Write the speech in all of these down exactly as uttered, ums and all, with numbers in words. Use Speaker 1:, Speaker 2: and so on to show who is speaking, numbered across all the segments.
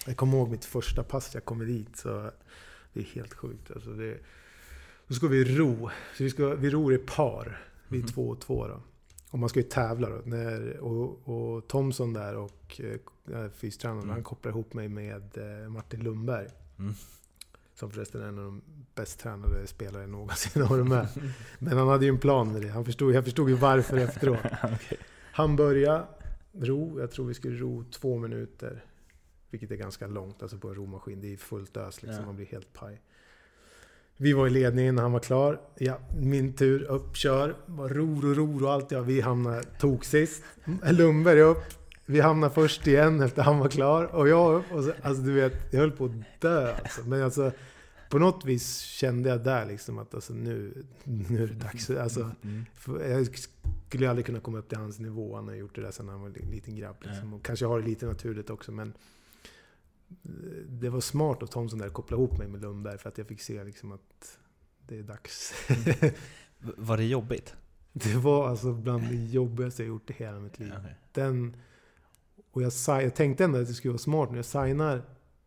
Speaker 1: jag kommer ihåg mitt första pass jag kom dit, så det är helt sjukt. Alltså det, då ska vi ro. Så vi, ska, vi ror i par. Vi är mm. två och två då. Och man ska ju tävla då. När, och, och Thomson där och äh, fystränaren, mm. han kopplar ihop mig med äh, Martin Lundberg. Mm. Som förresten är en av de bäst tränade spelare någonsin har med. Men han hade ju en plan med det. Han förstod, jag förstod ju varför efteråt. Okay. Han började ro. Jag tror vi skulle ro två minuter. Vilket är ganska långt. Alltså på en romaskin. Det är fullt ös liksom. Ja. Man blir helt paj. Vi var i ledningen när han var klar. Ja, min tur. Upp, kör. Var ror och ror och allt. Ja, vi hamnade tog sist. Lundberg upp. Vi hamnade först igen efter han var klar. Och jag upp. Och så, alltså du vet, jag höll på att dö. Alltså. Men alltså, på något vis kände jag där liksom att alltså, nu, nu är det dags. Alltså, jag skulle aldrig kunna komma upp till hans nivå. Han har gjort det där sedan han var en liten grabb. Liksom. Och kanske har det lite naturligt också. Men det var smart att Thomson där koppla ihop mig med Lundberg. För att jag fick se liksom att det är dags.
Speaker 2: Var det jobbigt?
Speaker 1: Det var alltså bland det jobbigaste jag gjort i hela mitt liv. Okay. Den, och jag, jag tänkte ändå att det skulle vara smart när jag signar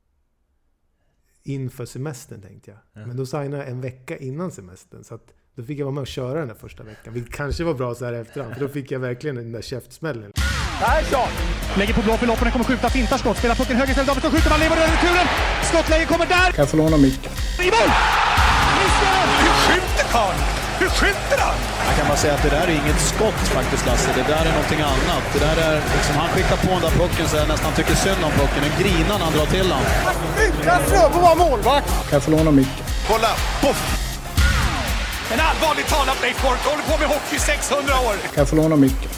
Speaker 1: inför semestern, tänkte jag. Ja. Men då signade jag en vecka innan semestern. Så att då fick jag vara med och köra den där första veckan. Vilket kanske var bra så här efterhand. För då fick jag verkligen den där käftsmällen.
Speaker 3: Persson lägger på blå för loppen, kommer skjuta, fintar skott. Spelar pucken höger istället, Davidsson skjuter, man lever över returen. Skottläge kommer där.
Speaker 4: Kan jag få låna micken?
Speaker 3: I mål! Hur skjuter han? Hur skjuter han?
Speaker 5: Jag kan bara säga att det där är inget skott faktiskt, Lasse. Det där är någonting annat. Det där är liksom, han skickar på den där pucken så jag nästan tycker synd om pucken. En grinan han drar till han.
Speaker 3: Utan Fröbo var målvakt.
Speaker 4: Kan jag få låna micken?
Speaker 3: Kolla, poff! En allvarlig talat Leif Boork håller på med hockey sexhundra år.
Speaker 4: Kan jag få låna micken?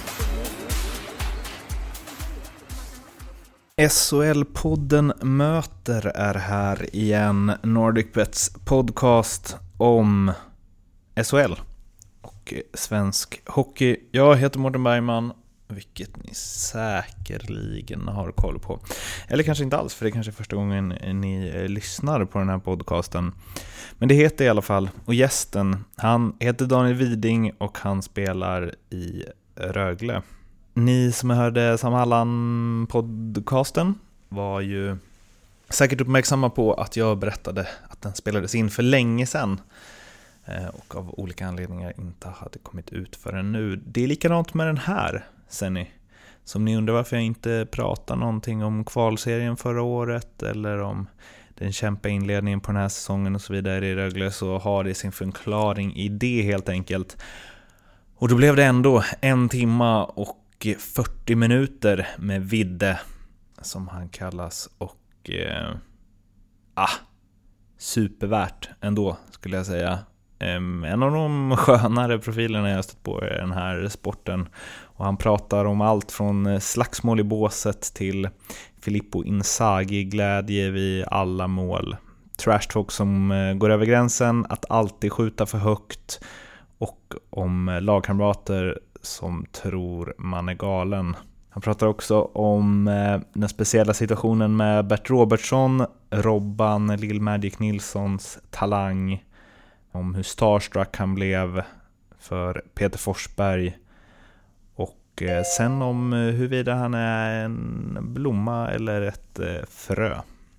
Speaker 2: S H L-podden Möter är här igen. NordicBets podcast om S H L och svensk hockey. Jag heter Mårten Bergman, vilket ni säkerligen har koll på. Eller kanske inte alls, för det är kanske första gången ni lyssnar på den här podcasten. Men det heter i alla fall, och gästen, han heter Daniel Widing och han spelar i Rögle. Ni som hörde Sam Halland-podcasten var ju säkert uppmärksamma på att jag berättade att den spelades in för länge sedan och av olika anledningar inte hade kommit ut förrän nu. Det är likadant med den här, ser ni. Som ni undrar varför jag inte pratar någonting om kvalserien förra året eller om den kämpa inledningen på den här säsongen och så vidare i Rögle, så har det sin förklaring i det helt enkelt. Och då blev det ändå en timma och fyrtio minuter med Vidde, som han kallas, och eh, ah, supervärt ändå, skulle jag säga. Um, en av de skönare profilerna jag stött på i den här sporten, och han pratar om allt från slagsmål i båset till Filippo Inzaghi-glädje vid alla mål, trash talk som uh, går över gränsen, att alltid skjuta för högt, och om lagkamrater som tror man är galen. Han pratar också om eh, den speciella situationen med Bert Robertson, Robban, Lill Magic Nilssons talang, om hur starstruck han blev för Peter Forsberg, och eh, sen om huruvida han är en blomma eller ett eh, frö.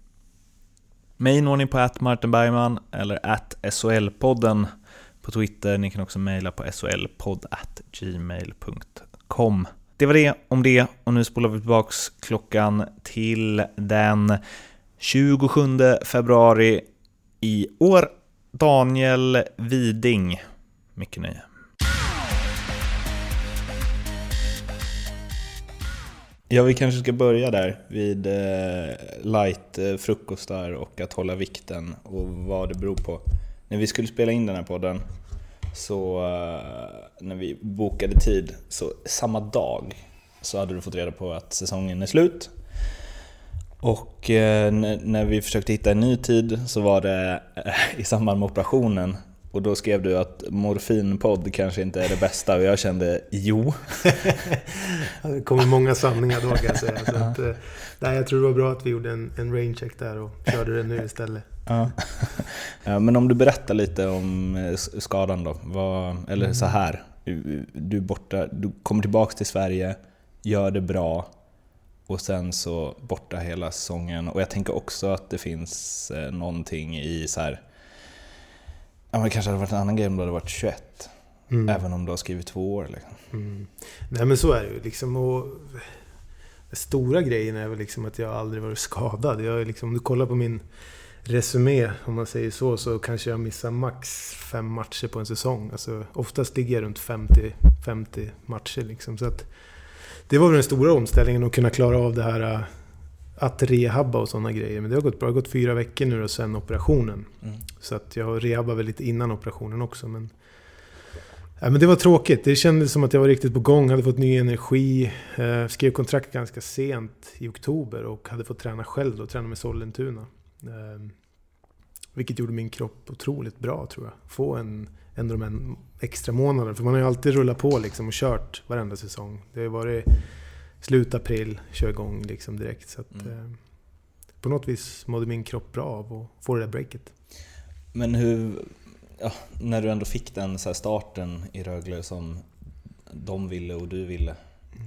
Speaker 2: Mig når ni på at Martin Bergman eller at S H L-podden på Twitter. Ni kan också mejla på s h l podd at gmail punkt com. Det var det om det, och nu spolar vi tillbaks klockan till den tjugosjunde februari i år. Daniel Widing, mycket nöje. Ja, vi kanske ska börja där vid eh, light eh, frukostar och att hålla vikten och vad det beror på. När vi skulle spela in den här podden, så uh, när vi bokade tid, så samma dag så hade du fått reda på att säsongen är slut. Och uh, n- när vi försökte hitta en ny tid, så var det uh, i samband med operationen. Och då skrev du att morfinpodd kanske inte är det bästa, och jag kände jo.
Speaker 1: Det kommer många sanningar då, kan jag säga. Så att, uh, nej, jag tror det var bra att vi gjorde en, en raincheck där och körde det nu istället.
Speaker 2: Ja. Ja, men om du berättar lite om skadan då, vad, eller mm. så här, du är borta, du kommer tillbaka till Sverige, gör det bra, och sen så borta hela säsongen. Och jag tänker också att det finns eh, någonting i så här, ja, men det kanske hade varit en annan grej om det hade varit tjugoett. Mm. Även om du har skrivit två år liksom.
Speaker 1: Mm. Nej, men så är det ju liksom. Och den stora grejen är väl liksom att jag aldrig varit skadad. Jag liksom, om du kollar på min resumé, om man säger så, så kanske jag missar max fem matcher på en säsong. Alltså, oftast ligger jag runt femtio, femtio matcher liksom. Så att det var väl den stora omställningen, att kunna klara av det här att rehabba och sådana grejer. Men det har gått bra. Det har gått fyra veckor nu och sen operationen. Mm. Så att jag rehabbade väl lite innan operationen också. Men, ja, men det var tråkigt. Det kändes som att jag var riktigt på gång. Hade fått ny energi. Eh, skrev kontrakt ganska sent i oktober och hade fått träna själv och träna med Sollentuna. Eh, vilket gjorde min kropp otroligt bra, tror jag. Få en, en av de här extra månaderna. För man har ju alltid rullat på liksom och kört varenda säsong. Det har varit slut april, kör igång liksom direkt. Så att, mm. eh, på något vis mådde min kropp bra av att få det där breaket.
Speaker 2: Men hur, ja, när du ändå fick den så här starten i Rögle som de ville och du ville. Mm.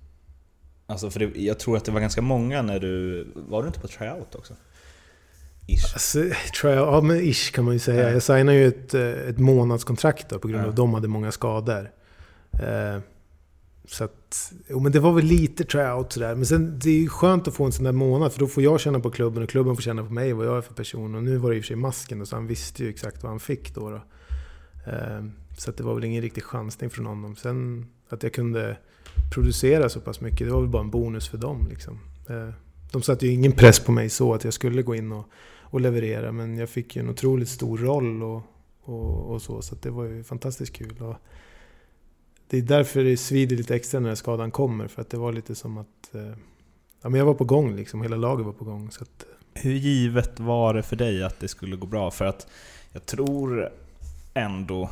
Speaker 2: Alltså för det, jag tror att det var ganska många när du, var du inte på tryout också? Ish.
Speaker 1: Alltså, tryout, ja men ish kan man ju säga. Ja. Jag signade ju ett, ett månadskontrakt då, på grund av ja. att de hade många skador. Eh, Så att, jo, men det var väl lite tryout sådär. Men sen, det är ju skönt att få en sån där månad, för då får jag känna på klubben och klubben får känna på mig vad jag är för person. Och nu var det ju för sig masken då, så han visste ju exakt vad han fick då, då. Eh, så att det var väl ingen riktig chansning från honom. Sen att jag kunde producera så pass mycket, det var väl bara en bonus för dem liksom. Eh, de satte ju ingen press på mig så att jag skulle gå in och, och leverera, men jag fick ju en otroligt stor roll och, och, och så, så att det var ju fantastiskt kul. Och det är därför det svider lite extra när skadan kommer, för att det var lite som att eh, ja, men jag var på gång liksom, hela laget var på gång. Så att,
Speaker 2: hur givet var det för dig att det skulle gå bra? För att jag tror ändå,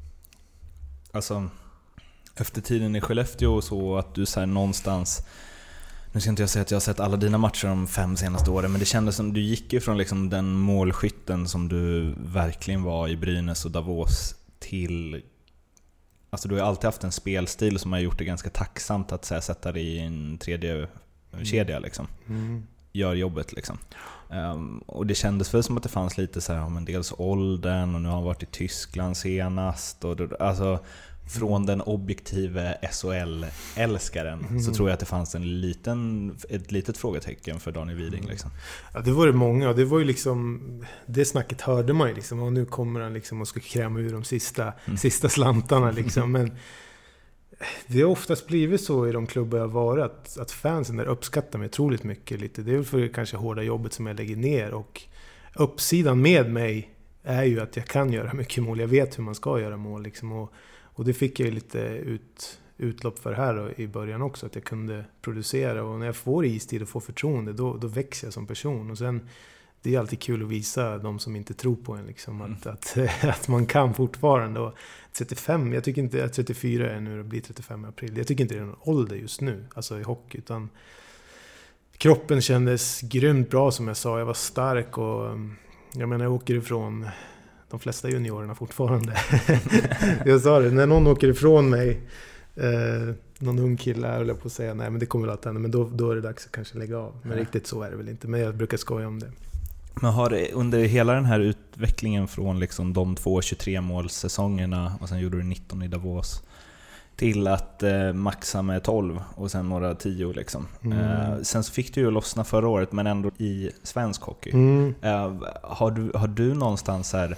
Speaker 2: alltså efter tiden i Skellefteå och så, att du så här någonstans, nu ska inte jag säga att jag har sett alla dina matcher de fem senaste åren, men det kändes som du gick ifrån liksom den målskytten som du verkligen var i Brynäs och Davos till, alltså du har alltid haft en spelstil som har gjort det ganska tacksamt att så här, sätta dig i en tredje mm. kedja liksom. Mm. Gör jobbet liksom. Um, och det kändes väl som att det fanns lite så här, om en dels åldern, och nu har han varit i Tyskland senast, och då, alltså från den objektive S H L-älskaren mm. så tror jag att det fanns en liten, ett litet frågetecken för Daniel Widing liksom.
Speaker 1: Ja, det var det många, och det var ju liksom, det snacket hörde man ju liksom, och nu kommer han liksom och ska kräma ur de sista, mm. sista slantarna liksom. Men det har oftast blivit så i de klubbar jag har varit, att, att fansen där uppskattar mig otroligt mycket lite. Det är väl för kanske hårda jobbet som jag lägger ner, och uppsidan med mig är ju att jag kan göra mycket mål. Jag vet hur man ska göra mål liksom, och Och det fick jag ju lite ut, utlopp för här då, i början också, att jag kunde producera. Och när jag får istid och får förtroende, då, då växer jag som person. Och sen, det är alltid kul att visa de som inte tror på en liksom, att, mm. att, att man kan fortfarande. Och trettiofem, jag tycker inte att trettiofyra är nu och blir trettiofem i april. Jag tycker inte det är någon ålder just nu, alltså i hockey, utan kroppen kändes grymt bra, som jag sa. Jag var stark, och jag menar, jag åker ifrån de flesta juniorerna fortfarande. Jag sa det, när någon åker ifrån mig, eh, någon ung kille, höll jag på att säga, nej men det kommer väl att hända, men då, då är det dags att kanske lägga av. Men ja. Riktigt så är det väl inte, men jag brukar skoja om det.
Speaker 2: Men har det, under hela den här utvecklingen från liksom de två tjugotre målsäsongerna, och sen gjorde du nitton i Davos, till att eh, maxa med tolv och sen några tio liksom. Mm. Eh, sen så fick du ju lossna förra året, men ändå i svensk hockey. Mm. Eh, har, du, har du någonstans här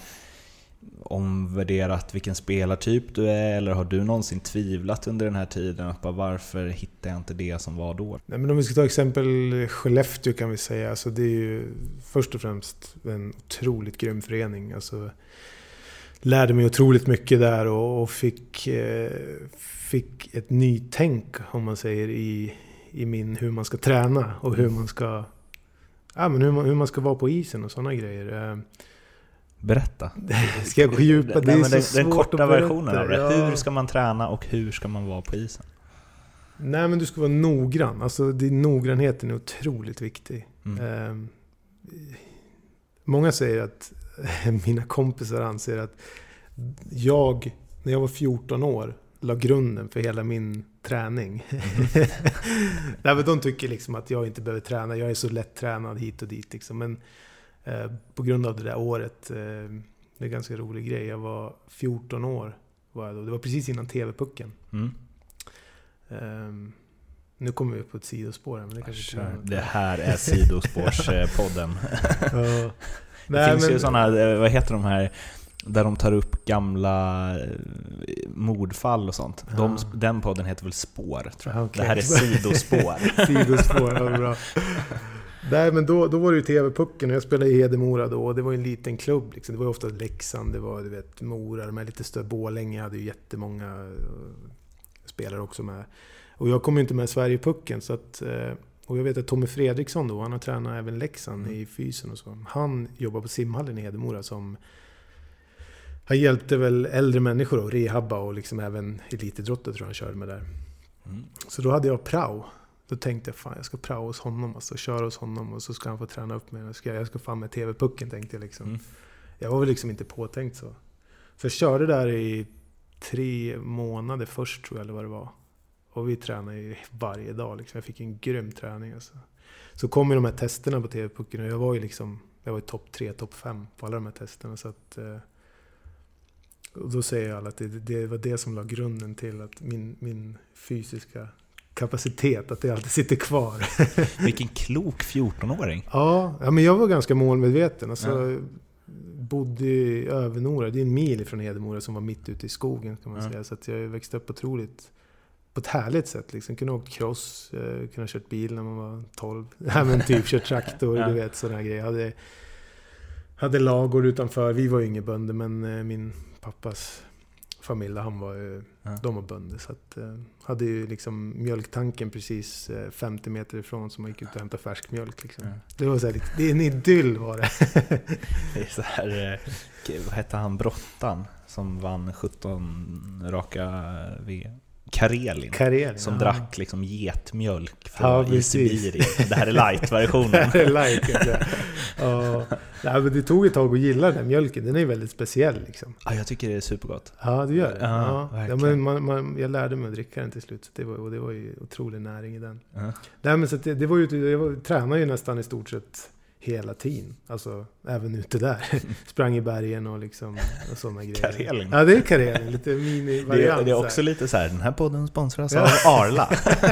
Speaker 2: omvärderat vilken spelartyp du är, eller har du någonsin tvivlat under den här tiden att bara, varför hittar jag inte det som var då?
Speaker 1: Nej, men om vi ska ta exempel Skellefteå kan vi säga, alltså det är ju först och främst en otroligt grym förening. Alltså, lärde mig otroligt mycket där, och, och fick, eh, fick ett nytänk, om man säger, i, i min, hur man ska träna och hur man ska, ja, men hur, man, hur man ska vara på isen och sådana grejer. Eh,
Speaker 2: Berätta.
Speaker 1: Ska jag gå djupa? Det är Nej, så den, svårt den korta
Speaker 2: att versionen av det. Ja. Hur ska man träna och hur ska man vara på isen?
Speaker 1: Nej, men du ska vara noggrann. Alltså, din noggrannheten är otroligt viktig. Mm. Eh, många säger att mina kompisar anser att jag, när jag var fjorton år, la grunden för hela min träning. Nej, men de tycker liksom att jag inte behöver träna. Jag är så lätt tränad hit och dit. Liksom. Men eh, på grund av det där året, eh, det är en ganska rolig grej. Jag var fjorton år. Var jag då. Det var precis innan T V-pucken.
Speaker 2: Mm.
Speaker 1: Eh, nu kommer vi på ett sidospår. Men det, kanske
Speaker 2: Kör. Det här är sidospårspodden.
Speaker 1: Ja.
Speaker 2: Det
Speaker 1: Nej,
Speaker 2: finns
Speaker 1: men,
Speaker 2: ju sådana, vad heter de här, där de tar upp gamla mordfall och sånt.
Speaker 1: Ja.
Speaker 2: De, den podden heter väl Spår, tror jag.
Speaker 1: Okay.
Speaker 2: Det här är sidospår.
Speaker 1: Sidospår, ja, bra. Nej, men då, då var det ju T V-pucken och jag spelade i Hedemora då. Och det var ju en liten klubb. Liksom. Det var ju ofta Leksand, det var du vet, Mora, de här lite större. Borlänge hade ju jättemånga spelare också med. Och jag kom ju inte med i Sverigepucken, så att... Och jag vet att Tommy Fredriksson då, han har tränat även Leksand mm. i fysen och så. Han jobbar på simhallen i Hedemora som... Han hjälpte väl äldre människor att rehabba och liksom även elitidrotter tror jag han körde med där. Mm. Så då hade jag prao. Då tänkte jag, fan jag ska prao hos honom, alltså köra hos honom och så ska han få träna upp mig. Jag ska, jag ska fan med T V-pucken, tänkte jag liksom. Mm. Jag var väl liksom inte påtänkt så. Så jag körde där i tre månader först tror jag, eller vad det var. Och vi tränade ju varje dag liksom. Jag fick en grym träning alltså. Så kom ju de här testerna på T V-pucken och jag var ju liksom, jag var ju topp tre, topp fem på alla de här testerna. Så att, och då säger jag alla att det, det var det som la grunden till att min, min fysiska kapacitet, att det alltid sitter kvar.
Speaker 2: Vilken klok fjorton-åring.
Speaker 1: Ja, ja, men jag var ganska målmedveten. Alltså, ja. Bodde i Övernora, det är en mil från Hedemora som var mitt ute i skogen kan man ja. säga. Så att jag växte upp otroligt på ett härligt sätt. Liksom. Kunde åkt cross, kunde ha kört bil när man var tolv. Ja, men typ kört traktor, ja. Du vet sådana här grejer. Jag hade, hade lagor utanför. Vi var ju inga bönder, men min pappas familj, han var ju, ja. de var bönder. Så att, hade ju liksom mjölktanken precis femtio meter ifrån som man gick ut och hämtade färsk mjölk. Liksom. Ja. Det var så här, det är en idyll var det.
Speaker 2: Det är så här, vad hette han, Brottan som vann sjutton raka V M? Karelin, Karelin som ja. drack liksom getmjölk från ja, i Sibirien. Det här är light-versionen. Det här är light,
Speaker 1: ja. Ja, men det tog ett tag att gilla den här mjölken. Den är väldigt speciell liksom.
Speaker 2: Ja, jag tycker det är supergott.
Speaker 1: Ja, det gör det. Ja, ja. Ja, men man, man, jag lärde mig att dricka den till slut. Så det var, och det var ju otrolig näring i den. Uh-huh. Nej, men så det, det var ju, jag var, tränade ju nästan i stort sett hela tiden. Alltså, även ute där. Sprang i bergen och liksom och sådana grejer.
Speaker 2: Karelin.
Speaker 1: Ja, det är Karelin. Lite mini-variant.
Speaker 2: Det, det är också här. Lite så här, den här podden sponsras av Arla.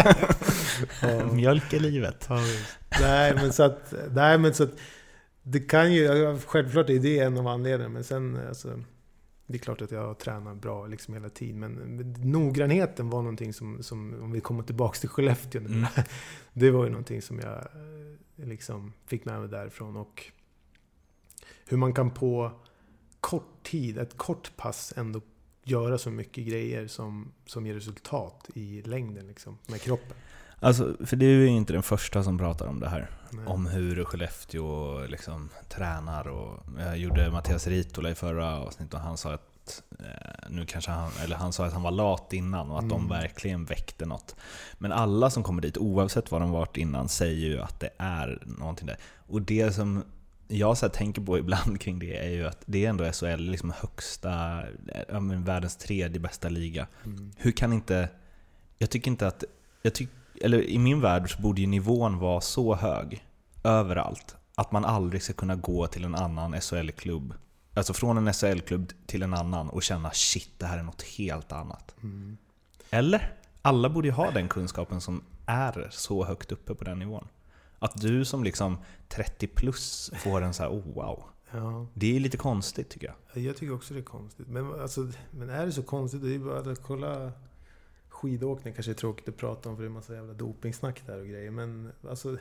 Speaker 2: Ja. Mjölk i livet.
Speaker 1: Ja, nej, men så att, nej, men så att det kan ju, självklart är det en av anledningarna, men sen, alltså, det är klart att jag tränar bra liksom hela tiden, men noggrannheten var någonting som, som om vi kommer tillbaka till Skellefteå nu, mm. det var ju någonting som jag liksom fick med mig därifrån, och hur man kan på kort tid, ett kort pass ändå göra så mycket grejer som, som ger resultat i längden liksom, med kroppen.
Speaker 2: Alltså, för det är ju inte den första som pratar om det här.
Speaker 1: Nej.
Speaker 2: Om hur Skellefteå liksom tränar. Och jag gjorde Mattias Ritola i förra avsnittet och han sa att eh, nu kanske han, eller han sa att han var lat innan och att mm. de verkligen väckte något. Men alla som kommer dit, oavsett vad de varit innan, säger ju att det är någonting där. Och det som jag så här tänker på ibland kring det är ju att det är ändå S H L liksom högsta, ja, men världens tredje bästa liga. Mm. Hur kan inte, jag tycker inte att, jag tycker eller i min värld så borde ju nivån vara så hög överallt att man aldrig ska kunna gå till en annan S H L-klubb, alltså från en S H L-klubb till en annan och känna shit, det här är något helt annat. Mm. Eller? Alla borde ju ha den kunskapen som är så högt uppe på den nivån. Att du som liksom trettio plus får en så här, oh wow.
Speaker 1: Ja.
Speaker 2: Det är lite konstigt tycker jag.
Speaker 1: Jag tycker också det är konstigt. Men, alltså, men är det så konstigt? Det är bara att kolla. Skidåkning kanske är tråkigt att prata om för det är en massa jävla dopingsnack där och grejer. Men alltså,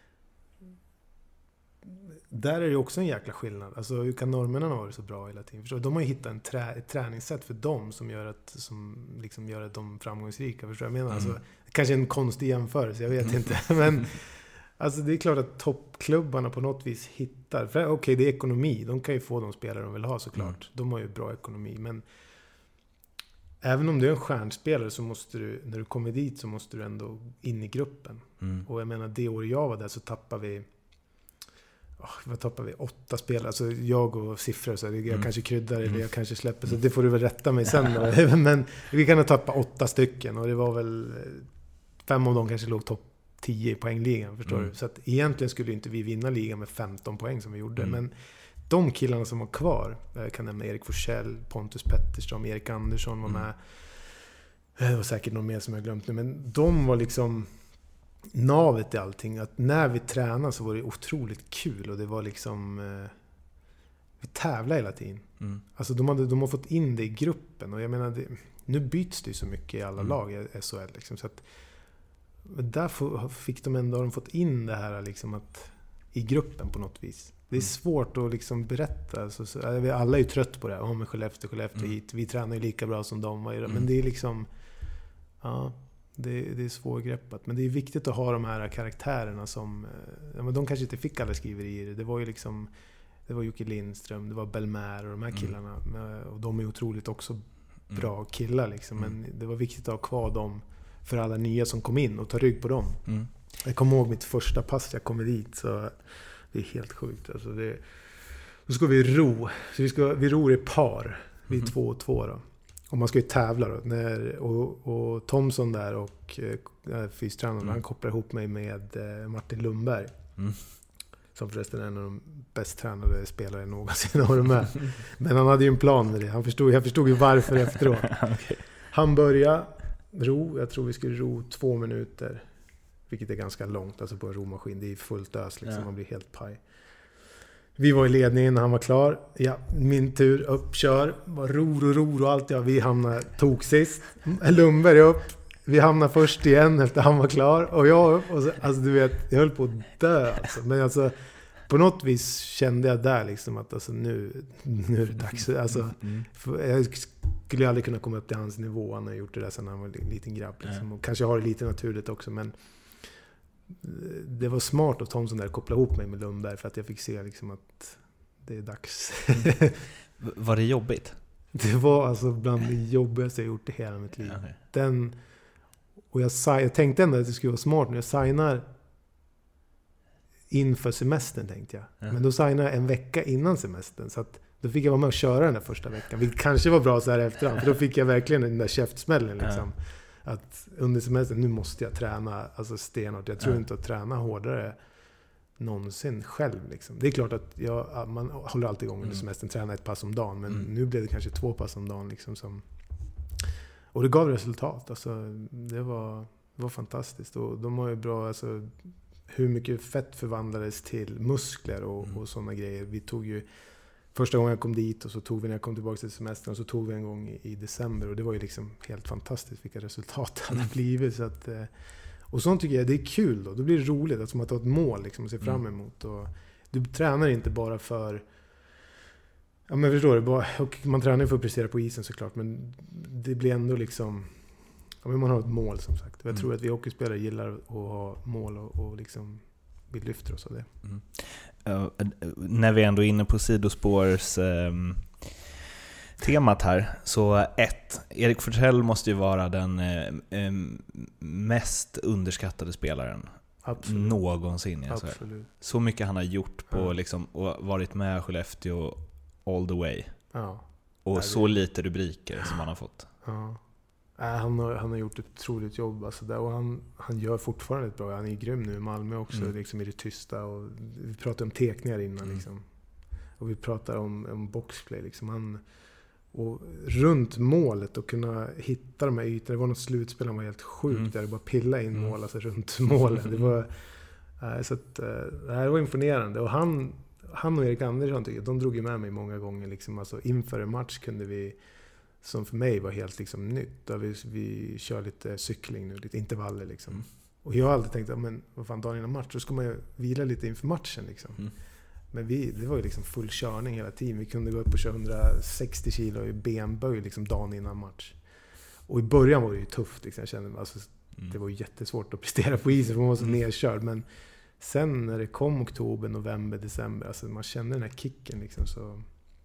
Speaker 1: där är det också en jäkla skillnad. Alltså hur kan norrmännen ha varit så bra hela tiden? Förstår? De har ju hittat en trä, ett träningssätt för dem som gör att, som liksom gör att de framgångsrika. Förstår jag menar? Mm. Alltså, kanske en konstig jämförelse, jag vet mm. inte. Men alltså, det är klart att toppklubbarna på något vis hittar. För okej, okay, det är ekonomi. De kan ju få de spelare de vill ha såklart. Mm. De har ju bra ekonomi. Men även om du är en stjärnspelare så måste du, när du kommer dit så måste du ändå in i gruppen. Mm. Och jag menar, det år jag var där så tappade vi, oh, vad tappar vi? Åtta spelare. Alltså jag och siffror, så jag mm. kanske kryddar eller
Speaker 2: mm.
Speaker 1: jag kanske släpper. Så det får du väl rätta mig sen då. Men vi kan ha tappat åtta stycken. Och det var väl fem av dem kanske låg topp tio i poängligan, förstår mm. du? Så att egentligen skulle inte vi vinna ligan med femton poäng som vi gjorde. Mm. Men de killarna som var kvar, jag kan nämna Erik Forsell, Pontus Pettersson, Erik Andersson var med. Det var säkert någon mer som jag glömt nu. Men de var liksom navet i allting. Att när vi tränade så var det otroligt kul. Och det var liksom... Eh, vi tävlade hela tiden. Mm. Alltså de, hade, de har fått in det i gruppen. Och jag menar, det, nu byts det ju så mycket i alla mm. lag i S H L. Liksom, så att, där fick de ändå de fått in det här liksom att, i gruppen på något vis. Det är svårt att liksom berätta. Alltså, så, vi alla är ju trött på det. Ja, men Skellefteå, Skellefteå mm. hit. Vi tränar ju lika bra som de. Mm. Men det är liksom... Ja, det, det är svårgreppat. Men det är viktigt att ha de här karaktärerna som... Ja, men de kanske inte fick alla skriverier. Det var ju liksom... Det var Jocke Lindström, det var Belmer och de här killarna. Mm. Och de är otroligt också bra killar liksom. Men det var viktigt att ha kvar dem för alla nya som kom in och ta rygg på dem. Mm. Jag kommer ihåg mitt första pass jag kom dit, så det är helt sjukt. Alltså det, då ska vi ro. Så vi, ska, vi ror i par. Vi är mm. två och två då. Och man ska ju tävla då. När, och, och Thomson där och äh, fystränaren, mm. han kopplar ihop mig med äh, Martin Lundberg. Mm. Som förresten är en av de bäst tränade spelare någonsin har de med. Men han hade ju en plan med det. Han förstod, jag förstod ju varför efteråt. Okay. Han började ro. Jag tror vi skulle ro två minuter. Vilket är ganska långt, alltså på en romaskin. Det är fullt ös liksom, ja. Man blir helt paj. Vi var i ledningen när han var klar. Ja, min tur, upp, kör. Var ror och ror och allt. Ja, vi hamnade tog sist. Lundberg upp. Vi hamnade först igen efter han var klar. Och jag upp. Och så, alltså du vet, jag höll på att dö. Alltså. Men alltså, på något vis kände jag där liksom att alltså, nu, nu är det dags. Alltså, mm. jag skulle aldrig kunna komma upp till hans nivå. Han har gjort det där sedan han var en liten grabb. Liksom. Och kanske har det lite naturligt också, men det var smart att Thomson där koppla ihop mig med Lundberg för att jag fick se liksom att det är dags.
Speaker 2: Mm. Var det jobbigt?
Speaker 1: Det var alltså bland det jobbigaste jag gjort i hela mitt liv. Okay. Den, och jag, jag tänkte ändå att det skulle vara smart när jag signar inför semestern, tänkte jag. Mm. Men då signade jag en vecka innan semestern, så att då fick jag vara med och köra den där första veckan. Vilket kanske var bra så här efterhand, för då fick jag verkligen den där käftsmällen liksom. Mm. Att under semestern, nu måste jag träna alltså stenhårt. Jag tror ja. inte att träna hårdare någonsin själv. Liksom. Det är klart att jag, man håller alltid igång under semestern, tränar ett pass om dagen. Men mm. nu blev det kanske två pass om dagen. Liksom, som, och det gav resultat. Alltså, det, var, det var fantastiskt. Och de har ju bra... Alltså, hur mycket fett förvandlades till muskler och, mm. och sådana grejer. Vi tog ju... Första gången jag kom dit och så tog vi när jag kom tillbaka till semestern och så tog vi en gång i, i december och det var ju liksom helt fantastiskt vilka resultat det hade blivit. Så att, och sånt tycker jag, det är kul då. Då blir det roligt att man tar ett mål liksom att se fram emot. Och du tränar inte bara för... Ja men förstår du, bara, och man tränar för att prestera på isen såklart, men det blir ändå liksom... Ja, men man har ett mål som sagt. Jag tror mm. att vi hockeyspelare gillar att ha mål och, och liksom... vi lyfter oss av det.
Speaker 2: Mm. Uh, när vi ändå är inne på sidospårs uh, temat här, så ett, Erik Forsell måste ju vara den uh, um, mest underskattade spelaren Absolut. någonsin. Alltså.
Speaker 1: Absolut.
Speaker 2: Så mycket han har gjort på
Speaker 1: ja.
Speaker 2: liksom, och varit med Skellefteå all the way.
Speaker 1: Ja.
Speaker 2: Och
Speaker 1: Nej,
Speaker 2: så
Speaker 1: det...
Speaker 2: lite rubriker som han har fått.
Speaker 1: Ja. Han har, han har gjort ett otroligt jobb alltså där, och han, han gör fortfarande ett bra. Han är grym nu i Malmö också, mm. liksom i det tysta. Och vi pratade om tekningar innan. Mm. Liksom. Och vi pratar om, om boxplay. Liksom. Han, och runt målet och kunna hitta de här ytorna. Det var något slutspel, han var helt sjukt mm. där. Det bara pilla in mål alltså, runt målet. Det var, äh, så att, äh, det här var imponerande. Och han, han och Erik Andersson, tycker jag, de drog ju med mig många gånger. Liksom. Alltså, inför en match kunde vi... som för mig var helt liksom nytt. Där vi, vi kör lite cykling nu, lite intervaller liksom. Mm. Och jag har alltid tänkt, men vad fan, dagen innan match, så ska man ju vila lite inför matchen liksom. Mm. Men vi, det var ju liksom full körning hela tiden. Vi kunde gå upp och köra hundrasextio kilo i benböj liksom dagen innan match. Och i början var det ju tufft liksom. Jag kände, alltså, mm. det var jättesvårt att prestera på isen för man var så mm. nedkörd. Men sen när det kom oktober, november, december, alltså man kände den här kicken liksom, så...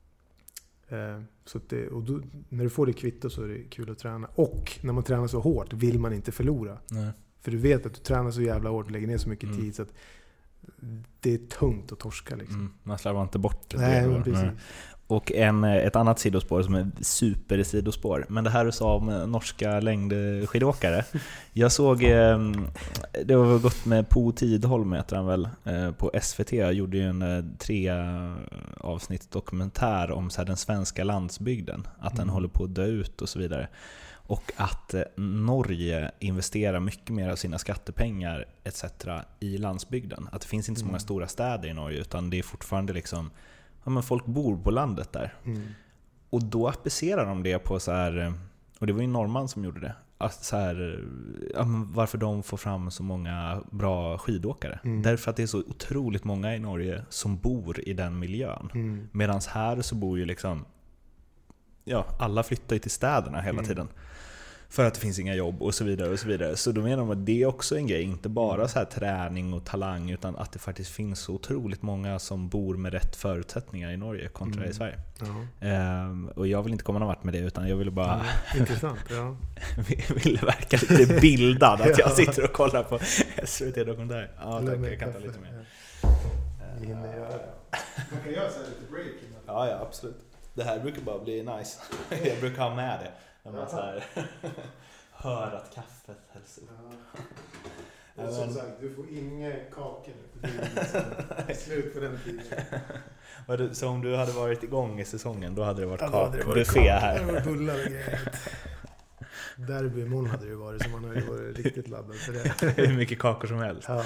Speaker 1: Så det, och då, när du får det kvitto så är det kul att träna. Och när man tränar så hårt vill man inte förlora. Nej. För du vet att du tränar så jävla hårt och lägger ner så mycket mm. tid. Så att det är tungt att torska liksom.
Speaker 2: Mm, man slarvar inte bort det.
Speaker 1: Nej, men precis.
Speaker 2: Och en, ett annat sidospår som är super sidospår. Men det här du sa om norska längdskidåkare. Jag såg, det var gått med Po Tidholm heter han väl, på S V T. Jag gjorde ju en tre avsnitt dokumentär om så här, den svenska landsbygden. Att den mm. håller på att dö ut och så vidare. Och att Norge investerar mycket mer av sina skattepengar et cetera i landsbygden. Att det finns inte så många mm. stora städer i Norge, utan det är fortfarande liksom, ja, men folk bor på landet där. Mm. Och då applicerar de det på så här, och det var ju norrman som gjorde det, att så här, ja, men varför de får fram så många bra skidåkare. Mm. Därför att det är så otroligt många i Norge som bor i den miljön. Mm. Medan här så bor ju liksom, ja, alla flyttar ju till städerna hela mm. tiden. För att det finns inga jobb och så vidare och så vidare. Så då menar de att det är också en grej, inte bara så här träning och talang, utan att det faktiskt finns så otroligt många som bor med rätt förutsättningar i Norge kontra mm. i Sverige. Ja. Ehm, och jag vill inte komma någon vart med det, utan jag ville bara
Speaker 1: mm. intressant, ja.
Speaker 2: ville verka lite bildad att jag sitter och kollar på S V T-dokumentär. Ja, tack, jag kan ta lite mer.
Speaker 1: Vi hinner göra det. Man kan göra så här lite break.
Speaker 2: Ja, ja, absolut. Det här brukar bara bli nice. Jag brukar ha med det. När man så här hör att kaffet hälls upp.
Speaker 1: Ja. Och som sagt, du får inga kakor. Det är liksom slut på den tiden.
Speaker 2: Så om du hade varit igång i säsongen, då hade det varit
Speaker 1: ja,
Speaker 2: kakbuffé här.
Speaker 1: Det var bullar och grejer. Derby imorgon hade det varit, så man har ju varit riktigt laddad för det.
Speaker 2: Hur mycket kakor som helst.
Speaker 1: Ja.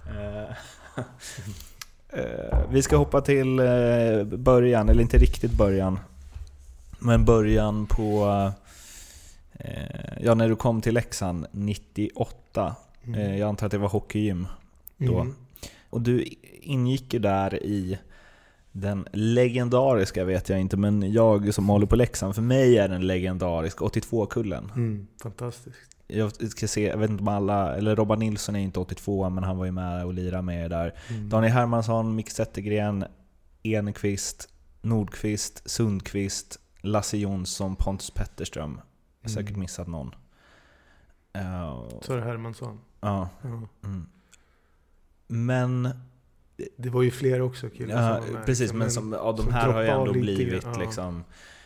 Speaker 2: Vi ska hoppa till början, eller inte riktigt början, men början på ja, när du kom till Leksand nittioåtta. Mm. Jag antar att det var hockeygym då. Mm. Och du ingick ju där i den legendariska, vet jag inte, men jag som håller på Leksand, för mig är den legendariska åttiotvå-kullen.
Speaker 1: Mm. Fantastiskt.
Speaker 2: Jag ska se, jag vet inte om alla, eller Robban Nilsson är inte åttiotvå, men han var ju med och lirade med där. Mm. Daniel Hermansson, Micke Zettergren, Enqvist, Nordqvist, Sundqvist, Lasse Jonsson, Pontus Petterström. Jag har säkert missat någon. Uh,
Speaker 1: Så är det Hermansson.
Speaker 2: Ja. Uh, mm. Men
Speaker 1: det, det var ju fler också killar
Speaker 2: uh, som var med, precis, liksom, men som, ja, de här har ju ändå blivit ja. liksom.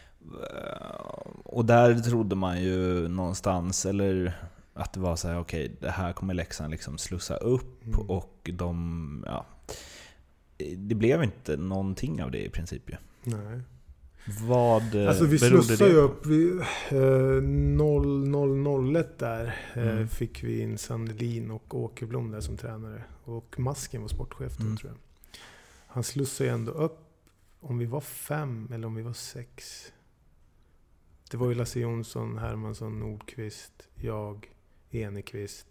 Speaker 2: Och där trodde man ju någonstans, eller att det var så här, okej, okay, det här kommer Leksand liksom slussa upp mm. och de, ja, det blev inte någonting av det i princip ju.
Speaker 1: Nej.
Speaker 2: Vad
Speaker 1: alltså vi slussade ju upp vi, eh, noll noll noll ett där eh, mm. fick vi in Sandelin och Åkerblom där som tränare, och Masken var sportchef då, mm. tror jag. Han slussade ju ändå upp om vi var fem eller om vi var sex. Det var ju Lasse Jonsson, Hermansson, Nordqvist, jag, Enqvist,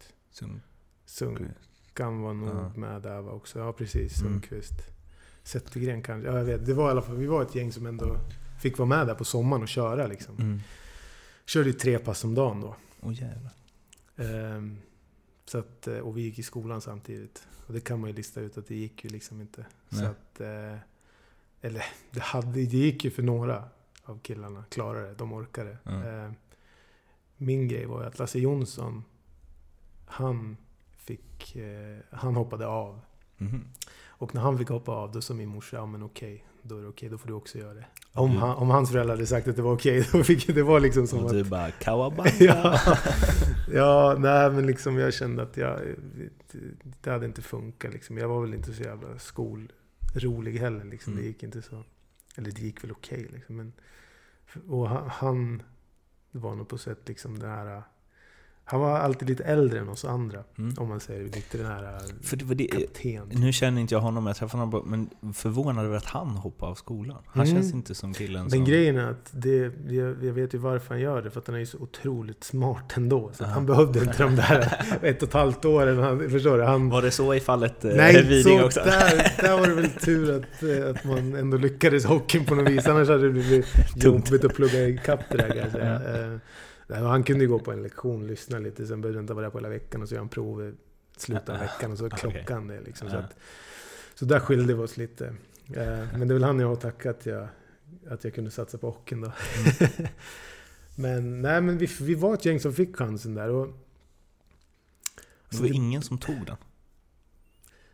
Speaker 1: Sunkan var nog ja. med där var också. Ja, precis, Sundqvist. Mm. Zettergren kanske. Ja, jag vet. Det var i alla fall, vi var ett gäng som ändå fick vara med där på sommaren och köra liksom. Mm. Körde ju tre pass om dagen då.
Speaker 2: Åh oh, jävlar.
Speaker 1: Ehm, så att, och vi gick i skolan samtidigt. Och det kan man ju lista ut att det gick ju liksom inte. Nej. Så att, eh, eller det, hade, det gick ju för några av killarna, klarade det, de orkade. Mm. Eh, min grej var ju att Lasse Jonsson, han fick, eh, han hoppade av. Mm. Och när han fick hoppa av, då sa min morsa, ja men okej, då är det okej, då får du också göra det. Om, mm. han, om hans föräldrar hade sagt att det var okej, då fick det var liksom som
Speaker 2: och
Speaker 1: att...
Speaker 2: du bara, kawabanga.
Speaker 1: ja, ja, nej men liksom jag kände att jag, det hade inte funkat liksom. Jag var väl inte så jävla skolrolig heller liksom. Mm. Det gick inte så, eller det gick väl okej liksom. Men, och han, han var nog på sätt liksom det här... Han var alltid lite äldre än oss andra, mm. om man säger lite den här
Speaker 2: för det var det,
Speaker 1: kapten.
Speaker 2: Nu känner inte jag honom, jag träffade honom, men förvånad över att han hoppade av skolan. Han mm. känns inte som killen som...
Speaker 1: Den grejen är att det, jag, jag vet ju varför han gör det, för att han är ju så otroligt smart ändå. Så att han behövde inte de där ett och ett halvt åren. Han, förstår du? Han...
Speaker 2: Var det så i fallet
Speaker 1: Nej,
Speaker 2: Widing också?
Speaker 1: Där, där var det väl tur att, att man ändå lyckades hockeyn på något vis. Annars hade det blivit jobbigt att plugga i kapp det där, kan jag säga. Han kunde ju gå på en lektion, lyssna lite, sen behövde inte vara där på hela veckan och så gör han prov i slutet av veckan och så klockan det liksom. Så, att, så där skilde vi oss lite. Men det är väl han jag har tackat att jag, att jag kunde satsa på hockeyn då. Mm. men nej, men vi, vi var ett gäng som fick chansen där. Och,
Speaker 2: det var det, ingen som tog den?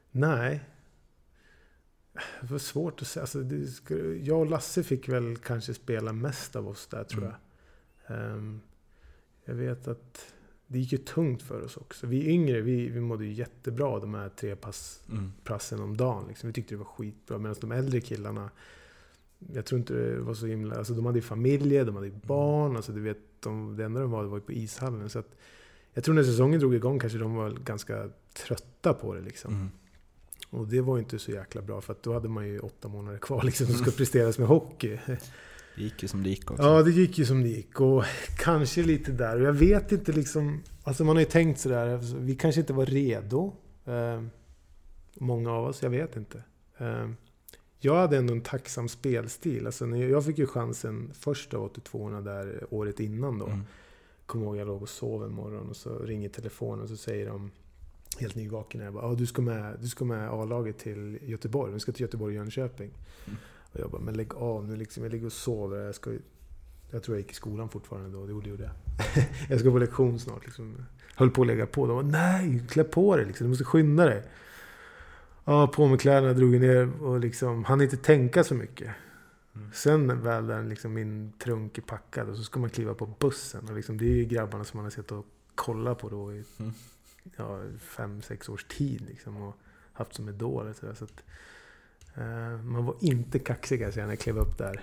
Speaker 1: Nej. Det var svårt att säga. Alltså, det skulle, jag och Lasse fick väl kanske spela mest av oss där, tror jag. Mm. Um, jag vet att det gick ju tungt för oss också. Vi yngre, vi, vi mådde ju jättebra de här tre pass, mm. passen om dagen. Liksom. Vi tyckte det var skitbra. Medan de äldre killarna, jag tror inte det var så himla... Alltså de hade ju familjer, de hade ju barn. Alltså du vet, de, det enda de var, det var ju på ishallen. Så att, jag tror när säsongen drog igång kanske de var ganska trötta på det. Liksom. Mm. Och det var ju inte så jäkla bra, för att då hade man ju åtta månader kvar liksom, som ska presteras med hockey.
Speaker 2: Det gick ju som det gick också.
Speaker 1: Ja, det gick ju som det gick. Och kanske lite där. Och jag vet inte liksom... Alltså man har ju tänkt sådär. Vi kanske inte var redo. Eh, många av oss, jag vet inte. Eh, jag hade ändå en tacksam spelstil. Alltså när jag, jag fick ju chansen första åttiotvåorna där året innan då. Mm. Kommer ihåg, jag låg och sov en morgon och så ringer telefonen och så säger de helt nyvaken. Jag bara, ah, du ska med, du ska med A-laget till Göteborg. Vi ska till Göteborg och Jönköping. Mm. Och jag bara, men lägg av nu liksom. Jag ligger och sover. Jag, ska, jag tror jag gick i skolan fortfarande då. Det gjorde jag. Jag ska på lektion snart. Liksom. Höll på att lägga på. De bara, nej, klä på dig. Liksom. Du måste skynda dig. Ja, på med kläderna, drog ner och liksom, han inte tänka så mycket. Mm. Sen väl där liksom, min trunk är packad och så ska man kliva på bussen. Och liksom, det är ju grabbarna som man har sett och kolla på då i mm. ja, fem, sex års tid. Liksom, och haft som idol. Så, så att, Uh, man var inte kaxig alltså, när jag klev upp där.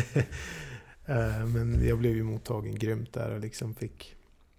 Speaker 1: uh, men jag blev ju mottagen grymt där och liksom fick...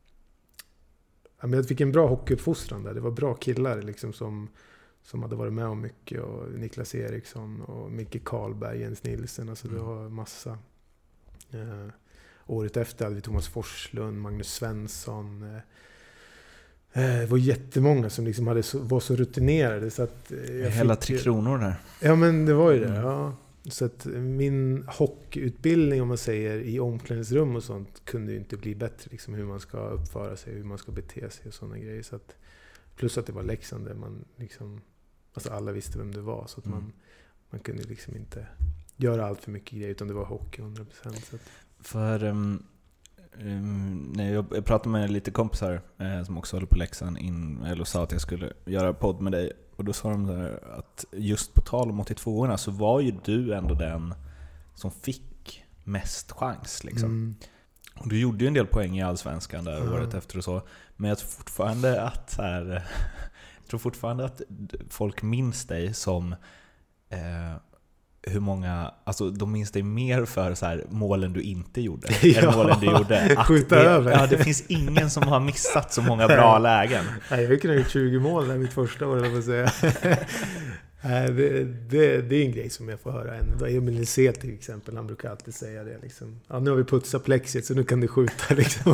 Speaker 1: Ja, men jag fick en bra hockeyuppfostran där. Det var bra killar liksom, som, som hade varit med om mycket. Och Niklas Eriksson och Micke Karlberg, Jens Nilsen. Alltså, mm. Det var massa. Uh, året efter hade vi Thomas Forslund, Magnus Svensson... Uh, Det var jättemånga som liksom hade så, var så rutinerade så att jag
Speaker 2: hela
Speaker 1: fick,
Speaker 2: tre kronor där.
Speaker 1: Ja, men det var ju det. Mm. Ja. Så att min hockeyutbildning, om man säger, i omklädningsrum och sånt kunde ju inte bli bättre liksom, hur man ska uppföra sig, hur man ska bete sig och sådana grejer. Så att, plus att det var Leksand där man liksom, alltså alla visste vem det var, så att mm. man man kunde liksom inte göra allt för mycket grejer, utan det var hockey hundra procent. Så att.
Speaker 2: För um... Um, nej, jag, jag pratade med lite kompisar eh, som också håller på Leksand in, eller sa att jag skulle göra podd med dig, och då sa de där att just på tal om åttiotvåorna så var ju du ändå den som fick mest chans liksom. Mm. Och du gjorde ju en del poäng i Allsvenskan där mm. året efter och så, men jag tror fortfarande att så här, jag tror fortfarande att folk minns dig som eh, hur många, alltså de minns dig mer för så här målen du inte gjorde ja, än målen du gjorde. Att
Speaker 1: skjuta
Speaker 2: det,
Speaker 1: över.
Speaker 2: Ja, det finns ingen som har missat så många bra lägen.
Speaker 1: Nej, jag kunde ha gjort tjugo mål där mitt första år, eller vad säga. Nej, det, det, det är en grej som jag får höra än. Emil Lisé till exempel, han brukar alltid säga det liksom. Ja, nu har vi putsat plexit så nu kan du skjuta liksom.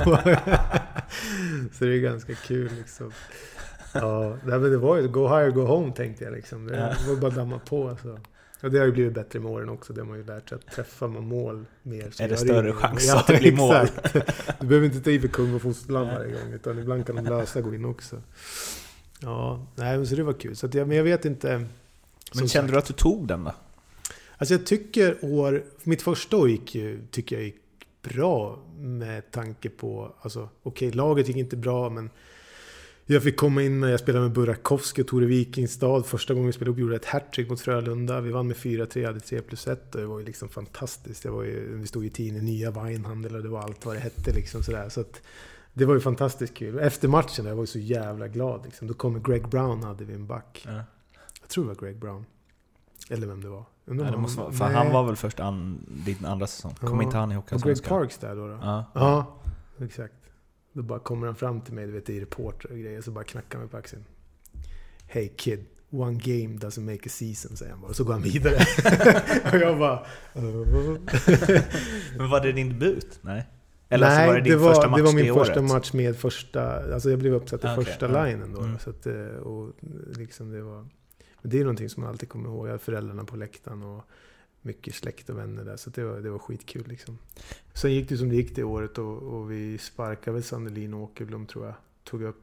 Speaker 1: Så det är ganska kul liksom. Ja, men det var ju go higher, go home tänkte jag liksom. Det var bara damma på alltså. Och det har ju blivit bättre med åren också. Det har man ju lärt sig att träffa man mål mer.
Speaker 2: Är det större chans ja, att det blir mål?
Speaker 1: Du behöver inte ta i för kung och fosterland varje gång. Utan ibland kan de lösa gå in också. Ja, nej, men så det var kul. Så att jag, men jag vet inte.
Speaker 2: Men kände du att du tog den då?
Speaker 1: Alltså jag tycker år... Mitt första år gick ju, tycker jag gick bra med tanke på... Alltså okej, okay, laget gick inte bra, men... Jag fick komma in när jag spelade med Burakovsky och Tore Wikingstad. Första gången vi spelade upp gjorde jag ett hattrick mot Frölunda. Vi vann med fyra tre, hade tre plus ett. Och det var ju liksom fantastiskt. Det var ju, vi stod i tidningen Nya Weinhandel och det var allt vad det hette. Liksom sådär. Så att, det var ju fantastiskt kul. Efter matchen jag var jag så jävla glad. Liksom. Då kom Greg Brown, hade vi en back. Ja. Jag tror det var Greg Brown. Eller vem det var.
Speaker 2: Ja, det måste vara, för han var väl först an, din andra säsong. Kom ja. inte han ihåg?
Speaker 1: Och Greg Parks där då? då?
Speaker 2: Ja.
Speaker 1: ja, exakt. Då bara kommer han fram till mig, du vet, i reporter och grejer, så bara knackar mig på axeln. Hey kid, one game doesn't make a season, säger han bara. Och så går han vidare. Och jag bara... Uh.
Speaker 2: Men var det din debut? Nej. Eller
Speaker 1: Nej,
Speaker 2: så var det din
Speaker 1: det var,
Speaker 2: första match
Speaker 1: det var min första
Speaker 2: året.
Speaker 1: match med första... Alltså jag blev uppsatt i okay, första
Speaker 2: ja.
Speaker 1: linen då.
Speaker 2: Mm.
Speaker 1: Så att, och liksom det var... Men det är någonting som man alltid kommer ihåg. Jag hade föräldrarna på läktaren och mycket släkt och vänner där. Så det var, det var skitkul liksom. Sen gick det som det gick det året och, och vi sparkade väl Sandelin och Åkerblom, tror jag. Tog upp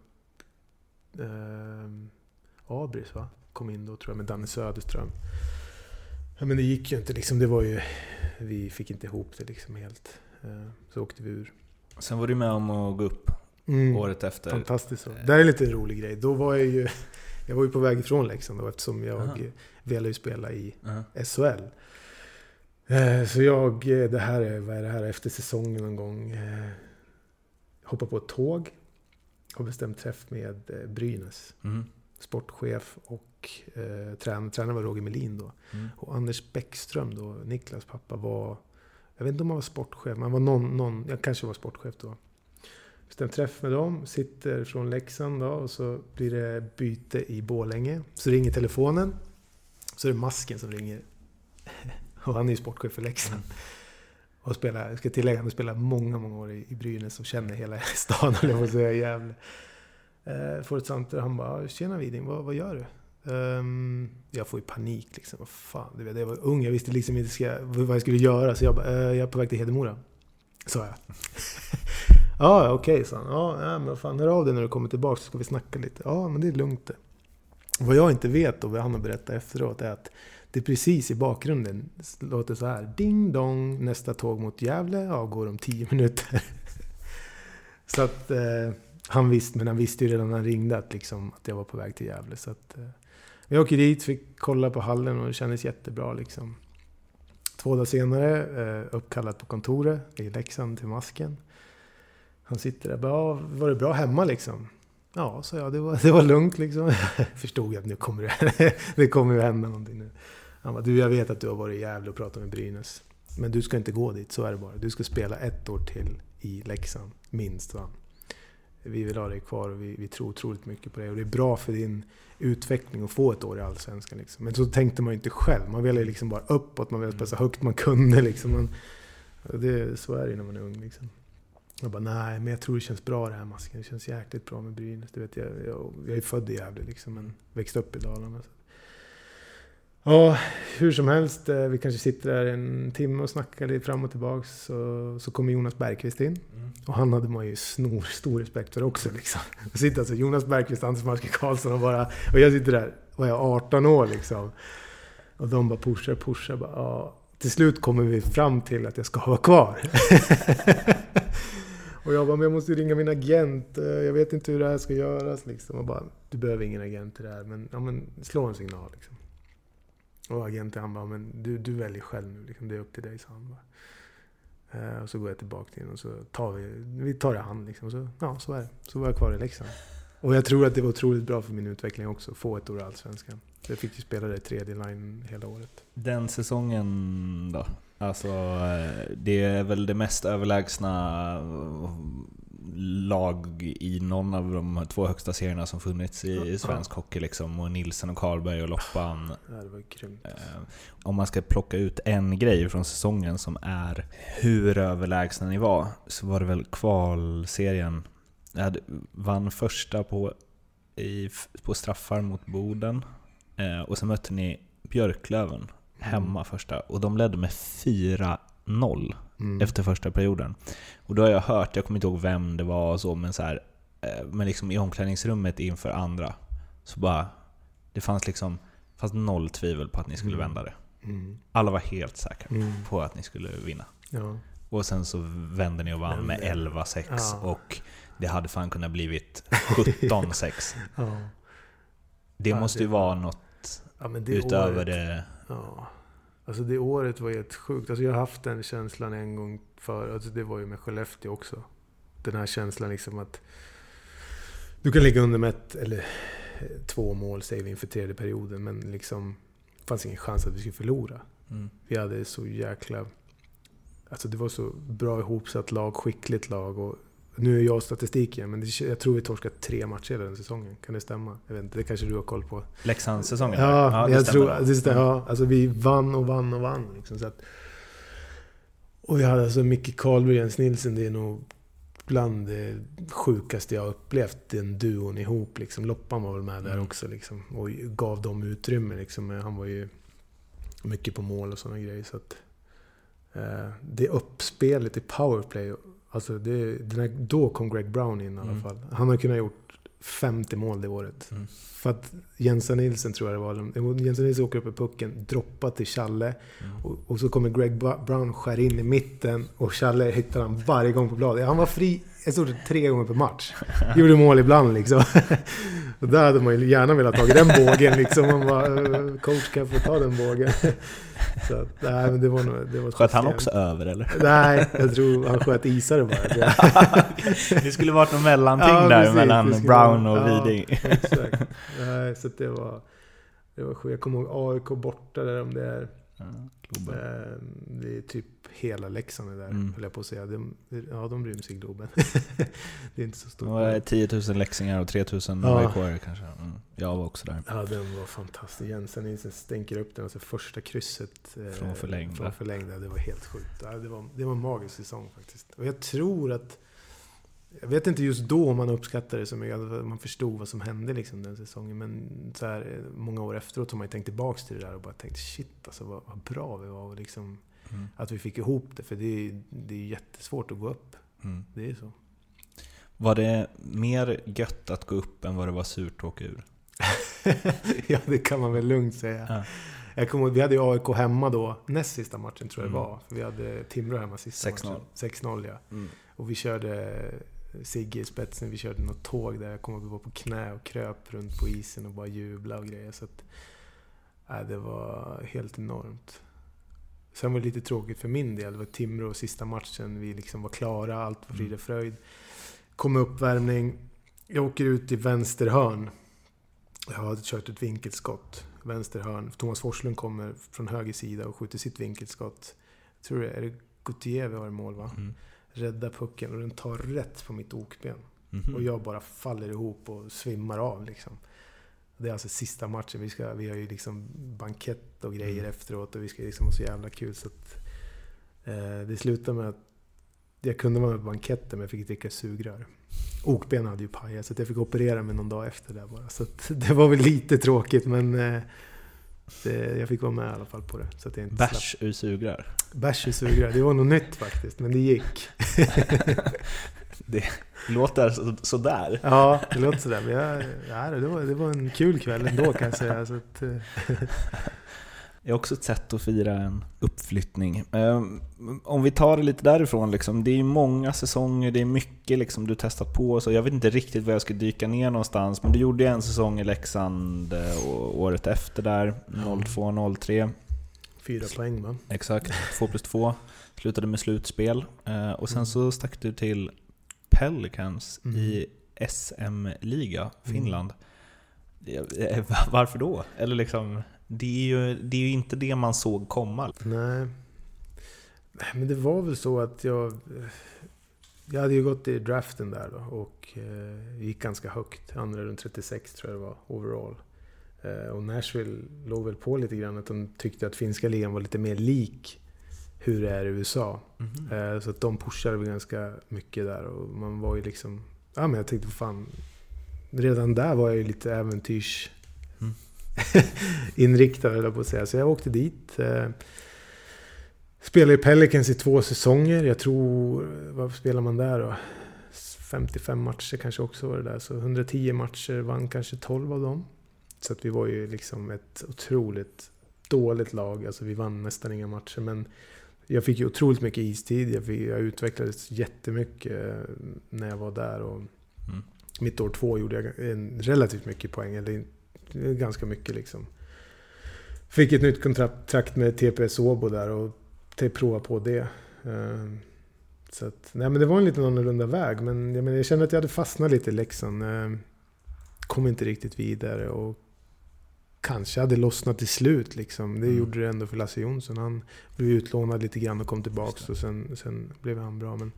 Speaker 1: eh, Abris, va? Kom in då, tror jag, med Danne Söderström. Ja, men det gick ju inte liksom. Det var ju... Vi fick inte ihop det liksom helt. Eh, så åkte vi ur.
Speaker 2: Sen var du med om att gå upp mm, året efter.
Speaker 1: Fantastiskt så. Det är en lite rolig grej. Då var jag ju... jag var ju på väg ifrån Leksand då, eftersom jag
Speaker 2: Aha.
Speaker 1: ville ju spela i
Speaker 2: Uh-huh.
Speaker 1: S H L. Eh, så jag, det här är, vad är det här, efter säsongen någon gång, eh, hoppar på ett tåg, har bestämt träff med eh, Brynäs.
Speaker 2: Mm.
Speaker 1: Sportchef och eh, tränare, tränare var Roger Melin då.
Speaker 2: Mm.
Speaker 1: Och Anders Bäckström då, Niklas pappa, var, jag vet inte om han var sportchef, men han var någon, någon jag kanske var sportchef då. Bestämt träff med dem, sitter från Leksand då, och så blir det byte i Borlänge. Så ringer telefonen, så är det Masken som ringer. Och han är ju sportchef för Leksand. Och spelar, jag ska tillägga, han har spelat många, många år i, i Brynäs och känner hela stan, eller vad säga, jävla. Eh, får ett samtal, han bara, tjena Widing, vad, vad gör du? Um, jag får ju panik liksom, vad fan, du vet, jag var ung, jag visste liksom inte ska, vad jag skulle göra, så jag bara, eh, jag är på väg till Hedemora, sa jag. Ja, okej, okay, sa han. Ja, ja, men fan, hör av dig när du kommer tillbaka så ska vi snacka lite. Ja, men det är lugnt det. Vad jag inte vet och vad han har berättat efteråt är att det är precis i bakgrunden låter så här, ding dong, nästa tåg mot Gävle, ja, går om tio minuter. Så att eh, han visste, men han visste ju redan när han ringde att, liksom, att jag var på väg till Gävle. Så att eh, jag åker dit, fick kolla på hallen och det kändes jättebra liksom. Två dagar senare, eh, uppkallat på kontoret i Leksand till Masken. Han sitter där, bara, var det bra hemma liksom? Ja, så ja, det var, det var lugnt liksom. Förstod jag att nu kommer det, det kommer ju hända någonting nu. Han bara, du, jag vet att du har varit i Gävle och pratat med Brynäs. Men du ska inte gå dit, så är det bara. Du ska spela ett år till i Leksand, minst va. Vi vill ha dig kvar och vi, vi tror otroligt mycket på det. Och det är bra för din utveckling att få ett år i Allsvenskan liksom. Men så tänkte man ju inte själv. Man ville liksom bara uppåt, man ville spela så högt man kunde liksom. Man, det, så är det när man är ung liksom. Jag bara, nej, men jag tror det känns bra det här Masken. Det känns jäkligt bra med Brynäs. Det vet jag, jag, jag är född i Gävle liksom, men växte upp i Dalarna. Så. Ja, hur som helst, vi kanske sitter där en timme och snackar lite fram och tillbaka. Så, så kommer Jonas Bergqvist in. Mm. Och han hade man ju snor, stor respekt för också liksom. Jag sitter alltså Jonas Bergqvist, Anders Marske Karlsson och bara, och jag sitter där, var jag arton år liksom. Och de bara pushar, pushar, bara, ja. Till slut kommer vi fram till att jag ska vara kvar. Och jag bara, men jag måste ringa min agent. Jag vet inte hur det här ska göras. Liksom. Och bara, du behöver ingen agent till det här. Men, ja, men slå en signal. Liksom. Och agenten, han bara, men du, du väljer själv nu. Liksom. Det är upp till dig, så han bara. Eh, och så går jag tillbaka till och så tar vi, vi tar det hand. Liksom. Så, ja, så är det. Så var jag kvar i Leksand. Och jag tror att det var otroligt bra för min utveckling också. Få ett år i Allsvenskan. Jag fick ju spela det i tredje line hela året.
Speaker 2: Den säsongen då? Alltså, det är väl det mest överlägsna lag i någon av de två högsta serierna som funnits i, i svensk ja. hockey liksom. Och Nilsen och Karlberg och Loppan.
Speaker 1: Ja, det var grymt.
Speaker 2: Om man ska plocka ut en grej från säsongen som är hur överlägsna ni var, så var det väl kvalserien. Jag vann första på, i, på straffar mot Boden. Och så mötte ni Björklöven hemma första, och de ledde med fyra noll mm. efter första perioden. Och då har jag hört, jag kommer inte ihåg vem det var och så, men så här, men liksom i omklädningsrummet inför andra så bara, det fanns liksom fanns noll tvivel på att ni skulle mm. vända det. Mm. Alla var helt säkra mm. på att ni skulle vinna. Ja. Och sen så vände ni och vann med elva sex ja. och det hade fan kunnat blivit sjutton sex. Ja. Det ja, måste det ju var... vara något ja, men det utöver året, det.
Speaker 1: Ja. Alltså det året var helt sjukt. Alltså jag har haft den känslan en gång för. Alltså det var ju med Skellefteå också. Den här känslan liksom att du kan ligga under med ett eller två mål säger vi inför tredje perioden, men liksom det fanns ingen chans att vi skulle förlora. Mm. Vi hade så jäkla, alltså det var så bra ihopsatt lag, skickligt lag, och nu är jag statistiken, men det, jag tror vi torskat tre matcher den säsongen. Kan det stämma? Jag vet inte, det kanske du har koll på.
Speaker 2: Leksands-säsongen?
Speaker 1: Ja, ja jag tror det stämmer. Ja, alltså vi vann och vann och vann. Liksom, så att, och vi hade alltså Micke Karlberg och Jens Nilsen, det är nog bland det sjukaste jag upplevt, den duon ihop. Liksom. Loppan var väl med där mm. också liksom, och gav dem utrymme. Liksom. Han var ju mycket på mål och sådana grejer. Så att, eh, det uppspelet i powerplay, alltså det, den här, då kom Greg Brown in i alla mm. fall. Han har kunnat gjort femtio mål det året. Mm. För att Jensen Nilsen tror jag det var. Jensen Nilsen åker upp i pucken, droppar till Challe. Mm. Och, och så kommer Greg Brown skär in i mitten. Och Challe hittar han varje gång på bladet. Han var fri jag stod tre gånger per match. Gjorde mål ibland liksom. Och där hade man ju gärna velat ta den bågen liksom. Man bara, coach kan få ta den bågen. Så att, nej, men det var nog, det var
Speaker 2: sköt han också över eller?
Speaker 1: Nej, jag tror han sköt isare bara.
Speaker 2: Det skulle varit någon mellanting ja, där precis, mellan Brown och ja, Widing.
Speaker 1: Exakt. Nej, så det var det var sjukt. Jag kommer ihåg A I K borta där om det är
Speaker 2: mm,
Speaker 1: det är typ hela Leksand där,
Speaker 2: mm.
Speaker 1: höll jag på att säga. De, ja, de ryms i Globen. Det är inte så stort.
Speaker 2: Det var tio tusen leksingar och tre tusen A I K-are kanske. Mm. Jag var också där.
Speaker 1: Ja, den var fantastisk. Jensen Nilsen stänker upp den, alltså första krysset
Speaker 2: från förlängda.
Speaker 1: Från förlängda. Det var helt sjukt. Ja, det var, det var en magisk säsong faktiskt. Och jag tror att jag vet inte just då om man uppskattade det så mycket, att man förstod vad som hände liksom den säsongen, men så här, många år efteråt har man tänkt tillbaka till det där och bara tänkt shit, alltså vad, vad bra vi var och liksom, mm. att vi fick ihop det, för det är, det är jättesvårt att gå upp. Mm. Det är så.
Speaker 2: Var det mer gött att gå upp än vad det var surt att åka ur?
Speaker 1: Ja, det kan man väl lugnt säga. Ja. Jag kommer, vi hade ju A I K hemma då, näst sista matchen tror jag mm. det var, för vi hade Timrå hemma sista
Speaker 2: sex noll.
Speaker 1: Matchen. sex noll ja. Mm. Och vi körde Sigge i spetsen, vi körde något tåg där jag kom att gå på knä och kröp runt på isen och bara jubla och grejer, så att äh, det var helt enormt. Sen var det lite tråkigt för min del, det var Timrå och sista matchen, vi liksom var klara, allt var frid och fröjd. Kom uppvärmning, jag åker ut i vänster hörn, jag hade kört ett vinkelskott, vänster hörn, Thomas Forslund kommer från höger sida och skjuter sitt vinkelskott. Jag tror det är det Gauthier vi har i mål va? Mm. Rädda pucken och den tar rätt på mitt okben. Mm-hmm. Och jag bara faller ihop och svimmar av liksom. Det är alltså sista matchen. Vi, ska, vi har ju liksom bankett och grejer mm. efteråt och vi ska liksom ha så jävla kul. Så att, eh, det slutade med att jag kunde vara med på banketten men jag fick dricka sugrör. Okben hade ju pajat så att jag fick operera mig någon dag efter det bara. Så att det var väl lite tråkigt men eh, det, jag fick vara med i alla fall på det. Så att jag inte
Speaker 2: Bärs
Speaker 1: slapp.
Speaker 2: ur sugrör.
Speaker 1: Bärs ur sugrör. Det var nog nytt faktiskt, men det gick.
Speaker 2: Det låter så, sådär.
Speaker 1: Ja, det låter sådär. Men jag, ja, det, var, det var en kul kväll ändå kan jag säga. Så att,
Speaker 2: det är också ett sätt att fira en uppflyttning. Om vi tar det lite därifrån, liksom, det är många säsonger, det är mycket liksom, du testat på. Så jag vet inte riktigt var jag ska dyka ner någonstans. Men du gjorde en säsong i Leksand och året efter där, noll två noll tre.
Speaker 1: Fyra poäng va?
Speaker 2: Exakt, två plus två. Slutade med slutspel. Och sen så stack du till Pelicans mm. i S M-liga, Finland. Mm. Varför då? Eller liksom... Det är, ju, det är ju inte det man såg komma.
Speaker 1: Nej. Men det var väl så att jag... Jag hade ju gått i draften där då. Och eh, gick ganska högt. Andra runt trettiosex tror jag det var. Overall. Eh, och Nashville låg väl på lite grann. Att de tyckte att finska ligan var lite mer lik hur det är i U S A. Mm-hmm. Eh, så att de pushade väl ganska mycket där. Och man var ju liksom... Ja men jag tänkte fan... Redan där var jag ju lite äventyrs... Mm. inriktad eller på att säga. Så jag åkte dit. Eh, spelade i Pelicans i två säsonger. Jag tror, vad spelar man där då? femtiofem matcher kanske också var det där. Så hundratio matcher, vann kanske tolv av dem. Så att vi var ju liksom ett otroligt dåligt lag. Alltså vi vann nästan inga matcher. Men jag fick ju otroligt mycket istid. Jag, fick, jag utvecklades jättemycket när jag var där. Och mm. mitt år två gjorde jag en relativt mycket poäng. Eller ganska mycket liksom. Fick ett nytt kontrakt med T P S Åbo där och prova på det. Så att, nej men det var en lite annorlunda väg, men jag, menar, jag kände att jag hade fastnat lite i Leksand. Kom inte riktigt vidare och kanske hade lossnat till slut liksom. Det mm. gjorde det ändå för Lasse Jonsson. Han blev utlånad lite grann och kom tillbaks och sen, sen blev han bra. Men,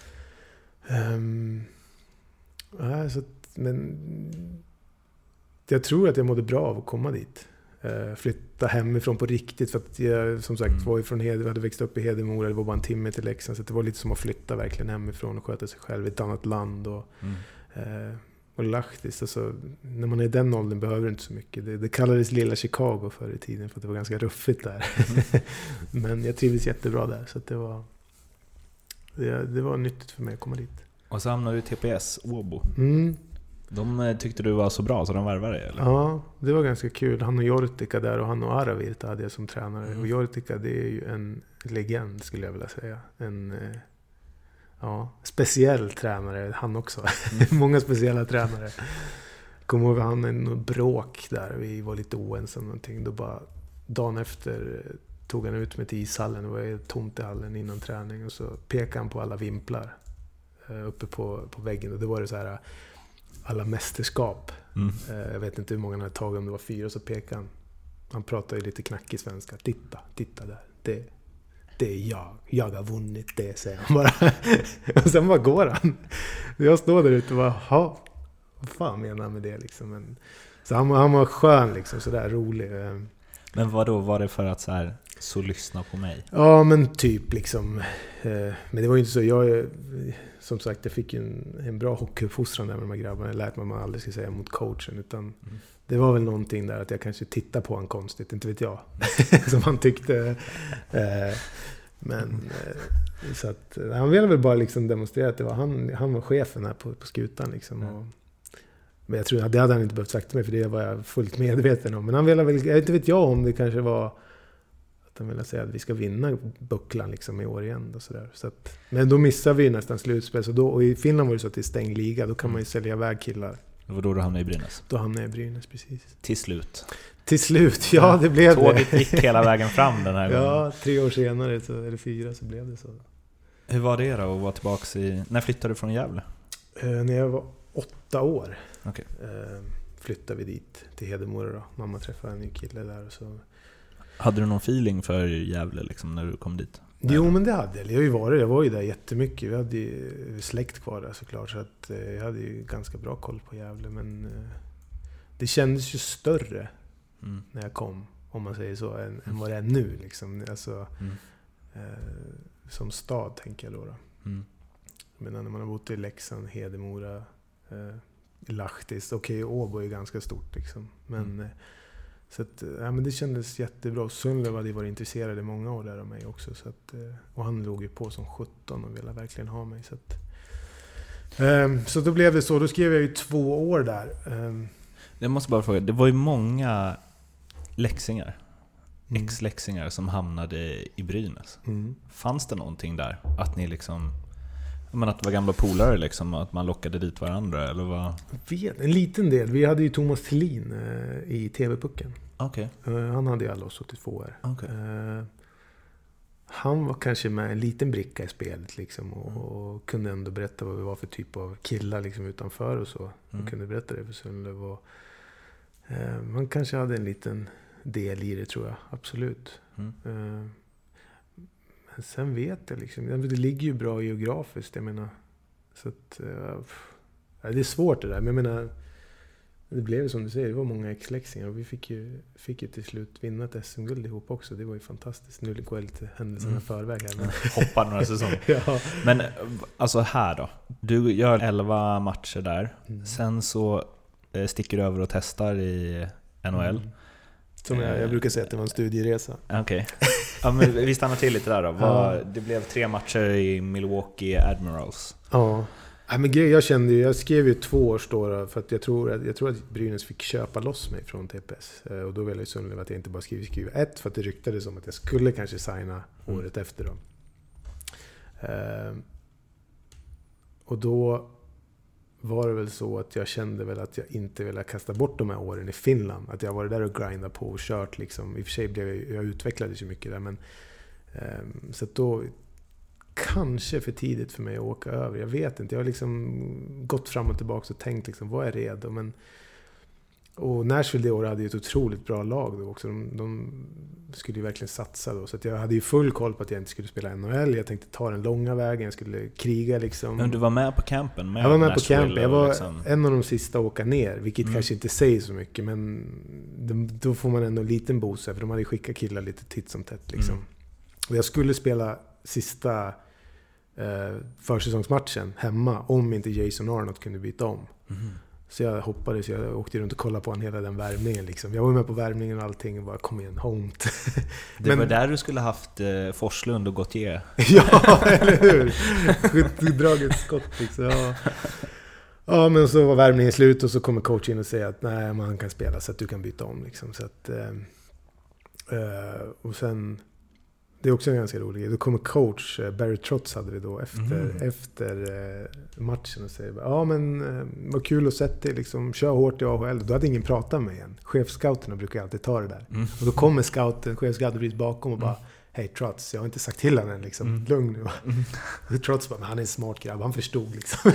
Speaker 1: um, ja, så att, men jag tror att jag mådde bra av att komma dit. Uh, flytta hemifrån på riktigt. För att jag som sagt mm. var ifrån Hed, hade växt upp i Hedemora. Det var bara en timme till Leksand. Så det var lite som att flytta verkligen hemifrån och sköta sig själv i ett annat land. Och, mm. uh, och Lahtis. Alltså, när man är i den åldern behöver du inte så mycket. Det, det kallades Lilla Chicago förr i tiden. För att det var ganska ruffigt där. Mm. Men jag trivdes jättebra där. Så att det var det, det var nyttigt för mig att komma dit.
Speaker 2: Och så hamnade du i T P S Åbo.
Speaker 1: Mm.
Speaker 2: De tyckte du var så bra så de värvade dig, eller?
Speaker 1: Ja, det var ganska kul. Han och Jortika där och han och Aravirta hade jag som tränare. Mm. Och Jortika, det är ju en legend skulle jag vilja säga. En, ja, speciell tränare, han också. Mm. Många speciella tränare. Kommer ihåg han en bråk där, vi var lite oense om någonting. Då bara dagen efter tog han ut mig till ishallen, det var tomt i hallen innan träning, och så pekade han på alla vimplar uppe på, på väggen, och det var det så här alla mästerskap. Mm. Jag vet inte hur många han hade tagit, om det var fyra, och så pekade han. Han pratade ju lite knackig svenska. Titta, titta där. Det, det är jag. Jag har vunnit det, säger han bara. Och sen bara går han. Jag står där ute och bara, ha, vad fan menar han med det liksom? Men, så han, han var skön liksom, sådär rolig.
Speaker 2: Men vad då var det för att så här, så lyssna på mig?
Speaker 1: Ja, men typ liksom. Men det var ju inte så. Jag, som sagt, jag fick en, en bra hockeyuppfostran där med de här grabbarna. Jag lärt mig att man aldrig ska säga mot coachen, utan mm. det var väl någonting där att jag kanske tittar på han konstigt, inte vet jag. Som han tyckte. Men så att han ville väl bara liksom demonstrera att det var han, han var chefen här på, på skutan liksom. Och, men jag tror att det hade han inte behövt sagt till mig, för det var jag fullt medveten om. Men han ville väl, jag inte vet jag om det kanske var att han ville säga att vi ska vinna bucklan liksom i år igen och sådär. Så att, men då missar vi nästan slutspel, så då, och i Finland var det så att det är stängd liga, då kan man ju sälja iväg killar.
Speaker 2: Det var då du hamnade i Brynäs?
Speaker 1: Då hamnade jag i Brynäs, precis.
Speaker 2: Till slut?
Speaker 1: Till slut, ja, det blev
Speaker 2: Tåget
Speaker 1: det.
Speaker 2: Tåget gick hela vägen fram den här gången.
Speaker 1: Ja, tre år senare, så, eller fyra, så blev det så.
Speaker 2: Hur var det då att vara tillbaka i... När flyttade du från Gävle?
Speaker 1: Eh, när jag var åtta år
Speaker 2: okay.
Speaker 1: eh, flyttade vi dit till Hedemora då. Mamma träffade en ny kille där. Och så.
Speaker 2: Hade du någon feeling för Gävle liksom, när du kom dit?
Speaker 1: Jo, men det hade jag. Jag, har ju varit, jag var ju där jättemycket. Vi hade ju släkt kvar där såklart. Så att, eh, jag hade ju ganska bra koll på Gävle. Men eh, det kändes ju större mm. när jag kom, om man säger så, än, mm. än vad det är nu. Liksom. Alltså, mm. eh, som stad, tänker jag då. då. Mm. Men när man har bott i Leksand, Hedemora, eh, Lahtis, okej, okay, Åbo är ju ganska stort liksom. Men, mm. eh, så att, ja, men det kändes jättebra. Sundlöv hade varit intresserad i många år där av mig också. Så att, eh, och han låg ju på som sjutton och ville verkligen ha mig. Så, att, eh, så då blev det så. Då skrev jag ju två år där. Eh.
Speaker 2: Jag måste bara fråga, det var ju många läxingar. Mm. ex-läxingar som hamnade i Brynäs. Mm. Fanns det någonting där? Att ni liksom... Men att det var gamla polare liksom, att man lockade dit varandra, eller vad? Vet,
Speaker 1: en liten del. Vi hade ju Thomas Thelin eh, i T V-pucken.
Speaker 2: Okay.
Speaker 1: Eh, han hade ju alla oss åttiotvå år.
Speaker 2: Okay.
Speaker 1: Eh, han var kanske med en liten bricka i spelet liksom, och, mm. och kunde ändå berätta vad vi var för typ av killar liksom, utanför och så. Mm. Och kunde berätta det för Sundlöv. Och, eh, man kanske hade en liten del i det, tror jag. Absolut. Mm. Eh, men sen vet jag liksom, det ligger ju bra geografiskt, jag menar. Så att, ja, det är svårt det där, men jag menar, det blev ju som du säger, det var många ex-läxingar och vi fick ju, fick ju till slut vinna ett S M-guld ihop också. Det var ju fantastiskt. Nu går jag lite händelserna mm. förväg här. Men...
Speaker 2: Hoppar några säsonger. Ja. Men alltså här då, du gör elva matcher där. Mm. Sen så sticker du över och testar i N H L. Mm.
Speaker 1: Som jag, jag brukar säga att det var en studieresa.
Speaker 2: Okej. Okay. Ja, men vi stannar till lite där då. Var, det blev tre matcher i Milwaukee Admirals.
Speaker 1: Ja. Ja, men jag kände ju, jag skrev ju två år då, för att jag tror att, jag tror att Brynäs fick köpa loss mig från T P S. Och då ville jag Sundlöv att jag inte bara skriver, skriver ett, för att det ryktades som att jag skulle kanske signa mm. året efter då. Uh, och då var det väl så att jag kände väl att jag inte ville kasta bort de här åren i Finland. Att jag var där och grindade på och kört liksom. I och för sig blev jag, jag utvecklades ju mycket där, men um, så att då kanske för tidigt för mig att åka över. Jag vet inte. Jag har liksom gått fram och tillbaka och tänkt liksom, vad är redo? Men, och Nashville det året hade ju ett otroligt bra lag då också. De, de skulle ju verkligen satsa då. Så att jag hade ju full koll på att jag inte skulle spela N H L. Jag tänkte ta den långa vägen. Jag skulle kriga liksom.
Speaker 2: Men du var med på campen? Med
Speaker 1: jag var med
Speaker 2: Nashville
Speaker 1: på campen. Jag var
Speaker 2: liksom...
Speaker 1: en av de sista att åka ner. Vilket mm. kanske inte säger så mycket. Men de, då får man ändå en liten boost. För de hade skickat killar lite titt som tätt liksom. Mm. Och jag skulle spela sista eh, försäsongsmatchen hemma om inte Jason Arnott kunde byta om. Mm. Så jag hoppades, jag åkte runt och kollade på han hela den värmningen liksom. Jag var med på värmningen och allting och bara, kom igen, homt.
Speaker 2: Det men, var där du skulle haft eh, Forslund och Gauthier.
Speaker 1: Ja, eller hur? Draget skott liksom. Ja. Ja, men så var värmningen slut och så kommer coachen in och säger att nej, man kan spela så att du kan byta om liksom. Så att, eh, och sen det är också en ganska rolig. Då kommer coach, Barry Trotz hade vi då efter,
Speaker 2: Mm.
Speaker 1: efter matchen och säger ja men vad kul att se dig, liksom, kör hårt i A H L. Då hade ingen pratat med mig igen. Chefscouterna brukar alltid ta det där.
Speaker 2: Mm.
Speaker 1: Och då kommer scouten, chefscouten precis bakom och bara mm. hej Trotz, jag har inte sagt till honom liksom. Mm. Lugn nu. Mm. Och Trotz bara, men han är en smart grabb, han förstod liksom.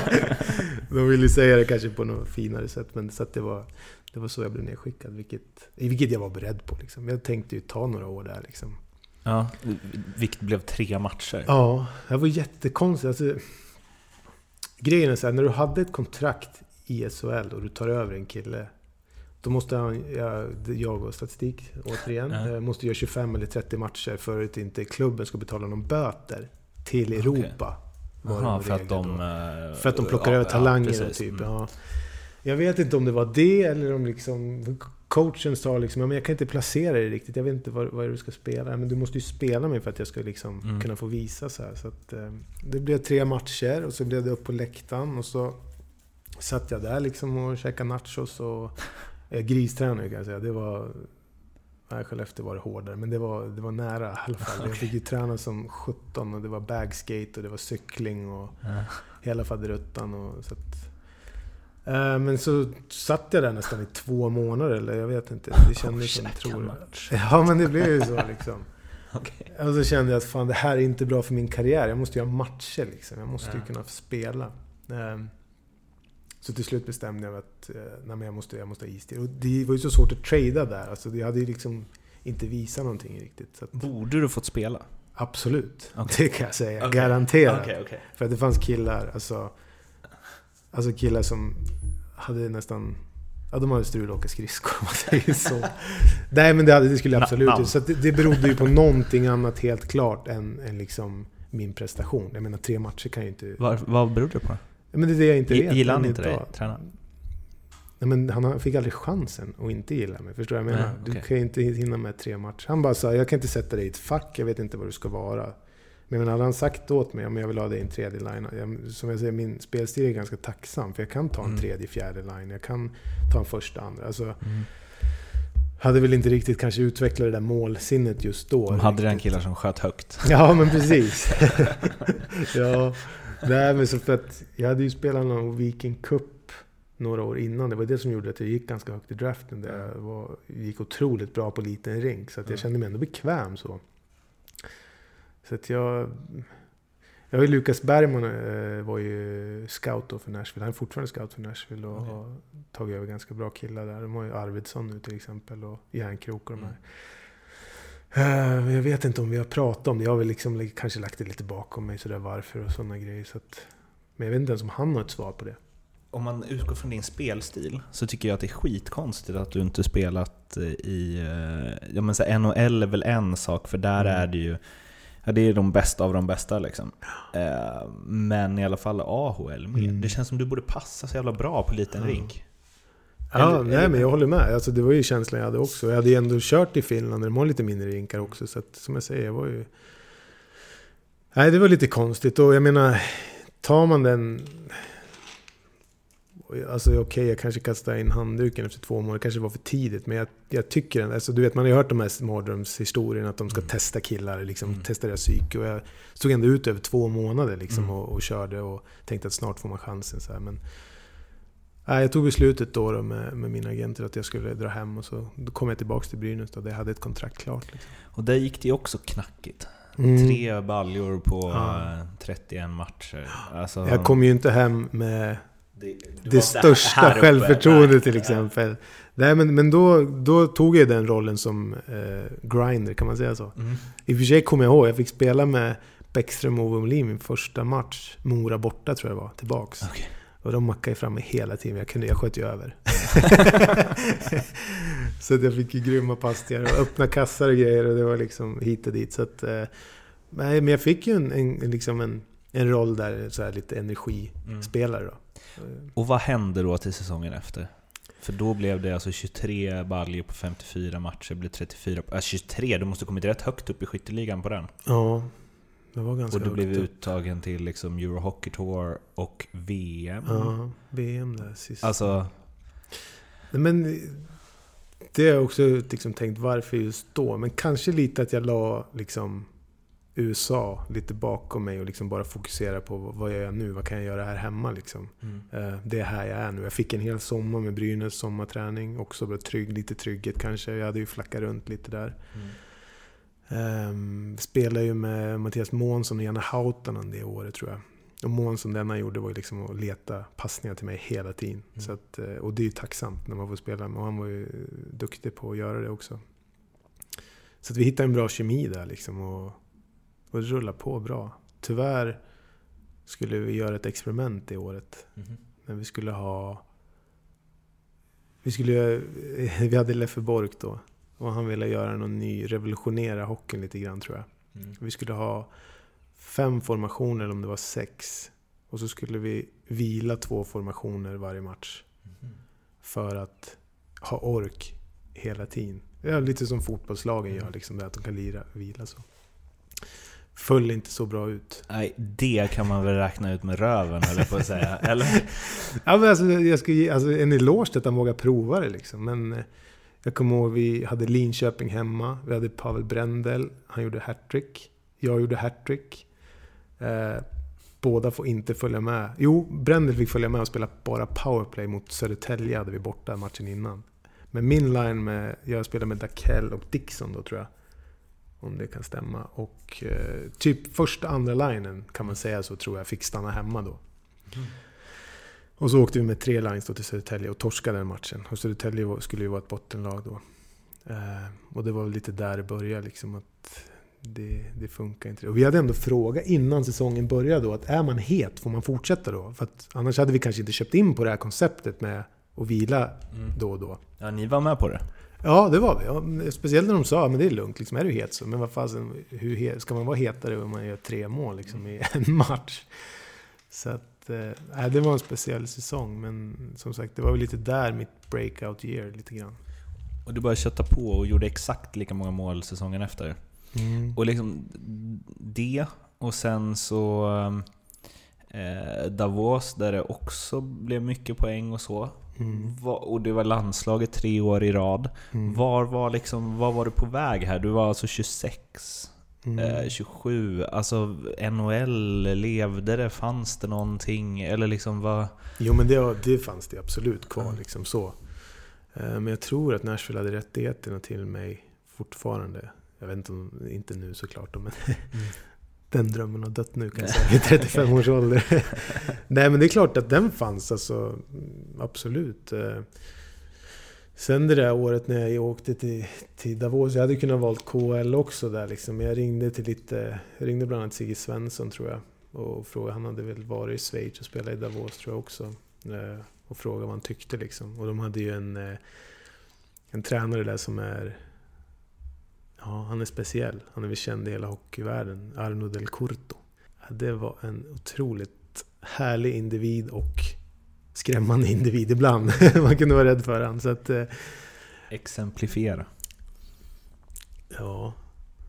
Speaker 1: De ville säga det kanske på något finare sätt, men så att det var det var så jag blev nedskickad, vilket, vilket jag var beredd på liksom. Jag tänkte ju ta några år där liksom.
Speaker 2: Ja, vilket blev tre matcher.
Speaker 1: Ja, det var jättekonstigt. Alltså, grejen är så här, när du hade ett kontrakt i S H L och du tar över en kille, då måste han, jag, jag och statistik återigen, ja. måste göra tjugofem eller trettio matcher för att inte klubben ska betala någon böter till Europa.
Speaker 2: Okay. Aha, för, att de,
Speaker 1: för att de plockar ja, över talanger ja, typ.
Speaker 2: Mm.
Speaker 1: Ja. Jag vet inte om det var det eller om liksom coachen sa liksom, ja, men jag kan inte placera dig riktigt. Jag vet inte vad, vad du ska spela. Men du måste ju spela mig för att jag ska liksom mm. kunna få visa så här. Så att, eh, det blev tre matcher och så blev det upp på läktaren och så satt jag där liksom och käkade nachos och eh, gristränare kan jag säga. Det var, nej, Skellefteå var det hårdare, men det var, det var nära i alla fall. Jag fick ju träna som sjutton och det var bagskate och det var cykling och ja. hela faderuttan och så att, men så satt jag där nästan i två månader eller jag vet inte. Det kändes som tror jag. Ja, men det blev ju så liksom. Okay. Och så kände jag att fan, det här är inte bra för min karriär. Jag måste ju ha matcher liksom. Jag måste ja. ju kunna spela. Så till slut bestämde jag att nej, men jag måste jag måste ha istid. Och det var ju så svårt att trada där. Alltså jag hade ju liksom inte visat någonting riktigt. Så att,
Speaker 2: borde du fått spela?
Speaker 1: Absolut.
Speaker 2: Okay.
Speaker 1: Det kan jag säga. Okay. Garanterat.
Speaker 2: Okay, okay.
Speaker 1: För att det fanns killar alltså Alltså killar som hade nästan... Ja, de hade strul och åka skridskor, om man säger så. Nej, men det, hade, det skulle jag absolut inte. Så det, det berodde ju på någonting annat helt klart än, än liksom min prestation. Jag menar, tre matcher kan ju inte...
Speaker 2: Var, vad berodde det på?
Speaker 1: Ja, men det är det jag inte vet.
Speaker 2: Gillar han inte dig, träna?
Speaker 1: Nej, men han fick aldrig chansen att inte gilla mig. Förstår jag? Jag menar, Nej, okay. Du kan ju inte hinna med tre matcher. Han bara sa, jag kan inte sätta dig i ett fack. Jag vet inte vad du ska vara. Men hade han sagt åt mig om jag vill ha det i en tredje line, jag, som jag säger, min spelstil är ganska tacksam, för jag kan ta en mm. tredje, fjärde line, jag kan ta en första, andra. Alltså, mm. hade väl inte riktigt kanske utvecklat det där målsinnet just då.
Speaker 2: De hade den killar som sköt högt.
Speaker 1: Ja, men precis. ja, nej, men så för att jag hade ju spelat någon Viking Cup några år innan. Det var det som gjorde att jag gick ganska högt i draften. Där jag var, gick otroligt bra på liten rink, så att jag kände mig ändå bekväm så. Så att jag... Jag var ju Lukas Bergman eh, var ju scout då för Nashville. Han är fortfarande scout för Nashville och okay. har tagit över ganska bra killar där. De har ju Arvidsson nu till exempel och Järnkrok och de här. Mm. Uh, jag vet inte om vi har pratat om det. Jag har väl liksom kanske lagt det lite bakom mig sådär varför och sådana grejer. Så att, men jag vet inte ens om han har ett svar på det.
Speaker 2: Om man utgår från din spelstil så tycker jag att det är skitkonstigt att du inte spelat i... Ja, men så N H L är väl en sak, för där mm. är det ju... Ja, det är de bästa av de bästa liksom. Eh, men i alla fall A H L med. Mm. Det känns som du borde passa så jävla bra på liten ja. rink.
Speaker 1: Ja, eller, nej eller... men jag håller med. Alltså, det var ju känslan jag hade också. Jag hade ju ändå kört i Finland där de har lite mindre rinkar också. Så att, som jag säger, jag var ju... Nej, det var lite konstigt. Och jag menar, tar man den... Alltså okej, okay, jag kanske kastar in handduken efter två månader, kanske var för tidigt, men jag, jag tycker, alltså du vet, man har ju hört de här mardrömshistorierna att de ska mm. testa killar, liksom mm. testa deras psyke, och jag stod ändå ut över två månader liksom mm. och, och körde och tänkte att snart får man chansen så här, men nej, jag tog beslutet då, då med, med mina agenter att jag skulle dra hem, och så då kom jag tillbaka till Brynäs då, där jag hade ett kontrakt klart liksom.
Speaker 2: Och där gick det ju också knackigt. Mm. Tre baljor på ja. trettioen matcher. Alltså,
Speaker 1: jag kom ju inte hem med det, det största självförtroendet till exempel. Nej, men, men då, då tog jag den rollen som eh, grinder, kan man säga så. Mm. I och för sig kommer jag ihåg, jag fick spela med Bäckström och Wumlin min första match. Mora borta tror jag var, tillbaks. Okay. Och de mackade fram mig hela tiden. Jag kunde, jag sköt ju över. Så att jag fick ju grymma passningar och öppna kassar och grejer. Och det var liksom hit och dit. Så att, eh, men jag fick ju en, en, liksom en, en roll där, så här lite energispelare då.
Speaker 2: Och vad hände då till säsongen efter? För då blev det alltså tjugotre baljor på femtiofyra matcher, blev trettiofyra, äh, tjugotre, du måste kommit rätt högt upp i skytteligan på den.
Speaker 1: Ja, det var ganska.
Speaker 2: Och du blev
Speaker 1: upp.
Speaker 2: uttagen till liksom Euro Hockey Tour och V M.
Speaker 1: Ja, V M där sist.
Speaker 2: Alltså,
Speaker 1: men det har jag också liksom tänkt varför just då. Men kanske lite att jag la liksom U S A lite bakom mig och liksom bara fokusera på vad jag gör nu, vad kan jag göra här hemma liksom. Mm. Det är här jag är nu. Jag fick en hel sommar med Brynäs sommarträning, också blev trygg, lite trygghet kanske. Jag hade ju flackat runt lite där. Mm. Um, spelade ju med Mattias Månsson och Janne Hautanen det året tror jag. Och Månsson, den han gjorde var ju liksom att leta passningar till mig hela tiden. Mm. Så att, och det är ju tacksamt när man får spela med. Och han var ju duktig på att göra det också. Så att vi hittade en bra kemi där liksom. Och, och det rullade på bra. Tyvärr skulle vi göra ett experiment det året. Mm. När vi skulle ha... Vi, skulle, vi hade Leffe Bork då. Och han ville göra någon ny, revolutionera hockeyn lite grann tror jag. Mm. Vi skulle ha fem formationer, eller om det var sex. Och så skulle vi vila två formationer varje match. Mm. För att ha ork hela tiden. Ja, lite som fotbollslagen gör, liksom, att de kan lira, vila så. Föll inte så bra ut.
Speaker 2: Nej, det kan man väl räkna ut med röven, eller på att säga. Eller?
Speaker 1: Ja, men alltså, jag ska ge alltså, en eloge att han vågar prova det. Liksom. Men jag kommer ihåg, vi hade Linköping hemma. Vi hade Pavel Brendel. Han gjorde hattrick. Jag gjorde hattrick. Eh, båda får inte följa med. Jo, Brendel fick följa med och spela bara powerplay mot Södertälje. Hade vi borta matchen innan. Men min line med... Jag spelade med Dakell och Dixon då, tror jag. Om det kan stämma. Och eh, typ första, andra linen kan man säga så, tror jag, fick stanna hemma då. Mm. Och så åkte vi med tre lines då till Södertälje och torskade den matchen. Och Södertälje skulle ju vara ett bottenlag då. Eh, och det var lite där det började liksom, att det, det funkar inte. Och vi hade ändå frågat innan säsongen började då, att är man het får man fortsätta då? För att annars hade vi kanske inte köpt in på det här konceptet med att vila mm. då och då.
Speaker 2: Ja, ni var med på det.
Speaker 1: Ja, det var vi. Ja, speciellt när de sa, men det är lugnt, liksom, är du het så. Men vad fan, hur het, ska man vara hetare om man gör tre mål liksom, i en match? Så att, eh, det var en speciell säsong. Men som sagt, det var väl lite där mitt breakout year, lite grann.
Speaker 2: Och du började kötta på och gjorde exakt lika många mål säsongen efter. Mm. Och liksom det, och sen så eh, Davos, där det också blev mycket poäng och så. Mm. Och det var landslaget tre år i rad. Mm. Var var liksom, var var du på väg här? Du var alltså tjugosex, mm. eh, tjugosju. Alltså N H L, levde det? Fanns det någonting? Eller liksom vad?
Speaker 1: Jo, men det, det fanns det absolut kvar, mm. liksom så. eh, Men jag tror att Nashville hade rättigheterna till mig fortfarande. Jag vet inte, om, inte nu såklart, men mm. den drömmen har dött nu, kan jag säga, i trettiofem års ålder. Nej, men det är klart att den fanns, alltså, absolut. Sen det där året när jag åkte till, till Davos, jag hade kunnat valt K L också där liksom. Jag ringde till lite, jag ringde bland annat Sigge Svensson, tror jag, och frågade, han hade väl varit i Schweiz och spelat i Davos, tror jag också, och frågade vad han tyckte liksom. Och de hade ju en en tränare där som är, ja, han är speciell. Han är väl känd i hela hockeyvärlden. Arno Del Curto. Det var en otroligt härlig individ och skrämmande individ ibland. Man kunde vara rädd för han. Så att, eh,
Speaker 2: exemplifiera.
Speaker 1: Ja.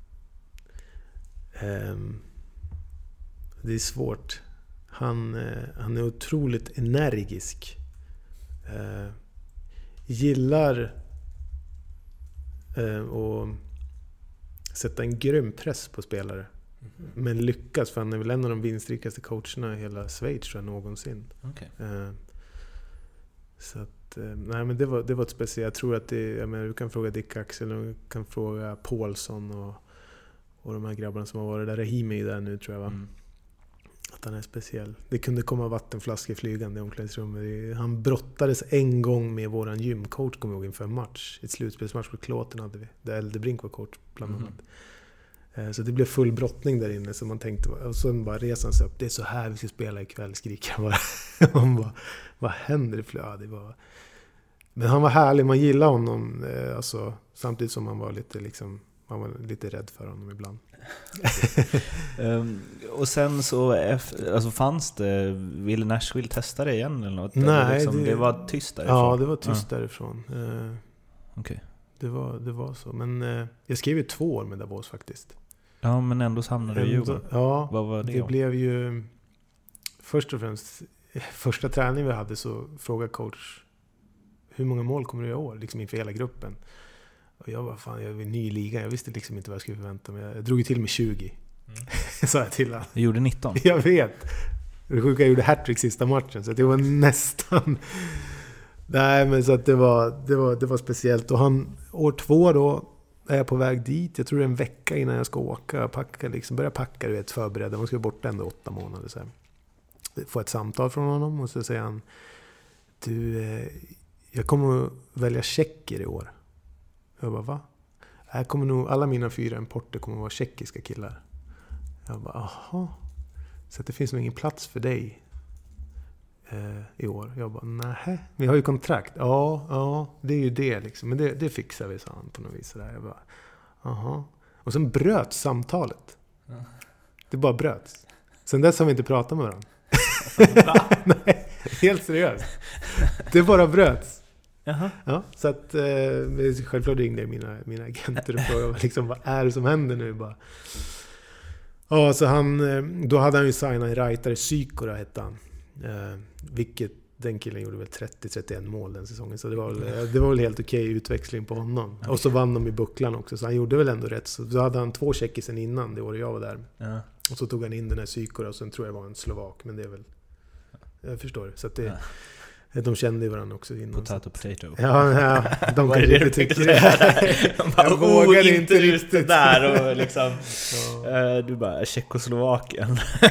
Speaker 1: Um, det är svårt. Han, eh, han är otroligt energisk. Eh, gillar eh, och sätta en grym press på spelare. Mm-hmm. Men lyckas, för han är väl en av de vinstrikaste coacherna i hela Schweiz, tror jag, någonsin.
Speaker 2: Okay.
Speaker 1: Uh, så att, uh, nej, men det var, det var ett speciellt. Jag tror att det, jag menar, du kan fråga Dick Axel, och du kan fråga Paulsson och, och de här grabbarna som har varit där. Rahimi är där nu, tror jag, va? Mm. Att han är speciell. Det kunde komma vattenflaskor flygande i omklädningsrummet. Han brottades en gång med våran gymcoach, kommer jag ihåg, inför en match. Ett slutspelsmatch på Klåten hade vi. Där Eldebrink var coach, bland annat. Mm. Så det blev full brottning där inne. Så man tänkte, och så bara resan sig upp. Det är så här vi ska spela ikväll, skriker jag bara. Man bara, vad händer det? Ja, det var... Men han var härlig, man gillade honom. Alltså, samtidigt som man var lite liksom... Man var lite rädd för honom ibland.
Speaker 2: um, och sen så alltså, fanns det, ville Nashville testa det igen eller något?
Speaker 1: Nej,
Speaker 2: eller liksom, det, det var tyst därifrån.
Speaker 1: Ja, det var tyst ja. därifrån. Uh,
Speaker 2: okay.
Speaker 1: det, var, det var så. Men uh, jag skrev ju två år med Davos faktiskt.
Speaker 2: Ja, men ändå hamnade du i Djurgården.
Speaker 1: Ja,
Speaker 2: vad var det?
Speaker 1: Det blev ju först och främst första träningen vi hade, så frågade coach hur många mål kommer du göra i år? Liksom inför hela gruppen. Och jag var fan, jag var ny i ligan. Jag visste liksom inte vad jag skulle förvänta mig. Jag drog ju till med tjugo. Mm. Sa jag till honom.
Speaker 2: Du gjorde nitton.
Speaker 1: Jag vet. Det sjuka, jag gjorde hattrick sista matchen. Så det var nästan... Nej, men så att det var, det var, det var speciellt. Och han, år två då, är jag på väg dit. Jag tror det är en vecka innan jag ska åka. Packa, liksom, börja packa, du vet, förbereda. Man ska borta ändå åtta månader. Så här. Får ett samtal från honom och så säger han: du, eh, jag kommer att välja tjecker i år. Jag bara, va? Här kommer nog, alla mina fyra importer kommer att vara tjeckiska killar. Jag bara, aha. Så att det finns nog ingen plats för dig eh, i år. Jag bara, nej, vi har ju kontrakt. Ja, ja, det är ju det liksom. Men det, det fixar vi, sa han på något vis. Sådär. Jag bara, aha. Och sen bröts samtalet. Ja. Det bara bröts. Sen dess har vi inte pratat med varandra. Nej, helt seriöst. Det bara bröts. Jaha. Ja, så att eh, självklart ringde mina, mina agenter och frågade liksom, vad är det som händer nu? Bara. Ja, så han, då hade han ju signat en rightare, Sykora hette han. Eh, vilket den killen gjorde väl trettio till trettioett mål den säsongen. Så det var väl, det var väl helt okej utväxling på honom. Och så vann de i bucklan också, så han gjorde väl ändå rätt. Så då hade han två tjecker sen innan det år jag var där. Ja. Och så tog han in den här Sykora och sen tror jag det var en slovak. Men det är väl, jag förstår. Så att det... Ja. De kände ju varandra också innan.
Speaker 2: Potato, potato.
Speaker 1: Ja, ja, de
Speaker 2: kan
Speaker 1: inte tycka det.
Speaker 2: De bara, jag vågar oh, inte riktigt där och liksom, ja. Du bara, Tjeckoslovakien.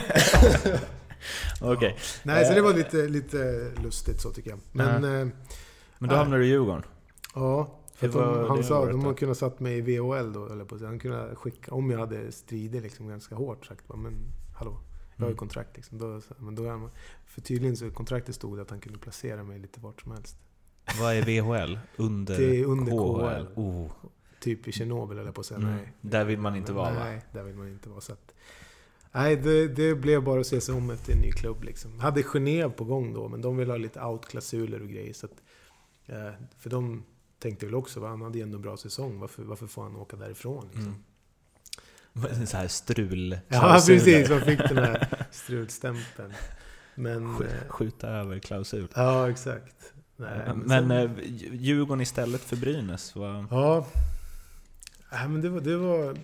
Speaker 2: Okej. Okay.
Speaker 1: Ja. Nej, så det var lite, lite lustigt så tycker jag. Men,
Speaker 2: uh-huh. Men då hamnade du i Djurgården?
Speaker 1: Ja, för de, han sa att de hade kunnat satt mig i V H L då, eller på, han kunde skicka, om jag hade stridit liksom ganska hårt sagt, men hallå. Jag har ju kontrakt liksom. Då, men då är man, för tydligen så kontraktet stod att han kunde placera mig lite vart som helst.
Speaker 2: Vad är V H L? Under,
Speaker 1: det är under K H L.
Speaker 2: Oh.
Speaker 1: Typ i Tjernobyl eller på att säga.
Speaker 2: Mm.
Speaker 1: Nej.
Speaker 2: Där vill man inte vara,
Speaker 1: nej, va? Där vill man inte vara. Så att, nej, det, det blev bara att se sig om efter en ny klubb liksom. Hade Genève på gång då, men de ville ha lite outklausuler och grejer. Så att, eh, för de tänkte väl också, va? Han hade ju ändå en bra säsong. Varför, varför får han åka därifrån liksom? Mm.
Speaker 2: En sån här strul.
Speaker 1: Ja, precis. Man fick den här strulstämpeln. Men,
Speaker 2: skjuta över klausul.
Speaker 1: Ja, exakt. Nej,
Speaker 2: men men sen, Djurgården istället för Brynäs var...
Speaker 1: Ja. Nej, men det var, det var...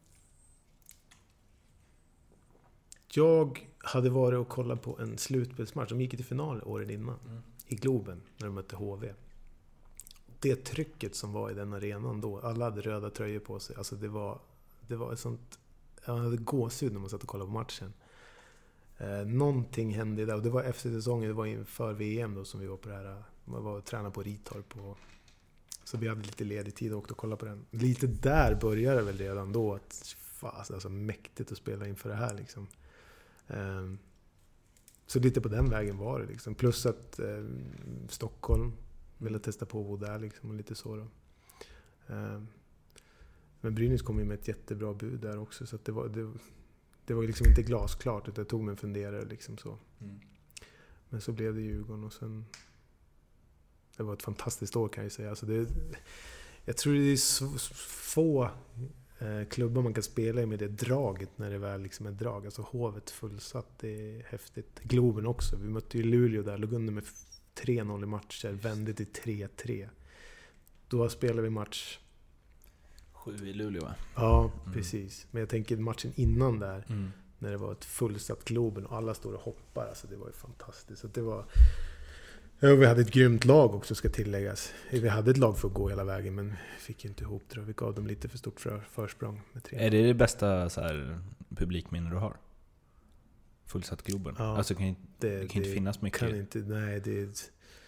Speaker 1: Jag hade varit och kollat på en slutspelsmatch. De gick till final året innan. Mm. I Globen, när de mötte H V. Det trycket som var i den arenan då. Alla hade röda tröjor på sig. Alltså det var... Det var ett sånt... Jag hade gåshud när man satt och kollade på matchen. Eh, någonting hände där. Och det var efter säsongen. Det var inför V M då som vi var på det här. Man var och tränade på Ritorp. Och, så vi hade lite ledig tid och åkte och kollade på den. Lite där började det väl redan då. Att, fast, alltså, mäktigt att spela inför det här liksom. Eh, så lite på den vägen var det liksom. Plus att eh, Stockholm ville testa på att bo där liksom. Och lite så då. Eh, Men Brynäs kom ju med ett jättebra bud där också, så att det var det, det var liksom inte glasklart, utan jag tog mig en funderare liksom så. Mm. Men så blev det Djurgården och sen det var ett fantastiskt år kan jag säga. Alltså det, jag tror det är så få eh, klubbar man kan spela i med det draget när det väl liksom är drag. Alltså Hovet fullsatt, det är häftigt. Globen också. Vi mötte ju Luleå där, låg under med tre noll i matcher, vände till tre tre. Då spelade vi match
Speaker 2: sju i Luleå, va?
Speaker 1: Ja, mm. precis. Men jag tänker matchen innan där, mm. när det var ett fullsatt Globen och alla står och hoppar. Alltså det var ju fantastiskt. Så det var... Ja, vi hade ett grymt lag också, ska tilläggas. Vi hade ett lag för att gå hela vägen, men fick inte ihop det. Vi gav dem lite för stort för försprång med tre.
Speaker 2: Är det det bästa så här, publikminne du har? Fullsatt Globen? Ja, alltså kan, det, det kan det inte finnas mycket.
Speaker 1: Kan inte, nej, det är...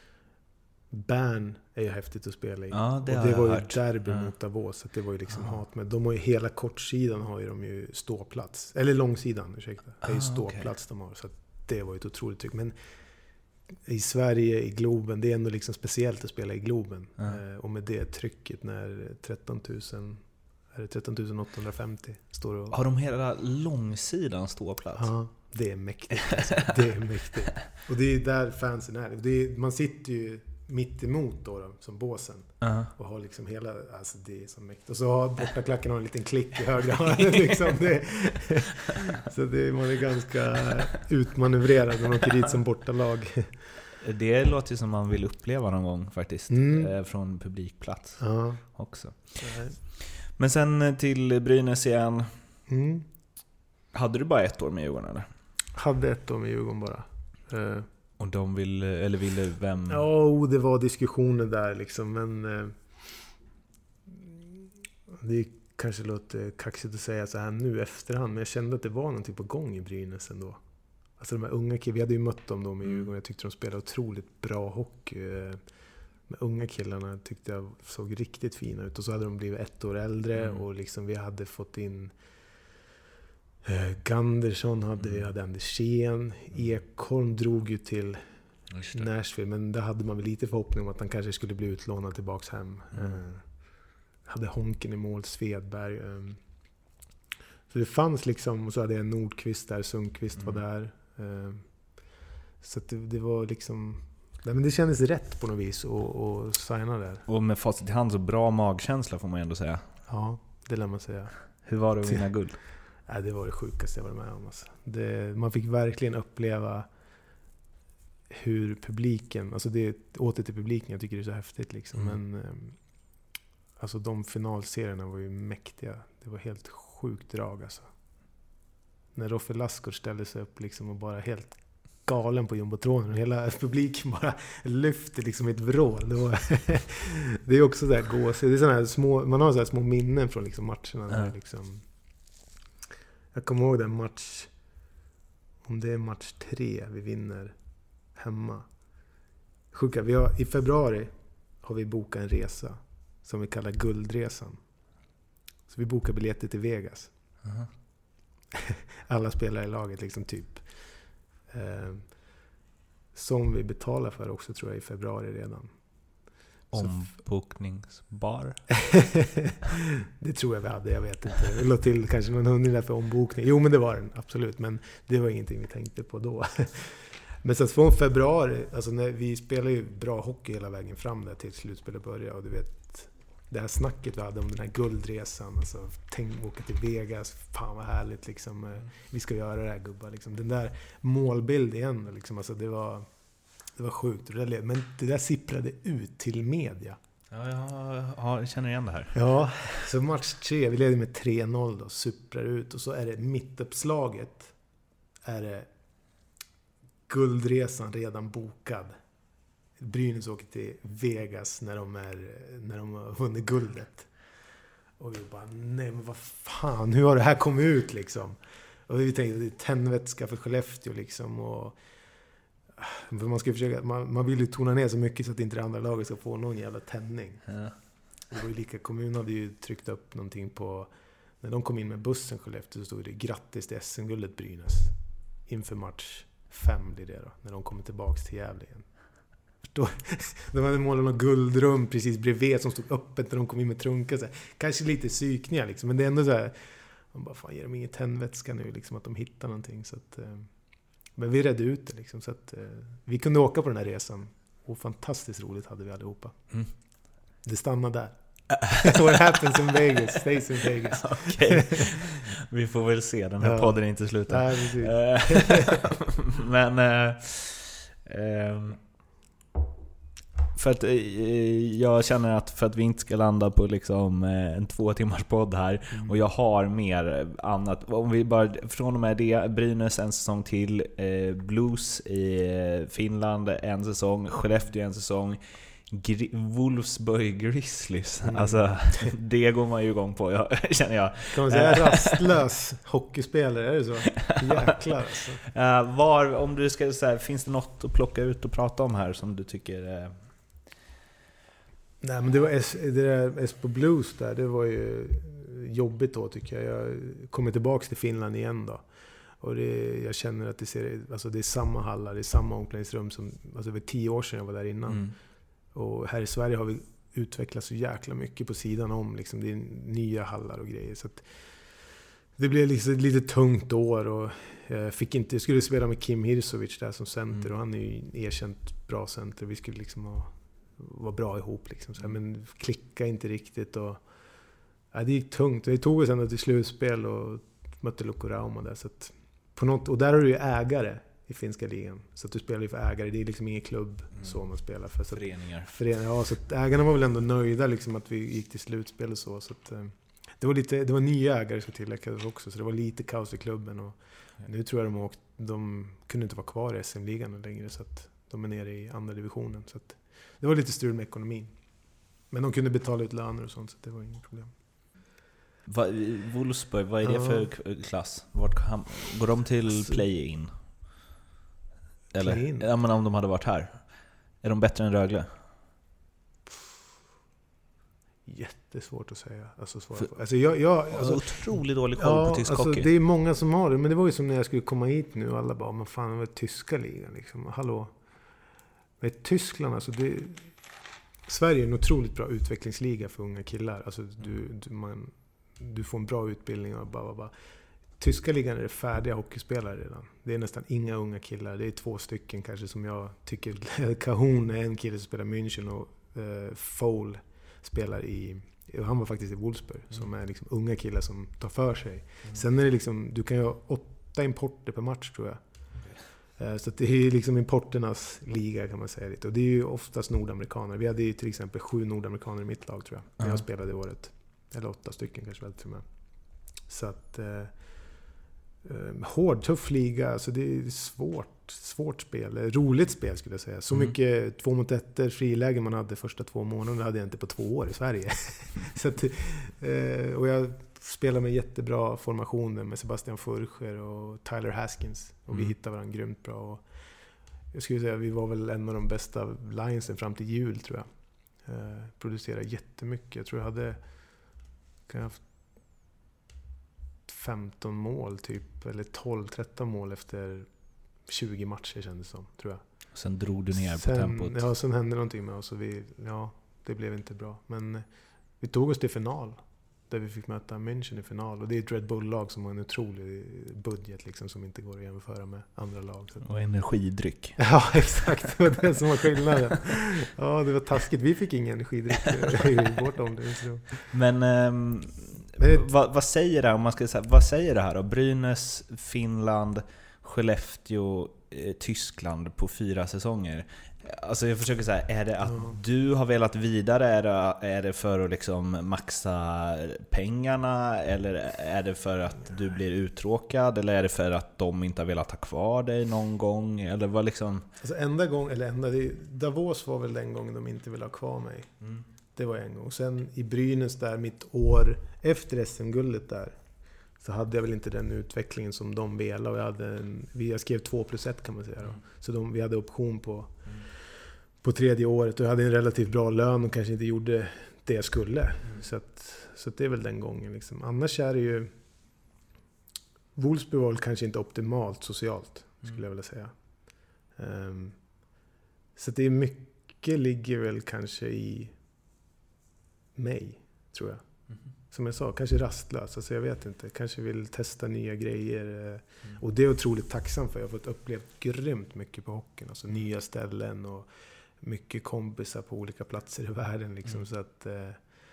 Speaker 1: Bern är ju häftigt att spela i.
Speaker 2: Ja, det,
Speaker 1: och det var ju
Speaker 2: hört.
Speaker 1: derby
Speaker 2: ja.
Speaker 1: mot Davos, så det var ju liksom
Speaker 2: ja.
Speaker 1: hat. Men de har ju hela kortsidan har ju de ju ståplats. Eller långsidan, ursäkta. Det är ju ståplats okay. de har. Så det var ju ett otroligt tryck. Men i Sverige, i Globen, det är ändå liksom speciellt att spela i Globen. Ja. Eh, och med det trycket när tretton tusen, är det tretton tusen åttahundrafemtio står och...
Speaker 2: Har de hela långsidan ståplats?
Speaker 1: Ja, det är mäktigt. Alltså. Det är mäktigt. Och det är där fansen är. Det är man sitter ju mitt emot då, då som båsen. Uh-huh. Och har liksom hela, alltså det är så mäktigt. Och så har bortaklacken har en liten klick i högra hörnet liksom. Det, så det, man är ganska utmanövrerad när man åker dit som bortalag.
Speaker 2: Det låter ju som man vill uppleva någon gång faktiskt. Mm. Från publikplats ja. också. Nej. Men sen till Brynäs igen. Mm. Hade du bara ett år med Djurgården eller?
Speaker 1: Hade ett år med Djurgården bara. Uh.
Speaker 2: Och de ville, eller ville vem?
Speaker 1: Ja, oh, det var diskussioner där liksom. Men uh, det kanske låter kaxigt att säga så här nu efterhand. Men jag kände att det var någonting på gång i Brynäs ändå. Alltså de här unga killarna, vi hade ju mött dem då med Djurgården. Jag tyckte de spelade otroligt bra hockey. De unga killarna tyckte jag såg riktigt fina ut. Och så hade de blivit ett år äldre. Mm. Och liksom vi hade fått in eh, Gandersson, hade, mm. vi hade Andersén. Ekholm drog ju till Nashville. Men där hade man väl lite förhoppning om att han kanske skulle bli utlånad tillbaks hem. Mm. Eh, hade Honken i mål, Svedberg. Eh. Så det fanns liksom, och så hade jag Nordqvist där, Sundqvist mm. var där. Så att det, det var liksom, nej, men det kändes rätt på något vis att signa där.
Speaker 2: Och med facit i hand så bra magkänsla får man ändå säga.
Speaker 1: Ja, det lär man säga.
Speaker 2: Hur var det att vinna guld?
Speaker 1: Nej, det var det sjukaste jag var med om. Alltså. Det, man fick verkligen uppleva hur publiken, alltså det åter till publiken, jag tycker det är så häftigt liksom. Mm. Men alltså de finalserierna var ju mäktiga. Det var helt sjukt drag alltså. När Roffe Lassgård ställde sig upp liksom och bara helt galen på jumbotronen och hela publiken bara lyfte liksom ett vrål. Det, var det är också där gåsigt. Det är såna här små, man har så här små minnen från liksom matcherna där, liksom. Jag kommer ihåg den match, om det är match tre vi vinner hemma. Sjuka, vi har, i februari har vi bokat en resa som vi kallar Guldresan. Så vi bokar biljetter till Vegas. Uh-huh. Alla spelare i laget liksom typ. Eh, som vi betalar för också tror jag i februari redan.
Speaker 2: Ombokningsbar?
Speaker 1: Det tror jag vi hade, jag vet inte. Det låg till kanske någon hundring för ombokning. Jo men det var den, absolut. Men det var ingenting vi tänkte på då. Men så att från februari, alltså när vi spelar ju bra hockey hela vägen fram där till slutspelet börjar. Och du vet, det här snacket vi hade om den här guldresan, alltså tänk åka till Vegas, fan vad härligt liksom, mm. vi ska göra det här gubbar liksom. Den där målbild igen liksom, alltså det var det var sjukt, men det där sipprade ut till media.
Speaker 2: Ja, jag, jag känner igen det här.
Speaker 1: Ja, så match tre, vi leder med tre noll då, sipprar ut och så är det mittuppslaget är det guldresan redan bokad. Brynäs åker till Vegas när de, är, när de har vunnit guldet. Och vi bara, nej men vad fan, hur har det här kommit ut liksom? Och vi tänkte, det är tändvätska för Skellefteå liksom. Och, för man ska försöka, man, man vill ju tona ner så mycket så att inte det andra laget ska få någon jävla tändning. Ja. Det var ju lika, kommunen hade ju tryckt upp någonting på, när de kom in med bussen Skellefteå så stod det grattis till S M-guldet Brynäs. Inför match fem blir det då, när de kommer tillbaks till Gävle igen. De hade målat något guldrum precis bredvid som stod öppet när de kom in med trunkar. Så här. Kanske lite psykningar liksom, men det är ändå så här. Man bara, fan ger dem ingen tändvätska nu liksom, att de hittar någonting. Så att, eh, men vi redde ut det liksom, så att eh, vi kunde åka på den här resan. Och fantastiskt roligt hade vi allihopa. Mm. Det stannade där. What happens in Vegas stays in Vegas.
Speaker 2: Okej. Vi får väl se, den här ja. podden är inte slut.
Speaker 1: Nej,
Speaker 2: men eh, eh, för att eh, jag känner att för att vi inte ska landa på liksom eh, en två timmars podd här mm. och jag har mer annat, om vi bara från och med det, Brynäs en säsong till, eh, Blues i eh, Finland en säsong, Skellefteå en säsong, Gr- Wolfsburg Grizzlies. Mm. Alltså det går man ju igång på, jag, känner jag.
Speaker 1: Kan man säga rastlös hockeyspelare, är det så? Jäklar alltså.
Speaker 2: uh, var, om du ska säga, finns det något att plocka ut och prata om här som du tycker uh...
Speaker 1: Nej, men det var S, det där Espo Blues där, det var ju jobbigt då tycker jag. Jag kommer tillbaks till Finland igen då. Och det, jag känner att det, ser, alltså det är samma hallar, det är samma omklädningsrum som, alltså det var tio år sedan jag var där innan. Mm. Och här i Sverige har vi utvecklats så jäkla mycket på sidan om. Liksom. Det är nya hallar och grejer. Så att det blev liksom ett lite tungt år. Och jag, fick inte, jag skulle spela med Kim Hirsovic där som center. Mm. Och han är ju en erkänt bra center. Vi skulle liksom ha, vara bra ihop. Liksom. Så här, men klicka inte riktigt. Och, ja, det gick tungt. Vi tog oss ändå till slutspel och mötte Lukko Rauma där. Så att på något, och där har du ju ägare i finska ligan. Så att du spelar ju för ägare, det är liksom ingen klubb mm. så man spelar för. Så att,
Speaker 2: föreningar.
Speaker 1: Föreningar, ja, så att ägarna var väl ändå nöjda liksom att vi gick till slutspel och så. Så att, eh, det var lite, det var nya ägare som tilläggas också, så det var lite kaos i klubben. Och mm. nu tror jag de åkt, de kunde inte vara kvar i S M-ligan längre, så att de är nere i andra divisionen. Så att det var lite strul med ekonomin. Men de kunde betala ut löner och sånt, så det var inget problem.
Speaker 2: Va, Wolfsburg, vad är det ja. för klass? Vart kan, går de till play-in? Eller play-in? Ja, men om de hade varit här. Är de bättre än Rögle?
Speaker 1: Jättesvårt att säga. Alltså, svara på. Alltså, jag, jag, alltså,
Speaker 2: otroligt dålig koll
Speaker 1: ja,
Speaker 2: på tysk
Speaker 1: alltså,
Speaker 2: hockey.
Speaker 1: Det är många som har det, men det var ju som när jag skulle komma hit nu och alla bara, men fan, det var tyska ligan liksom. Hallå? Med Tyskland, alltså det... Sverige är en otroligt bra utvecklingsliga för unga killar. Alltså du, du, man, du får en bra utbildning och bara, bara, bara. Tyska ligan är det färdiga hockeyspelare redan. Det är nästan inga unga killar. Det är två stycken kanske som jag tycker. Kahun är en kille som spelar München och uh, Foul spelar i... Han var faktiskt i Wolfsburg. Mm. Som är liksom unga killar som tar för sig. Mm. Sen är det liksom... Du kan ju ha åtta importer per match tror jag. Så det är liksom importernas liga kan man säga lite. Och det är ju oftast nordamerikaner. Vi hade ju till exempel sju nordamerikaner i mitt lag tror jag. När jag spelade året. Eller åtta stycken kanske väl till och med. Så att... Eh, eh, hård, tuff liga. Alltså det är svårt. Svårt spel. Roligt spel skulle jag säga. Så mm. mycket två mot ettor frilägen man hade första två månaderna hade jag inte på två år i Sverige. Så att, eh, och jag... spelar med jättebra formationer med Sebastian Furcher och Tyler Haskins. Och mm. vi hittade varandra grymt bra. Och jag skulle säga att vi var väl en av de bästa linesen fram till jul tror jag. Eh, producerade jättemycket. Jag tror jag hade kan jag haft femton mål typ. Eller tolv tretton mål efter tjugo matcher kändes det som, tror jag.
Speaker 2: Sen drog du ner
Speaker 1: sen,
Speaker 2: på tempot.
Speaker 1: Ja, sen hände någonting med oss. Och vi, ja, det blev inte bra. Men vi tog oss till final. Där vi fick möta München i final. Och det är ett Red Bull-lag som har en otrolig budget liksom, som inte går att jämföra med andra lag. Så. Och
Speaker 2: energidryck.
Speaker 1: Ja, exakt. Det var det som var skillnaden. Ja, det var taskigt. Vi fick ingen energidryck i vårt område.
Speaker 2: Men, ähm, Men vad, vad säger det här? Om man ska säga, vad säger det här då? Brynäs, Finland, Skellefteå, eh, Tyskland på fyra säsonger. Alltså jag försöker säga, är det att mm. du har velat vidare? Är det, är det för att liksom maxa pengarna? Eller är det för att du blir uttråkad? Eller är det för att de inte har velat ha kvar dig någon gång? Eller vad liksom...
Speaker 1: Alltså enda gång, eller enda, det, Davos var väl den gången de inte ville ha kvar mig.
Speaker 2: Mm.
Speaker 1: Det var en gång. Sen i Brynäs där, mitt år efter S M-guldet där, så hade jag väl inte den utvecklingen som de ville. Och jag, hade en, jag skrev två plus ett kan man säga. Då. Mm. Så de, vi hade option på, mm. på tredje året. Och jag hade en relativt bra lön och kanske inte gjorde det jag skulle. Mm. Så, att, så att det är väl den gången. Liksom. Annars är det ju... Wolfsburg var kanske inte optimalt socialt, skulle mm. jag vilja säga. Um, så att det är mycket ligger väl kanske i mig, tror jag. Mm. Som jag sa, kanske rastlös. Alltså jag vet inte. Kanske vill testa nya grejer. Mm. Och det är otroligt tacksam för. Jag har fått uppleva grymt mycket på hockeyn. Alltså nya ställen och mycket kompisar på olika platser i världen. Liksom. Mm. Så att... Eh,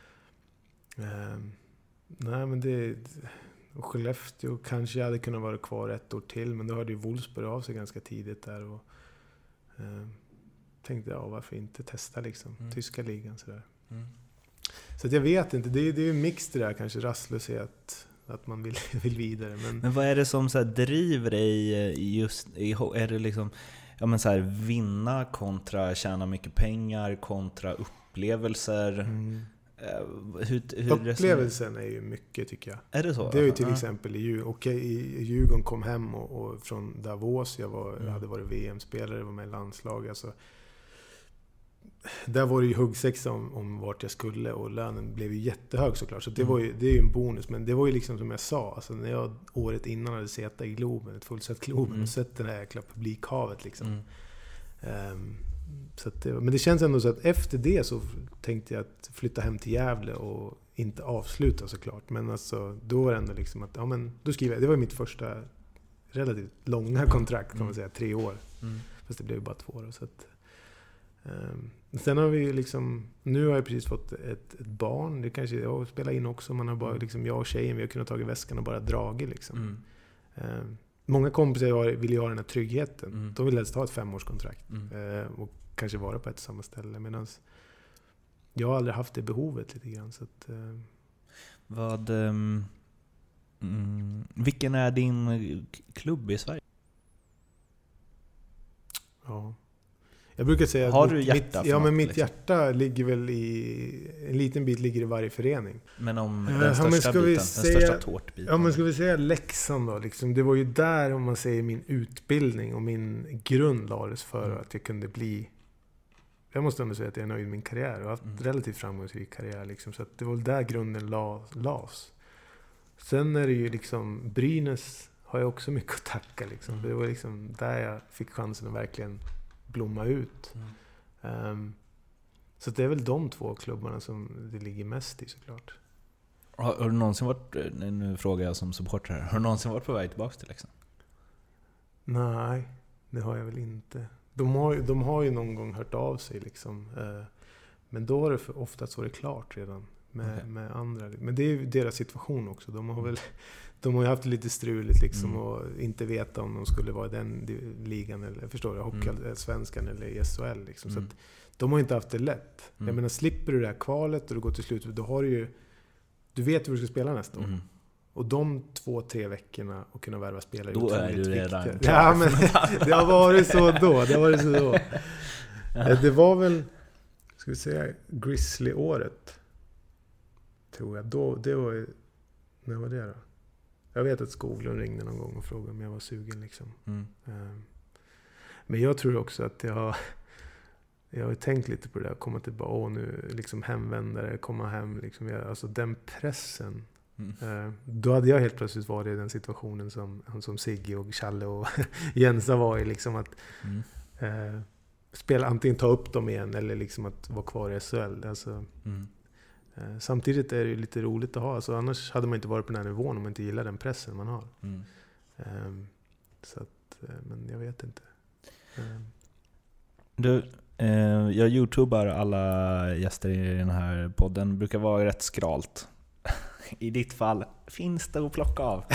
Speaker 1: eh, nej, men det... Och Skellefteå kanske jag hade kunnat vara kvar ett år till. Men då hade ju Wolfsburg av sig ganska tidigt där. Och eh, tänkte, ja, varför inte testa liksom. Mm. Tyska ligan sådär. Mm. Så att jag vet inte, det är ju en mix det där kanske, rastlöshet, att man vill, vill vidare. Men...
Speaker 2: men vad är det som så här driver dig just, är det liksom, ja men så här, vinna kontra tjäna mycket pengar, kontra upplevelser? Mm. Hur, hur
Speaker 1: Upplevelsen är ju mycket tycker jag.
Speaker 2: Är det så?
Speaker 1: Det är ju till ja. exempel i Djurgården. Okej, i Djurgården kom hem och, och från Davos, jag, var, mm. jag hade varit V M-spelare, var med i landslag, alltså. Där var det ju huggsexa om, om vart jag skulle och lönen blev ju jättehög såklart. Så det, mm. var ju, det är ju en bonus. Men det var ju liksom som jag sa. Alltså när jag året innan hade sett i Globen, ett fullsatt Globen mm. och sett den här jäkla publikhavet liksom. Mm. Um, så att det, men det känns ändå så att efter det så tänkte jag att flytta hem till Gävle och inte avsluta såklart. Men alltså då var det ändå liksom att, ja men då skriver jag, det var mitt första relativt långa kontrakt kan man säga, tre år. Mm. Fast det blev bara två år. Så att, Um, sen har vi liksom, nu har jag precis fått ett, ett barn, det kanske jag spelar in också, man har bara liksom, jag och tjejen, vi har kunnat ta i väskan och bara dragit liksom. Mm. Um, många kompisar vill ju ha den här tryggheten.
Speaker 2: Mm.
Speaker 1: De vill helst ha ett femårskontrakt
Speaker 2: Mm.
Speaker 1: eh, och kanske vara på ett samma ställe. Medan jag har aldrig haft det behovet lite grann. Så att, eh.
Speaker 2: Vad, um, mm, vilken är din klubb i Sverige?
Speaker 1: Ja. Jag brukar säga
Speaker 2: har
Speaker 1: att
Speaker 2: du
Speaker 1: mitt,
Speaker 2: hjärta
Speaker 1: mitt, ja, men
Speaker 2: något,
Speaker 1: mitt
Speaker 2: liksom?
Speaker 1: hjärta ligger väl i... En liten bit ligger i varje förening.
Speaker 2: Men om
Speaker 1: Ja,
Speaker 2: den
Speaker 1: men
Speaker 2: största
Speaker 1: ska vi
Speaker 2: biten,
Speaker 1: säga-
Speaker 2: den största tårtbiten.
Speaker 1: Ja, men ska vi säga Leksand då? Liksom, det var ju där, om man säger, min utbildning och min grund lades för
Speaker 2: Mm.
Speaker 1: att jag kunde bli... Jag måste ändå säga att jag är nöjd med min karriär. Jag har haft
Speaker 2: Mm.
Speaker 1: relativt framgångsrik karriär. Liksom, så att det var där grunden la, lades. Sen är det ju liksom... Brynäs har jag också mycket att tacka. Liksom.
Speaker 2: Mm.
Speaker 1: Det var liksom där jag fick chansen att verkligen blomma ut.
Speaker 2: Mm.
Speaker 1: Um, så det är väl de två klubbarna som det ligger mest i, såklart.
Speaker 2: Har, har du någonsin varit, nu frågar jag som supporter här, har du någonsin varit på väg tillbaka till Leksand?
Speaker 1: Nej, det har jag väl inte. De har, de har ju någon gång hört av sig liksom. Eh, men då har det för oftast varit klart redan med,
Speaker 2: Okej.
Speaker 1: med andra. Men det är ju deras situation också. De har väl de har ju haft lite struligt liksom
Speaker 2: Mm.
Speaker 1: och inte veta om de skulle vara i den ligan eller, förstår du, hockey,
Speaker 2: Mm.
Speaker 1: svenskan eller i S H L liksom.
Speaker 2: Mm.
Speaker 1: Så att de har inte haft det lätt.
Speaker 2: Mm.
Speaker 1: Jag menar, slipper du det här kvalet och du går till slut, då har du ju, du vet hur du ska spela nästa år.
Speaker 2: Mm.
Speaker 1: Och de två, tre veckorna och kunna värva spelare
Speaker 2: Då är
Speaker 1: otroligt
Speaker 2: du redan
Speaker 1: viktigt.
Speaker 2: klar.
Speaker 1: Ja, men det har varit så då. Det har varit så då.
Speaker 2: Ja.
Speaker 1: Det var väl, ska vi säga, Grizzly-året. Tror jag. Då, det var ju, när var det då? Jag vet att Skoglund ringde någon gång och frågade om jag var sugen liksom.
Speaker 2: Mm.
Speaker 1: Um, Men jag tror också att jag har, jag har tänkt lite på det där. Komma tillbaka, åh nu liksom hemvändare, komma hem liksom. Jag, alltså den pressen.
Speaker 2: Mm.
Speaker 1: Uh, då hade jag helt plötsligt varit i den situationen som, som Sigge och Challe och Jensa var i. Liksom att
Speaker 2: Mm.
Speaker 1: uh, spela, antingen ta upp dem igen eller liksom att vara kvar i S H L. Alltså,
Speaker 2: Mm.
Speaker 1: uh, samtidigt är det ju lite roligt att ha. Alltså, annars hade man inte varit på den här nivån om man inte gillar den pressen man har.
Speaker 2: Mm.
Speaker 1: Um, så att, uh, men jag vet inte. Um,
Speaker 2: Du, eh, jag youtubar alla gäster i den här podden. Brukar vara rätt skralt. I ditt fall finns det att plocka av.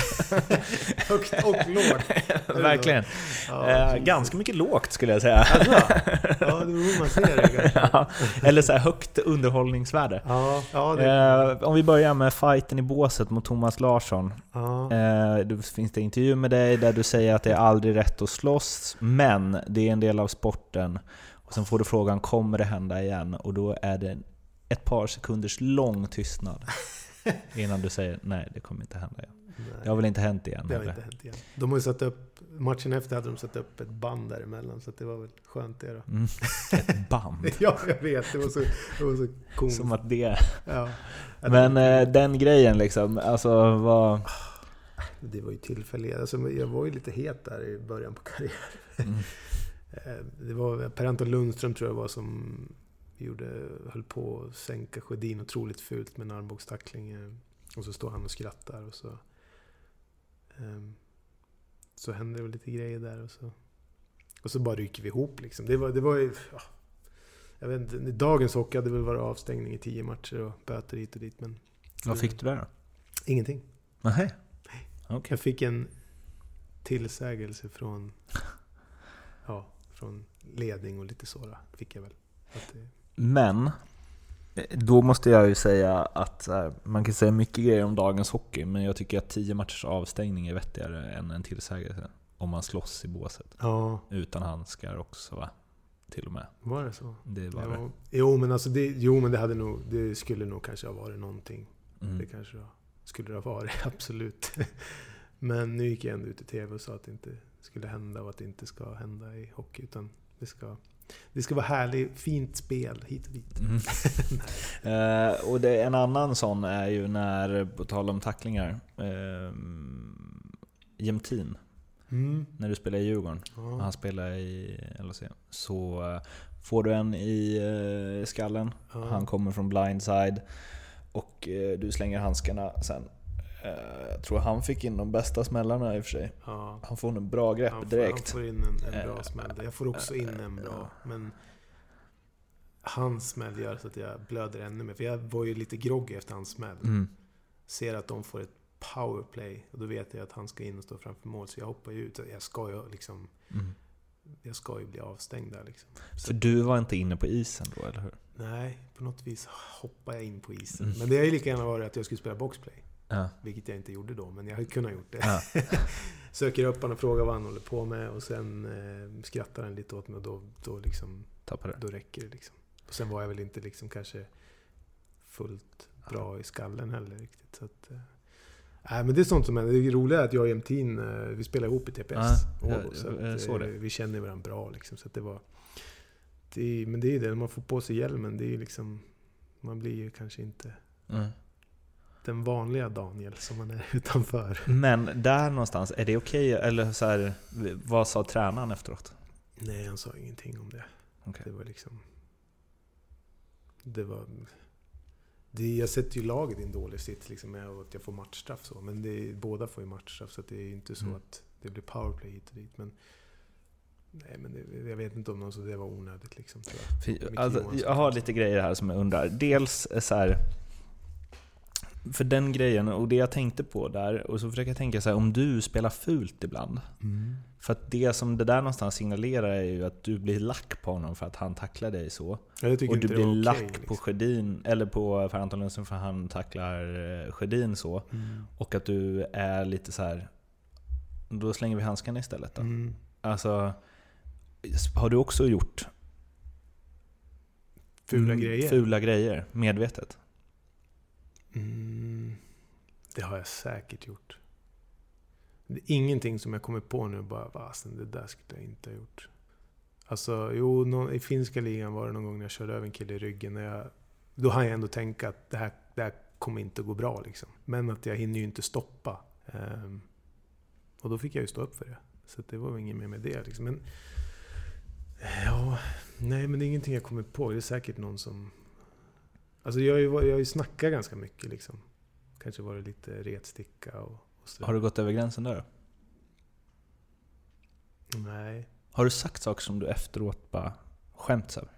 Speaker 1: Högt och lågt.
Speaker 2: Verkligen.
Speaker 1: Ja,
Speaker 2: eh,
Speaker 1: precis.
Speaker 2: ganska mycket lågt skulle jag säga.
Speaker 1: Alltså, ja, det beror man ser det kanske.
Speaker 2: Ja, eller så här högt underhållningsvärde.
Speaker 1: Ja, ja, det,
Speaker 2: Eh, om vi börjar med fighten i båset mot Thomas Larsson.
Speaker 1: ja.
Speaker 2: Eh, det finns det intervju med dig där du säger att det är aldrig rätt att slåss, men det är en del av sporten. Och sen får du frågan, kommer det hända igen? Och då är det ett par sekunders lång tystnad innan du säger, nej det kommer inte hända igen.
Speaker 1: Nej,
Speaker 2: Det har väl inte hänt igen?
Speaker 1: det har
Speaker 2: eller?
Speaker 1: inte hänt igen. De har ju satt upp, matchen efter hade de satt upp ett band däremellan, så att det var väl skönt det då.
Speaker 2: Mm. Ett band.
Speaker 1: Ja, jag vet. Det var så, det var så komiskt.
Speaker 2: Som att det...
Speaker 1: Ja.
Speaker 2: Men eh, den grejen liksom, alltså vad...
Speaker 1: Det var ju tillfälligt. Alltså, jag var ju lite het där i början på karriären.
Speaker 2: Mm.
Speaker 1: Det var Per Anton Lundström tror jag var som gjorde, höll på att sänka Sjödin otroligt fult med en armbågstackling. Och så står han och skrattar och så um, så händer det väl lite grejer där och så och så bara ryker vi ihop liksom. Det var det var ju ja, jag vet inte, dagens hockey hade väl varit avstängning i tio matcher och böter hit och dit, men
Speaker 2: Vad fick du där då?
Speaker 1: ingenting.
Speaker 2: Nej. Okej.
Speaker 1: Jag fick en tillsägelse från ja, från ledning och lite så då, fick jag väl. Att det,
Speaker 2: Men då måste jag ju säga att så här, man kan säga mycket grejer om dagens hockey, men jag tycker att tio matchers avstängning är vettigare än en tillsägelse om man slåss i båset.
Speaker 1: ja,
Speaker 2: Utan handskar också, va? Till och med.
Speaker 1: var det så?
Speaker 2: Det var det.
Speaker 1: Ja, jo, men alltså det, jo, men det hade nog, det skulle nog kanske ha varit någonting. Det
Speaker 2: Mm.
Speaker 1: kanske då, skulle det ha varit, absolut. Men nu gick jag ändå ut i tv och sa att det inte skulle hända och att det inte ska hända i hockey, utan det ska, det ska vara härligt, fint spel hit och dit.
Speaker 2: Mm. eh, och det, en annan sån är ju när, på tal om tacklingar, eh, Jämtin,
Speaker 1: Mm.
Speaker 2: när du spelar i Djurgården,
Speaker 1: Ja.
Speaker 2: han spelar i L H C, så eh, får du en i eh, skallen.
Speaker 1: Ja.
Speaker 2: Han kommer från blindside och eh, du slänger handskarna sen. Eh, jag tror han fick in de bästa smällarna i och för sig.
Speaker 1: Ja.
Speaker 2: Han får en bra grepp
Speaker 1: Han får,
Speaker 2: direkt.
Speaker 1: han får in en, en bra
Speaker 2: Eh,
Speaker 1: smäll. Jag får också in en bra. Men hans smäll gör så att jag blöder ännu mer. För jag var ju lite groggy efter hans smäll.
Speaker 2: Mm.
Speaker 1: Ser att de får ett powerplay. Och då vet jag att han ska in och stå framför mål. Så jag hoppar ju ut. Jag ska ju liksom... Mm. Jag ska ju bli avstängd där liksom.
Speaker 2: För du var inte inne på isen då, eller hur?
Speaker 1: Nej, på något vis hoppar jag in på isen. Mm. Men det är ju lika gärna varit att jag skulle spela boxplay.
Speaker 2: Ja.
Speaker 1: Vilket jag inte gjorde då, men jag hade kunnat gjort det.
Speaker 2: Ja.
Speaker 1: Söker upp han och frågar vad han håller på med. Och sen eh, skrattar han lite åt mig och då, då, liksom, då räcker det. Liksom. Och sen var jag väl inte liksom kanske fullt bra i skallen heller riktigt. Så att, eh, nej, men det är sånt som är det roliga är att jag och Jämtin, eh, vi spelar ihop i T P S. Ja,
Speaker 2: jag,
Speaker 1: så
Speaker 2: jag,
Speaker 1: att,
Speaker 2: så
Speaker 1: eh, vi känner varandra bra liksom. Så att det var... Det, men det är det, när man får på sig hjälmen, det är liksom... Man blir ju kanske inte... Mm. Den vanliga Daniel som man är utanför.
Speaker 2: Men där någonstans, är det okej? Okay? Eller så här, vad sa tränaren efteråt?
Speaker 1: Nej, han sa ingenting om det. Okay. Det var liksom... Det var... Det, jag sätter ju laget i en dålig sitt liksom, med att jag får matchstraff så. Men det, båda får ju matchstraff så att det är inte så mm. att det blir powerplay hit och dit. Men... Nej, men det, jag vet inte om någon så det var onödigt liksom, tror jag.
Speaker 2: För, alltså, jag har lite grejer här som jag undrar. Dels så här... För den grejen, och det jag tänkte på där, och så försöker jag tänka så här, om du spelar fult ibland. Mm. För att det som det där någonstans signalerar är ju att du blir lack på honom för att han tacklar dig så.
Speaker 1: Ja, och
Speaker 2: du blir lack
Speaker 1: okay,
Speaker 2: liksom.
Speaker 1: liksom.
Speaker 2: på Sjödin, eller på för Anton Lundström för han tacklar Sjödin så. Mm. Och att du är lite så här, då slänger vi handskan istället då. Mm. Alltså, har du också gjort
Speaker 1: fula grejer?
Speaker 2: Fula grejer, medvetet?
Speaker 1: Mm, det har jag säkert gjort. Det är ingenting som jag kommer på nu bara, vasen, det där skulle jag inte ha gjort. Alltså, jo, någon, i finska ligan var det någon gång när jag körde över en kille i ryggen. När jag, då har jag ändå tänkt att det här, det här kommer inte att gå bra liksom. Men att jag hinner ju inte stoppa. Um, och då fick jag ju stå upp för det. Så det var inget mer med det liksom. Men ja, nej, men det är ingenting jag kommer på. Det är säkert någon som... Alltså jag har ju, jag har ju snackat ganska mycket liksom. Kanske var det lite retsticka och, och så.
Speaker 2: Har du gått över gränsen där?
Speaker 1: Nej.
Speaker 2: Har du sagt saker som du efteråt bara skämts över?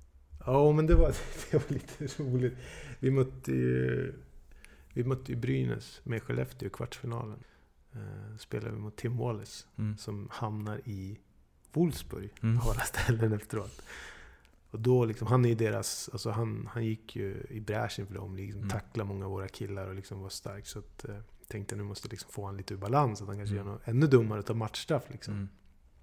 Speaker 1: Ja, men det var, det var lite roligt. Vi mötte ju, vi mötte ju Brynäs med Skellefteå i kvartsfinalen. Uh, spelade vi mot Tim Wallace mm. som hamnar i Wolfsburg mm. av alla ställen efteråt. Och då liksom, han är ju deras, alltså han, han gick ju i bräschen för dem, liksom mm. tackla många av våra killar och liksom var stark. Så att, eh, tänkte nu måste liksom få han lite ur balans, att han kanske mm. gör något ännu dummare att ta matchstraff liksom. Mm.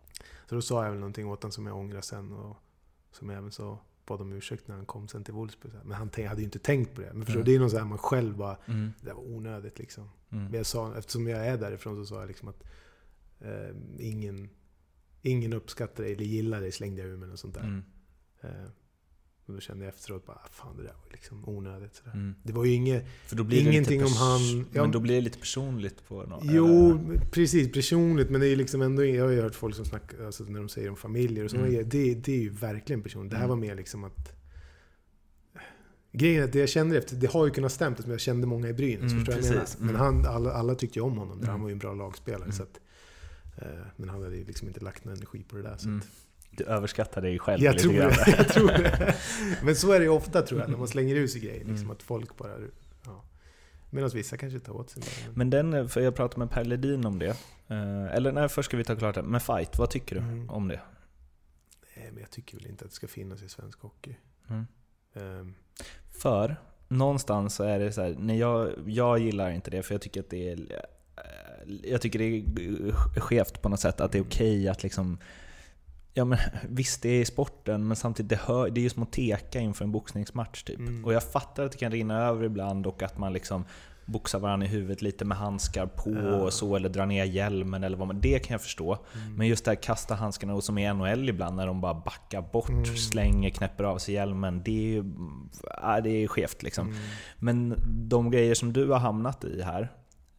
Speaker 1: Så då sa jag väl någonting åt han som jag ångrar sen och som jag även så bad om ursäkt när han kom sen till Wolfsburg. Men han tänk, hade ju inte tänkt på det. Men förstår, mm. det är något så här man själv bara, mm. det var onödigt liksom. Mm. Men jag sa, eftersom jag är därifrån så sa jag liksom att eh, ingen, ingen uppskattar dig eller gillar dig, slängde jag ur mig och sånt där. Mm. Uh, och då kände jag efteråt bara, fan det där var liksom onödigt sådär. Mm. Det var ju inget,
Speaker 2: för då blir
Speaker 1: ingenting
Speaker 2: det
Speaker 1: om han... Ja,
Speaker 2: men då blir det lite personligt på något.
Speaker 1: Jo, eller? Precis, personligt. Men det är liksom ändå, jag har ju hört folk som snackar, alltså när de säger om familjer och så, mm. det, det är ju verkligen personligt. Det här var mer liksom att... Grejen är att det jag kände efter, det har ju kunnat stämt eftersom jag kände många i Brynäs, mm, förstår jag menar. Men han, alla, alla tyckte ju om honom, mm. han var ju en bra lagspelare. Mm. Så att, uh, men han hade ju liksom inte lagt någon energi på det där. Så
Speaker 2: mm.
Speaker 1: att,
Speaker 2: du överskattar dig själv
Speaker 1: jag
Speaker 2: lite
Speaker 1: tror
Speaker 2: grann.
Speaker 1: Det, jag tror det. Men så är det ju ofta tror jag, när man slänger ut sig grejer. Liksom, mm. att folk bara... Ja. Medan vissa kanske tar åt sig. Men,
Speaker 2: men den, för jag pratade med Per Ledin om det. Eller nej, först ska vi ta klart det. Men fight, vad tycker du mm. om det?
Speaker 1: Nej, men jag tycker väl inte att det ska finnas i svensk hockey. Mm. Um.
Speaker 2: För, någonstans så är det så här, när jag, jag gillar inte det, för jag tycker att det är... Jag tycker det är skevt på något sätt, att det är okej okay att liksom... Ja, men visst, det är i sporten, men samtidigt det, hör, det är ju som att teka inför en boxningsmatch typ. Mm. Och jag fattar att det kan rinna över ibland och att man liksom boxar varandra i huvudet lite med handskar på ja. och så, eller drar ner hjälmen eller vad man, det kan jag förstå. Mm. Men just det här kasta handskarna, och som i N H L ibland när de bara backar bort, mm. slänger, knäpper av sig hjälmen, det är ju ja, det är skevt liksom. Mm. Men de grejer som du har hamnat i här,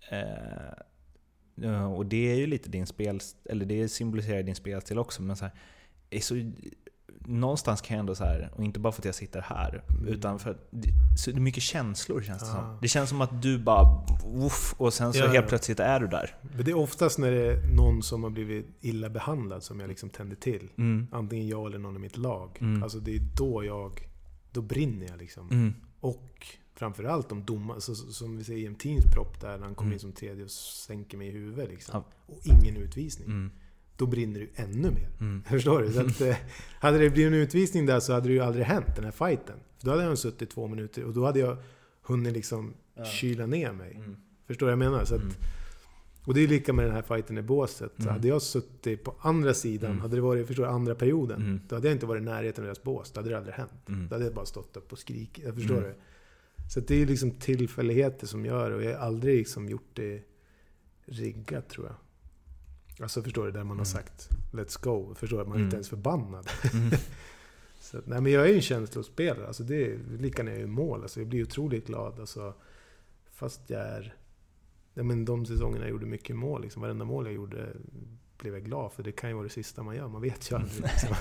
Speaker 2: eh, och det är ju lite din spel, eller det symboliserar din spelstil också, men så här, är så, någonstans kan jag ändå så här, och inte bara för att jag sitter här, mm. utan för så det är mycket känslor känns det ah. som. Det känns som att du bara uff, och sen så ja, helt ja. plötsligt är du där.
Speaker 1: Men det är oftast när det är någon som har blivit illa behandlad som jag liksom tänder till. Mm. Antingen jag eller någon i mitt lag. Mm. Alltså det är då jag, då brinner jag liksom. Mm. Och framförallt de domar, så, som vi säger i en teams propp där när han kommer
Speaker 2: Mm.
Speaker 1: in som tredje och sänker mig i huvudet liksom.
Speaker 2: Ja.
Speaker 1: Och ingen utvisning.
Speaker 2: Mm.
Speaker 1: Då brinner det ju ännu mer.
Speaker 2: Mm.
Speaker 1: Förstår du? Så att, eh, hade det blivit en utvisning där så hade det ju aldrig hänt, den här fighten. För då hade jag suttit två minuter och då hade jag hunnit liksom
Speaker 2: Ja.
Speaker 1: kyla ner mig.
Speaker 2: Mm.
Speaker 1: Förstår du vad jag menar? Så att,
Speaker 2: Mm.
Speaker 1: och det är lika med den här fighten i båset. Så
Speaker 2: Mm.
Speaker 1: hade jag suttit på andra sidan,
Speaker 2: Mm.
Speaker 1: hade det varit, förstår du, andra perioden,
Speaker 2: Mm.
Speaker 1: då hade jag inte varit i närheten av deras bås. Då hade det aldrig hänt.
Speaker 2: Mm.
Speaker 1: Då hade jag bara stått upp och skrikit. Jag förstår
Speaker 2: Mm.
Speaker 1: du? Så att det är liksom tillfälligheter som gör, och jag har aldrig liksom gjort det riggat, tror jag. Alltså förstår du, där man
Speaker 2: Mm.
Speaker 1: har sagt let's go. Förstår du, man är
Speaker 2: Mm.
Speaker 1: inte ens förbannad.
Speaker 2: Mm.
Speaker 1: Så, nej, men jag är ju en känslospelare. Alltså det är lika när jag är i mål. Alltså jag blir otroligt glad. Alltså, fast jag är... Ja, men de säsongerna jag gjorde mycket mål. Liksom, varenda mål jag gjorde blev jag glad. För det kan ju vara det sista man gör. Man vet ju aldrig. Liksom.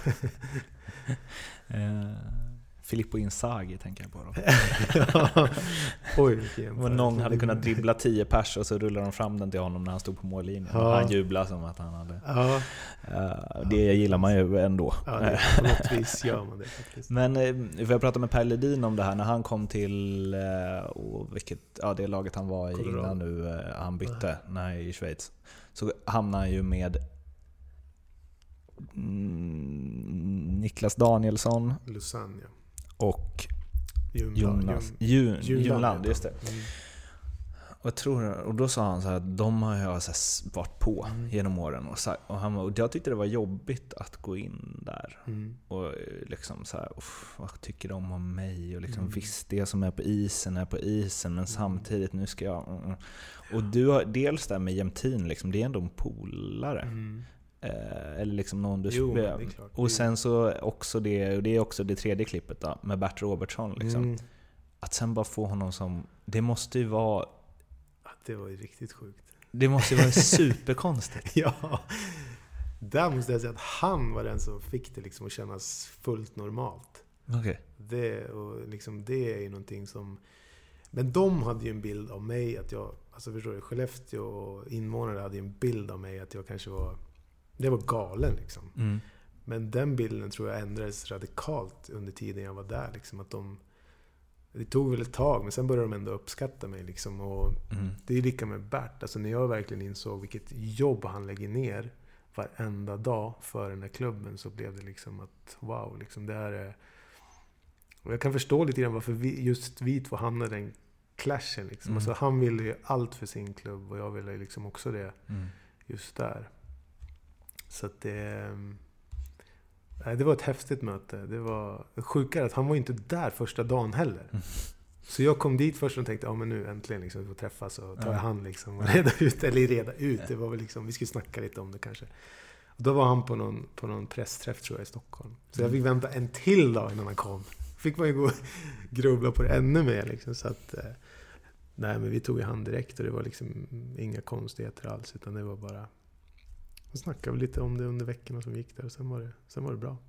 Speaker 2: eh, Filippo Inzaghi tänker jag på då.
Speaker 1: Ja. Oj, vilken
Speaker 2: Och
Speaker 1: jämförelse.
Speaker 2: någon hade kunnat dribbla tio pers och så rullar de fram den till honom när han stod på mållinjen.
Speaker 1: Ja.
Speaker 2: Och han jublade som att han hade...
Speaker 1: Ja,
Speaker 2: Uh, det gillar man ju ändå.
Speaker 1: ja det, på något vis gör man det faktiskt.
Speaker 2: Men eh, vi har pratat med Per Ledin om det här när han kom till eh, och vilket, ja, det laget han var i
Speaker 1: Colorado.
Speaker 2: innan nu eh, han bytte nej, i Schweiz. Så hamnade han ju med mm, Niklas Danielsson
Speaker 1: Lausanne, ja.
Speaker 2: och
Speaker 1: Junland,
Speaker 2: Jonas
Speaker 1: Jun-
Speaker 2: Jun,
Speaker 1: Junland,
Speaker 2: Junland,
Speaker 1: ja.
Speaker 2: just det.
Speaker 1: Mm.
Speaker 2: Och, jag tror, och då sa han så här att de har jag så här varit på
Speaker 1: Mm.
Speaker 2: genom åren och, så, och, han, och jag tyckte det var jobbigt att gå in där
Speaker 1: Mm.
Speaker 2: och liksom så här, uff, vad tycker de om mig och liksom
Speaker 1: Mm.
Speaker 2: visst, det som är på isen är på isen, men samtidigt nu ska jag mm, mm. Och du har dels där med Jämtin liksom, det är ändå en polare.
Speaker 1: Mm.
Speaker 2: Eh, eller liksom någon du
Speaker 1: Jo, men
Speaker 2: spelar.
Speaker 1: det är klart.
Speaker 2: Och sen så också det, och det är också det tredje klippet då, med Bert Robertsson liksom.
Speaker 1: Mm.
Speaker 2: Att sen bara få honom som, det måste ju vara
Speaker 1: Ja, det var ju riktigt sjukt.
Speaker 2: det måste ju vara superkonstigt.
Speaker 1: Ja, där måste jag säga att han var den som fick det liksom att kännas fullt normalt.
Speaker 2: Okej.
Speaker 1: Det, och liksom, det är ju någonting som... Men de hade ju en bild av mig att jag... Alltså förstår du, Skellefteå och invånare hade ju en bild av mig att jag kanske var... Det var galen liksom.
Speaker 2: Mm.
Speaker 1: Men den bilden tror jag ändrades radikalt under tiden jag var där. Liksom, att de, det tog väl ett tag, men sen började de ändå uppskatta mig. Liksom, och
Speaker 2: Mm.
Speaker 1: det är lika med Bert. Alltså, när jag verkligen insåg vilket jobb han lägger ner varenda dag för den här klubben, så blev det liksom att wow, liksom, det här är... Och jag kan förstå lite grann varför vi, just vi två hamnade i den clashen. Liksom.
Speaker 2: Mm.
Speaker 1: Alltså, han ville ju allt för sin klubb och jag ville liksom också det
Speaker 2: Mm.
Speaker 1: just där. Så att det... Nej, det var ett häftigt möte. Det var sjukare att han var inte där första dagen heller.
Speaker 2: Mm.
Speaker 1: Så jag kom dit först och tänkte, ja men nu äntligen liksom, vi får träffas och ta i
Speaker 2: Ja.
Speaker 1: hand liksom och reda ut, eller reda ut. Det var väl liksom, vi skulle snacka lite om det kanske. Och då var han på någon, på någon pressträff tror jag i Stockholm. Så jag fick vänta en till dag innan han kom. Fick man ju gå och grubbla på det ännu mer liksom, så att... eh, Nej, men vi tog i hand direkt och det var liksom inga konstigheter alls, utan det var bara... Vi snackade lite om det under veckorna som gick där och sen var det, sen var det bra.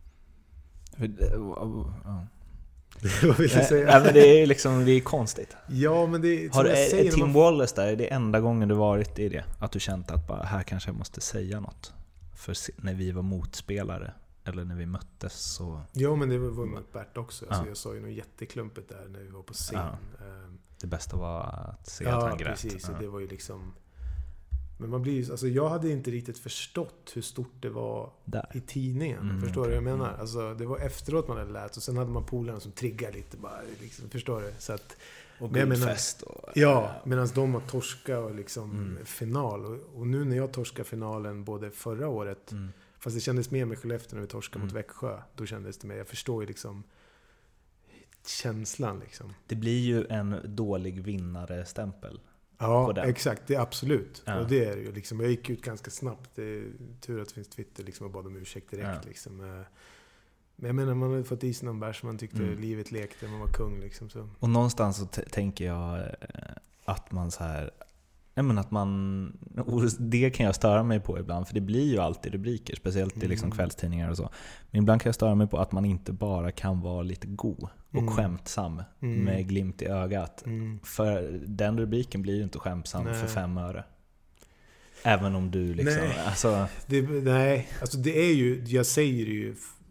Speaker 2: Ja.
Speaker 1: Vad vill jag säga?
Speaker 2: Nej, men det är liksom, det är konstigt.
Speaker 1: Ja, men det är...
Speaker 2: Har du,
Speaker 1: jag säger,
Speaker 2: är Tim
Speaker 1: man,
Speaker 2: Wallace där, är det enda gången du varit i det? Att du känt att bara, här kanske jag måste säga något? För när vi var motspelare, eller när vi möttes så...
Speaker 1: ja, men det var ju mot Bert också. Alltså,
Speaker 2: Ja.
Speaker 1: Jag sa ju något jätteklumpigt där när vi var på scen.
Speaker 2: Ja.
Speaker 1: Ehm,
Speaker 2: Det bästa var att se att
Speaker 1: Ja,
Speaker 2: han grät.
Speaker 1: precis.
Speaker 2: Ja.
Speaker 1: Och det var ju liksom... Men man blir ju... Alltså, jag hade inte riktigt förstått hur stort det var
Speaker 2: Där.
Speaker 1: i tidningen.
Speaker 2: Mm,
Speaker 1: Förstår du vad jag
Speaker 2: okej.
Speaker 1: menar? Alltså, det var efteråt man hade lärt och sen hade man polarna som triggade lite bara. Liksom, förstår du? Så att...
Speaker 2: Och
Speaker 1: Men jag menar-
Speaker 2: guldfest. Och,
Speaker 1: Ja, medan de var torska och liksom
Speaker 2: Mm.
Speaker 1: final. Och, och nu när jag torskade finalen både förra året,
Speaker 2: Mm.
Speaker 1: fast det kändes mer med Skellefteå när vi torskade mot
Speaker 2: Mm.
Speaker 1: Växjö, då kändes det mer, jag förstår ju liksom känslan liksom.
Speaker 2: Det blir ju en dålig vinnare-stämpel. På
Speaker 1: Ja,
Speaker 2: den.
Speaker 1: exakt, det är absolut.
Speaker 2: Ja.
Speaker 1: Och det är det ju liksom. Jag gick ut ganska snabbt. Det är tur att det finns Twitter liksom och bad om ursäkt direkt
Speaker 2: Ja.
Speaker 1: liksom. Eh, Men jag menar, man hade fått i sig någon bärs, man tyckte
Speaker 2: Mm.
Speaker 1: livet lekte, man var kung liksom. Så.
Speaker 2: Och någonstans så t- tänker jag eh, att man så här... Nej, men att man... Och det kan jag störa mig på ibland, för det blir ju alltid rubriker, speciellt i liksom
Speaker 1: Mm.
Speaker 2: kvällstidningar och så. Men ibland kan jag störa mig på att man inte bara kan vara lite god och
Speaker 1: Mm.
Speaker 2: skämtsam
Speaker 1: Mm.
Speaker 2: med glimt i ögat.
Speaker 1: Mm.
Speaker 2: För den rubriken blir ju inte skämtsam
Speaker 1: Nej.
Speaker 2: för fem öre. Även om du liksom...
Speaker 1: Nej.
Speaker 2: Alltså,
Speaker 1: Det, nej, alltså det är ju, jag säger det ju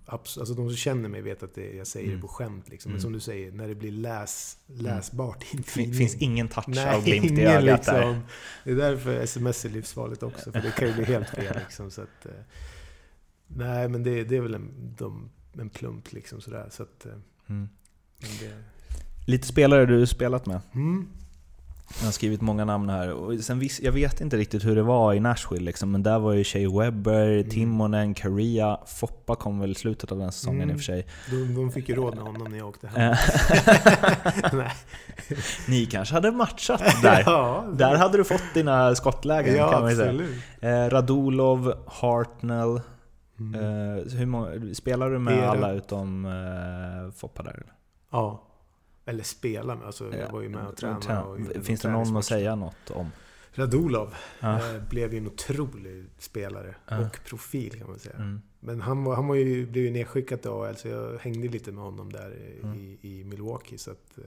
Speaker 1: Abs- alltså de som känner mig vet att det, jag säger
Speaker 2: Mm.
Speaker 1: det på skämt. Liksom. Men
Speaker 2: Mm.
Speaker 1: som du säger, när det blir läs, läsbart i en
Speaker 2: Det
Speaker 1: tidning.
Speaker 2: finns ingen touch
Speaker 1: Nej,
Speaker 2: av glimt i
Speaker 1: ingen
Speaker 2: ögat
Speaker 1: liksom.
Speaker 2: där.
Speaker 1: Det är därför sms är livsfarligt också. För det kan ju bli helt fel. Liksom, så att, eh, nej, men det, det är väl en, de, en plump liksom sådär. Så att, eh,
Speaker 2: Mm.
Speaker 1: men det,
Speaker 2: Lite spelare du spelat med.
Speaker 1: mm.
Speaker 2: Jag har skrivit många namn här. Och sen vis, jag vet inte riktigt hur det var i Nashville. Liksom, men där var ju Shea Webber,
Speaker 1: Mm.
Speaker 2: Timonen, Correa. Foppa kom väl i slutet av den säsongen
Speaker 1: Mm.
Speaker 2: i och för sig.
Speaker 1: De, de fick ju råd med honom när jag åkte hem. Nej.
Speaker 2: Ni kanske hade matchat där.
Speaker 1: Ja, det-
Speaker 2: Där hade du fått dina skottlägen,
Speaker 1: ja,
Speaker 2: kan man ju säga.
Speaker 1: absolut.
Speaker 2: Eh, Radulov, Hartnell.
Speaker 1: Mm.
Speaker 2: Eh, hur många, spelar du med
Speaker 1: Era.
Speaker 2: alla utom eh, Foppa där? Eller?
Speaker 1: Ja. Eller spela med. Alltså, jag var ju med och tränade. Och gjorde
Speaker 2: Finns det någon att
Speaker 1: träningsmatcher.
Speaker 2: säga något om?
Speaker 1: Radulov
Speaker 2: Ja.
Speaker 1: eh, blev ju en otrolig spelare.
Speaker 2: Ja.
Speaker 1: Och profil kan man säga.
Speaker 2: Mm.
Speaker 1: Men han, var, han var ju, blev ju nedskickad till A H L, så jag hängde lite med honom där i,
Speaker 2: Mm.
Speaker 1: i, i Milwaukee. Så att,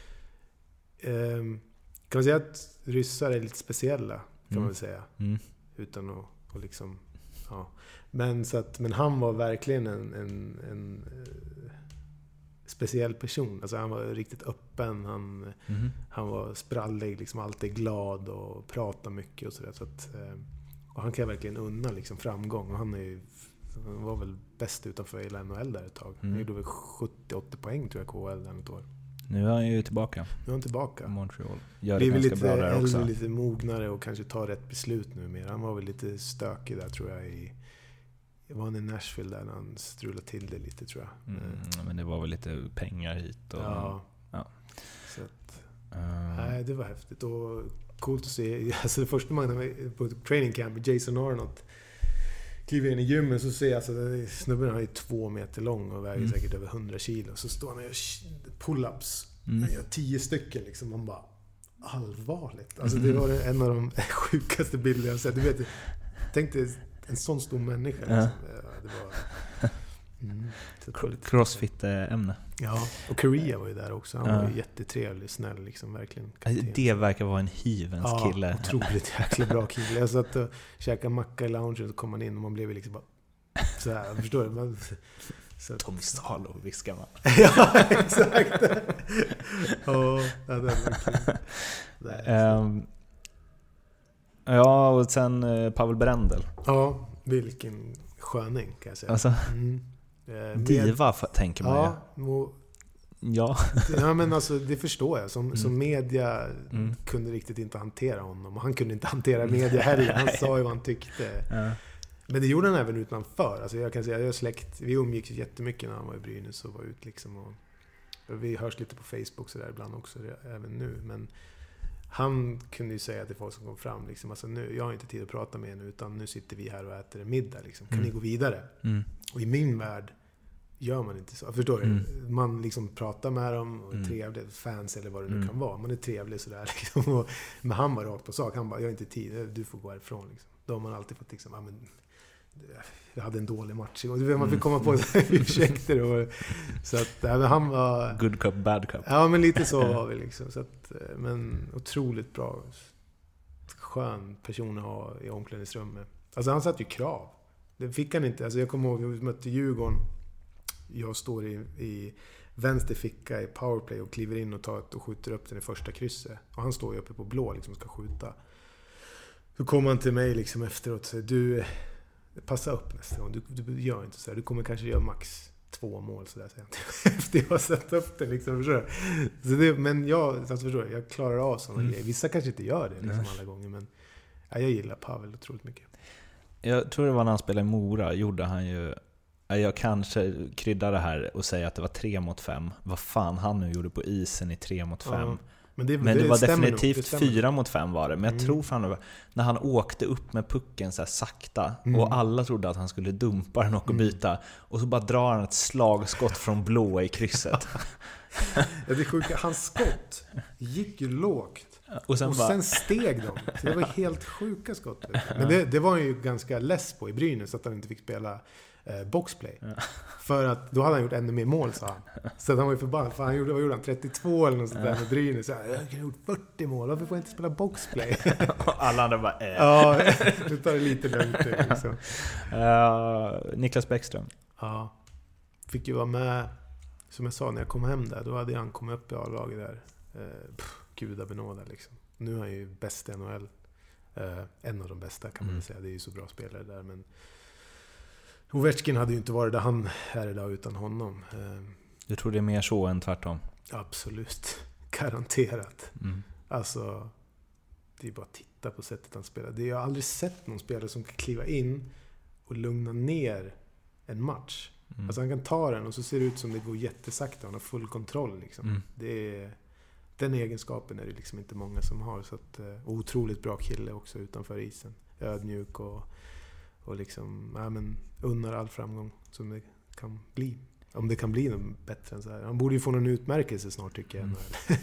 Speaker 1: eh, ehm, kan man säga att ryssar är lite speciella, kan
Speaker 2: Mm.
Speaker 1: man väl säga.
Speaker 2: Mm.
Speaker 1: Utan att och liksom, ja. Men, så att, men han var verkligen en, en, en eh, speciell person. Alltså han var riktigt öppen, han,
Speaker 2: Mm.
Speaker 1: han var sprallig, liksom alltid glad och pratade mycket och sådär. Så att, eh, och han kan verkligen unna liksom framgång. Och han, är ju, han var väl bäst utanför hela N H L där ett tag. Han
Speaker 2: Mm.
Speaker 1: gjorde väl sjuttio åttio poäng tror jag K H L där något år.
Speaker 2: Nu är han ju tillbaka
Speaker 1: Nu är han tillbaka.
Speaker 2: i Montreal. Gör det
Speaker 1: Blir väl
Speaker 2: ganska
Speaker 1: lite
Speaker 2: bra där
Speaker 1: äldre,
Speaker 2: också.
Speaker 1: lite mognare och kanske tar rätt beslut nu mer. Han var väl lite stökig där tror jag i... Var han i Nashville där när han strulade till det lite tror jag.
Speaker 2: Mm, men det var väl lite pengar hit och...
Speaker 1: Ja.
Speaker 2: ja.
Speaker 1: Så att,
Speaker 2: Uh,
Speaker 1: nej, det var häftigt och coolt att se. Alltså det första man var på training camp, Jason Arnott kliver in i gymmet, så ser jag alltså, snubben är två meter lång och väger
Speaker 2: Mm.
Speaker 1: säkert över hundra kilo. Så står han och gör pull-ups.
Speaker 2: Mm.
Speaker 1: Han gör tio stycken liksom. Man bara, allvarligt. Alltså det var en av de sjukaste bilder jag har sett. Du vet, tänk dig en sån stor människa. Liksom.
Speaker 2: Ja.
Speaker 1: Ja, det var... Mm. Så det var lite-
Speaker 2: Crossfit-ämne.
Speaker 1: Ja, och Correa var ju där också. Han
Speaker 2: Ja.
Speaker 1: var ju jättetrevlig, snäll liksom, verkligen.
Speaker 2: Alltså, det verkar vara en hyvens
Speaker 1: Ja,
Speaker 2: kille.
Speaker 1: otroligt jäkla bra kille. Jag satt och käkade macka i loungen och så kom man in och man blev liksom bara så här, förstår du? Man, så att,
Speaker 2: Tom Salo viskar man.
Speaker 1: ja, exakt. Oh, ja, det var kul. Nej, så-
Speaker 2: Um, ja, och sen uh, Pavel Brendel.
Speaker 1: Ja, vilken sköning kan jag säga.
Speaker 2: Alltså,
Speaker 1: Mm. Eh, med-
Speaker 2: diva f- tänker man
Speaker 1: Ja, och,
Speaker 2: ju. Ja.
Speaker 1: ja, men alltså det förstår jag. Som,
Speaker 2: Mm.
Speaker 1: som media
Speaker 2: Mm.
Speaker 1: kunde riktigt inte hantera honom. Och han kunde inte hantera media heller. Han sa ju vad han tyckte.
Speaker 2: Ja.
Speaker 1: Men det gjorde han även utanför. Alltså jag kan säga, jag har släkt, vi umgicks jättemycket när han var i Brynäs och var ut liksom. Och, och vi hörs lite på Facebook så där ibland också, även nu. Men han kunde ju säga till folk som kom fram, liksom, alltså nu, jag har inte tid att prata med er nu, utan nu sitter vi här och äter en middag. Liksom. Kan
Speaker 2: Mm.
Speaker 1: ni gå vidare?
Speaker 2: Mm.
Speaker 1: Och i min värld gör man inte så. Förstår du?
Speaker 2: Mm.
Speaker 1: Man liksom pratar med dem och är
Speaker 2: Mm.
Speaker 1: trevlig, fans eller vad det nu
Speaker 2: Mm.
Speaker 1: kan vara. Man är trevlig sådär. Liksom. Och, men han var rakt på sak. Han bara, jag har inte tid, du får gå härifrån. Liksom. Då har man alltid fått liksom, ja, men, jag hade en dålig match. Och man fick komma på ursäkter. Och, så att, ja, men han var...
Speaker 2: Good cup, bad cup.
Speaker 1: Ja, men lite så var vi liksom. Så att, men otroligt bra. Skön person att ha i omklädningsrummet. Alltså han satt ju krav. Det fick han inte. Alltså jag kommer ihåg, vi mötte Djurgården. Jag står i, i vänster ficka i powerplay och kliver in och tar ett och skjuter upp den i första krysset. Och han står ju uppe på blå liksom och ska skjuta. Så kommer han till mig liksom efteråt och säger, du, passa upp nästa gång. Du, du gör inte så här. Du kommer kanske göra max två mål så där, säger han. Efter jag har satt upp det liksom, förstår du? Så det, men jag, alltså, förstår du, jag klarar av sådana
Speaker 2: Mm.
Speaker 1: grejer. Vissa kanske inte gör det liksom alla gånger, men ja, jag gillar Pavel otroligt mycket.
Speaker 2: Jag tror det var när han spelade i Mora, gjorde han ju... Jag kanske kryddar det här och säger att det var tre mot fem. Vad fan han nu gjorde på isen i tre mot fem.
Speaker 1: Ja, men det,
Speaker 2: Men det, var
Speaker 1: stämmer
Speaker 2: definitivt
Speaker 1: nog, det stämmer.
Speaker 2: fyra mot fem var det. Men jag
Speaker 1: Mm.
Speaker 2: tror fan det var när han åkte upp med pucken så här sakta
Speaker 1: Mm.
Speaker 2: och alla trodde att han skulle dumpa den och byta. Och så bara drar han ett slagskott från blå i krysset.
Speaker 1: Ja, det sjuka, hans skott gick ju lågt.
Speaker 2: Och sen
Speaker 1: och
Speaker 2: bara...
Speaker 1: sen steg de. Så det var helt sjuka skott. Vet du. Men det, det var han ju ganska less på i Brynäs, att han inte fick spela eh, boxplay.
Speaker 2: Ja.
Speaker 1: För att då hade han gjort ännu mer mål, sa han. Så att han var ju förbannad. För han gjorde, vad gjorde han? trettiotvå eller något sånt där med Brynäs. Så här, jag har gjort fyrtio mål, varför får jag inte spela boxplay?
Speaker 2: Och alla andra bara... Äh.
Speaker 1: Ja, nu tar det lite lugnt liksom.
Speaker 2: Uh, Niklas Bäckström.
Speaker 1: Ja. fick ju vara med, som jag sa när jag kom hem där, då hade han kommit upp i A-laget där. Eh, pff, gudabenådad liksom. Nu är han ju bäst i N H L. Eh, en av de bästa kan man mm. säga. Det är ju så bra spelare där. Men Ovechkin hade ju inte varit där han är idag utan honom. Eh,
Speaker 2: jag tror det är mer så än tvärtom.
Speaker 1: Absolut. Garanterat. Mm. Alltså, det är bara att titta på sättet han spelar. Det, jag har aldrig sett någon spelare som kan kliva in och lugna ner en match. Mm. Alltså han kan ta den och så ser det ut som det går jättesakta. Han har full kontroll liksom. Mm. Det är, den egenskapen är det liksom inte många som har. Så att, och otroligt bra kille också utanför isen. Ödmjuk och, och liksom, ja, men unnar all framgång som det kan bli. Om det kan bli något bättre än så här. Han borde ju få någon utmärkelse snart tycker jag. Mm.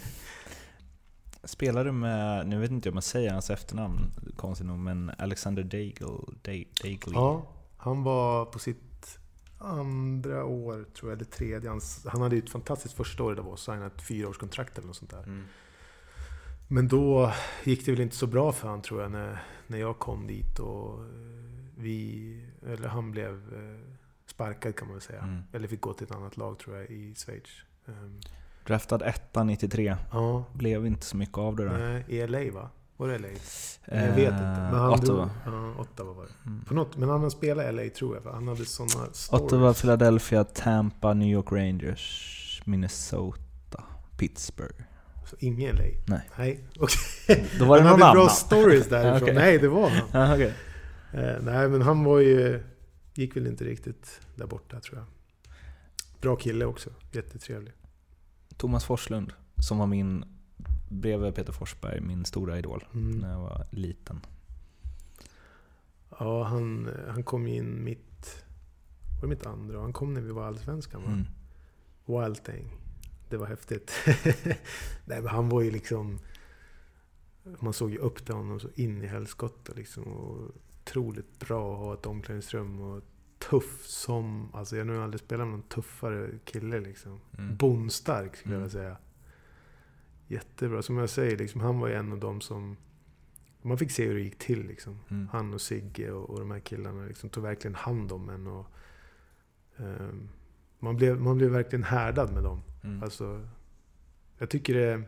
Speaker 2: Spelar du med, nu vet inte om man säger hans efternamn konstigt nog, men Alexander Dagley?
Speaker 1: Ja, han var på sitt andra år tror jag, eller tredje. Han, han hade ju ett fantastiskt första år där var signat ett fyraårskontrakt eller något sånt där. Mm. Men då gick det väl inte så bra för han tror jag när, när jag kom dit och vi, eller han blev sparkad kan man väl säga. Mm. Eller fick gå till ett annat lag tror jag i Schweiz. Um,
Speaker 2: Draftad etta nittiotre.
Speaker 1: Ja.
Speaker 2: Blev inte så mycket av det där.
Speaker 1: Nej, i L A va? Var det L A? Eh, jag vet inte. Men han
Speaker 2: Ottawa.
Speaker 1: Drog, ja, Ottawa var det. Mm. På något, men han spelade L A tror jag. För han hade såna stories.
Speaker 2: Ottawa, Philadelphia, Tampa, New York Rangers, Minnesota, Pittsburgh.
Speaker 1: Så ingen L A?
Speaker 2: Nej.
Speaker 1: Nej, okej.
Speaker 2: Då var det
Speaker 1: han
Speaker 2: någon
Speaker 1: hade
Speaker 2: annan.
Speaker 1: bra stories därifrån.
Speaker 2: Okay.
Speaker 1: Nej, det var han.
Speaker 2: Ah, okay.
Speaker 1: eh, nej, men han var ju... Gick väl inte riktigt där borta tror jag. Bra kille också. Jättetrevlig.
Speaker 2: Thomas Forslund, som var min, bredvid Peter Forsberg, min stora idol mm. när jag var liten.
Speaker 1: Ja, han, han kom in mitt, var det mitt andra, han kom när vi var allsvenskan va? Mm. Wild thing. Det var häftigt. Nej, men han var ju liksom, man såg ju upp till honom så in i helskotta liksom, och otroligt bra att ha ett omklädningsrum och tuff som, alltså jag har nog aldrig spelat med någon tuffare kille liksom. Mm. Bondstark skulle mm. jag säga. Jättebra. Som jag säger, liksom, han var ju en av dem som man fick se hur det gick till liksom. Mm. Han och Sigge och, och de här killarna liksom, tog verkligen hand om en och um, man, blev, man blev verkligen härdad med dem. Mm. Alltså, jag tycker det,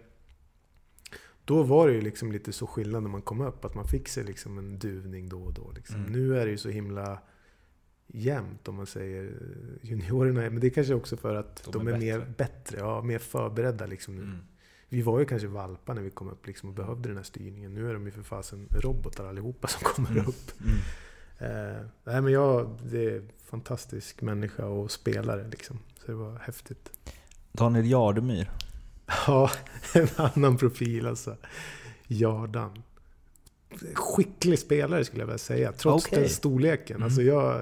Speaker 1: då var det ju liksom lite så skillnad när man kom upp att man fick se liksom en duvning då och då liksom. Mm. Nu är det ju så himla jämnt om man säger juniorerna, men det är kanske också för att de, de är, är bättre. mer bättre, ja, mer förberedda liksom nu. Mm. Vi var ju kanske valpar när vi kom upp liksom och behövde den här styrningen. Nu är de ju för fasen robotar allihopa som kommer mm. upp. Mm. Eh, nej, men jag, det är en fantastisk människa och spelare liksom. Så det var häftigt.
Speaker 2: Daniel Jardemyr.
Speaker 1: Ja, en annan profil alltså. Jardan. Skicklig spelare skulle jag vilja säga. Trots okay. den storleken. Mm. Alltså jag,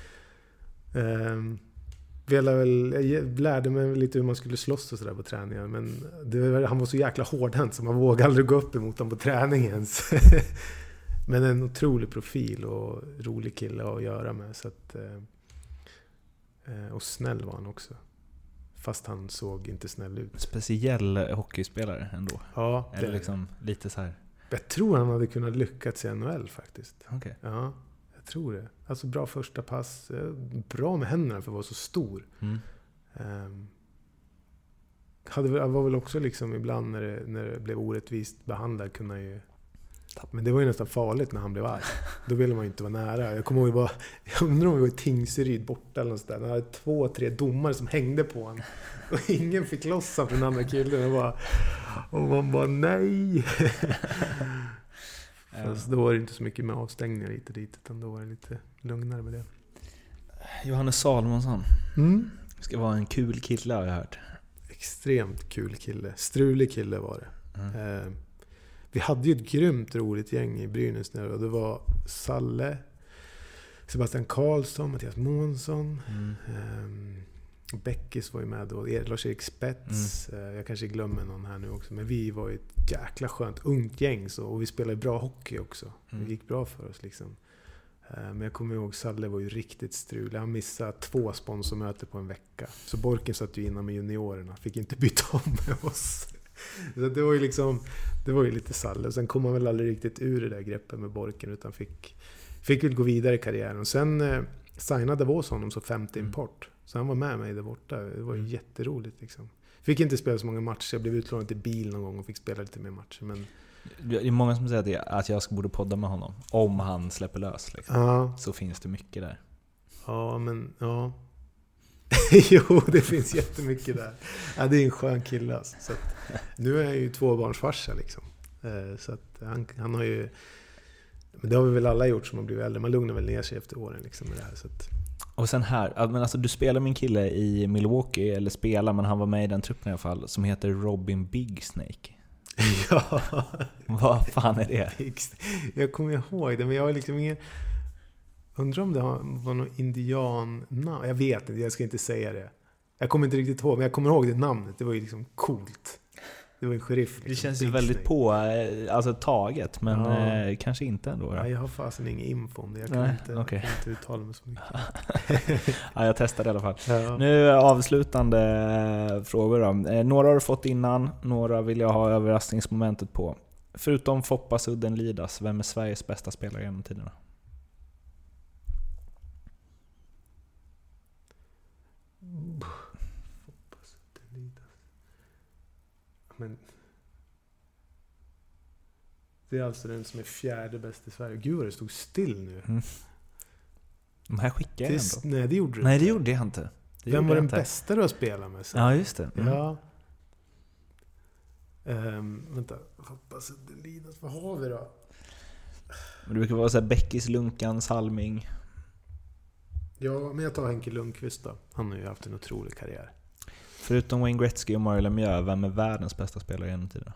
Speaker 1: eh, väl, jag lärde mig lite hur man skulle slåss och sådär på träningen. Men det, han var så jäkla hårdhänt så man vågade aldrig gå upp emot honom på träningen. Men en otrolig profil och rolig kille att göra med. Så att, eh, och snäll var han också. Fast han såg inte snäll ut.
Speaker 2: Speciell hockeyspelare ändå.
Speaker 1: Ja,
Speaker 2: eller liksom lite så här.
Speaker 1: Jag tror han hade kunnat lyckats i N H L faktiskt.
Speaker 2: Okay.
Speaker 1: Ja, jag tror det. Alltså bra första pass. Bra med händerna för att vara så stor. Mm. Um, hade, var väl också liksom ibland när det, när det blev orättvist behandlad kunna ju... Men det var ju nästan farligt när han blev arg. Då ville man ju inte vara nära. Jag kommer ihåg bara, jag undrar om vi var i Tingsryd borta eller något sådär. Han hade två, tre domare som hängde på honom. Och ingen fick lossa för den andra killen. Och, bara, och man bara, nej! Fast då var det inte så mycket med avstängningar hit och dit. Utan då var det lite lugnare med det.
Speaker 2: Johannes Salomonsson.
Speaker 1: Mm.
Speaker 2: Ska vara en kul kille har jag hört.
Speaker 1: Extremt kul kille. Strulig kille var det. Mm. Eh, Vi hade ju ett grymt roligt gäng i Brynäs nu och det var Salle, Sebastian Karlsson, Mattias Månsson, mm. um, Bäckis var ju med då, Lars-Erik Spets, mm. uh, jag kanske glömmer någon här nu också, men vi var ju ett jäkla skönt ungt gäng så, och vi spelade bra hockey också. Mm. Det gick bra för oss liksom. Uh, men jag kommer ihåg, Salle var ju riktigt strulig. Han missade två sponsormöten på en vecka. Så Borken satt ju innan med juniorerna, fick inte byta om med oss. Så det var ju liksom, det var ju lite Salle. Sen kom man väl aldrig riktigt ur det där greppet med Borken utan fick, fick väl gå vidare i karriären. Och sen eh, signade Davos honom som femte
Speaker 2: Mm.
Speaker 1: import. Så han var med mig där borta. Det var ju
Speaker 2: Mm.
Speaker 1: jätteroligt liksom. Fick inte spela så många matcher. Jag blev utlånad till bil någon gång och fick spela lite mer matcher. Men
Speaker 2: Det är många som säger att jag, att jag ska borde podda med honom. Om han släpper lös. Liksom.
Speaker 1: ja,
Speaker 2: Så finns det mycket där.
Speaker 1: ja, men ja. Jo, det finns jättemycket där. Ja, det är en skön kille alltså. Så att, nu är jag ju tvåbarnsfarsa liksom. Eh, Så att han, han har ju... Men det har vi väl alla gjort som har blivit äldre. Man lugnar väl ner sig efter åren liksom med det här. Så att,
Speaker 2: Och sen här, ja, men alltså, du spelar min kille i Milwaukee, eller spelar, men han var med i den truppen i alla fall, som heter Robin Big Snake.
Speaker 1: ja,
Speaker 2: Vad fan är det?
Speaker 1: jag kommer ihåg det, men jag har liksom ingen... Undrar om det var någon indiannamn. Jag vet inte, jag ska inte säga det. Jag kommer inte riktigt ihåg, men jag kommer ihåg det namnet. Det var ju liksom coolt. Det var en sheriff. Liksom.
Speaker 2: Det känns ju
Speaker 1: Big
Speaker 2: väldigt
Speaker 1: Snake.
Speaker 2: på, eh, alltså taget, men
Speaker 1: Ja.
Speaker 2: eh, kanske inte ändå. Då.
Speaker 1: Ja, jag har fasen ingen info om det. Jag kan,
Speaker 2: Nej,
Speaker 1: inte,
Speaker 2: okej.
Speaker 1: jag kan inte uttala mig så mycket.
Speaker 2: Ja, jag testade i alla fall.
Speaker 1: Ja.
Speaker 2: Nu avslutande eh, frågor då. Eh, några har du fått innan, några vill jag ha överraskningsmomentet på. Förutom Foppa Sudden Lidas, vem är Sveriges bästa spelare genom tiderna?
Speaker 1: Men det är alltså den som är fjärde bäst i Sverige. Gud vad det stod still nu.
Speaker 2: Mm. De här skickar jag
Speaker 1: Det,
Speaker 2: ändå.
Speaker 1: nej, det gjorde du
Speaker 2: Nej,
Speaker 1: inte.
Speaker 2: det gjorde jag inte. Det
Speaker 1: Vem
Speaker 2: gjorde
Speaker 1: var
Speaker 2: jag
Speaker 1: den
Speaker 2: inte.
Speaker 1: bästa du har spelat med? Så?
Speaker 2: Ja, just det. Mm.
Speaker 1: Ja. Um, vänta, hoppas att det lidas. Vad har vi då?
Speaker 2: Men det brukar vara så här Beckis, Lunkan, Salming.
Speaker 1: Ja, men jag tar Henke Lundqvist då. Han har ju haft en otrolig karriär.
Speaker 2: Förutom Wayne Gretzky och Mario Lemieux, vem är världens bästa spelare genom tiderna?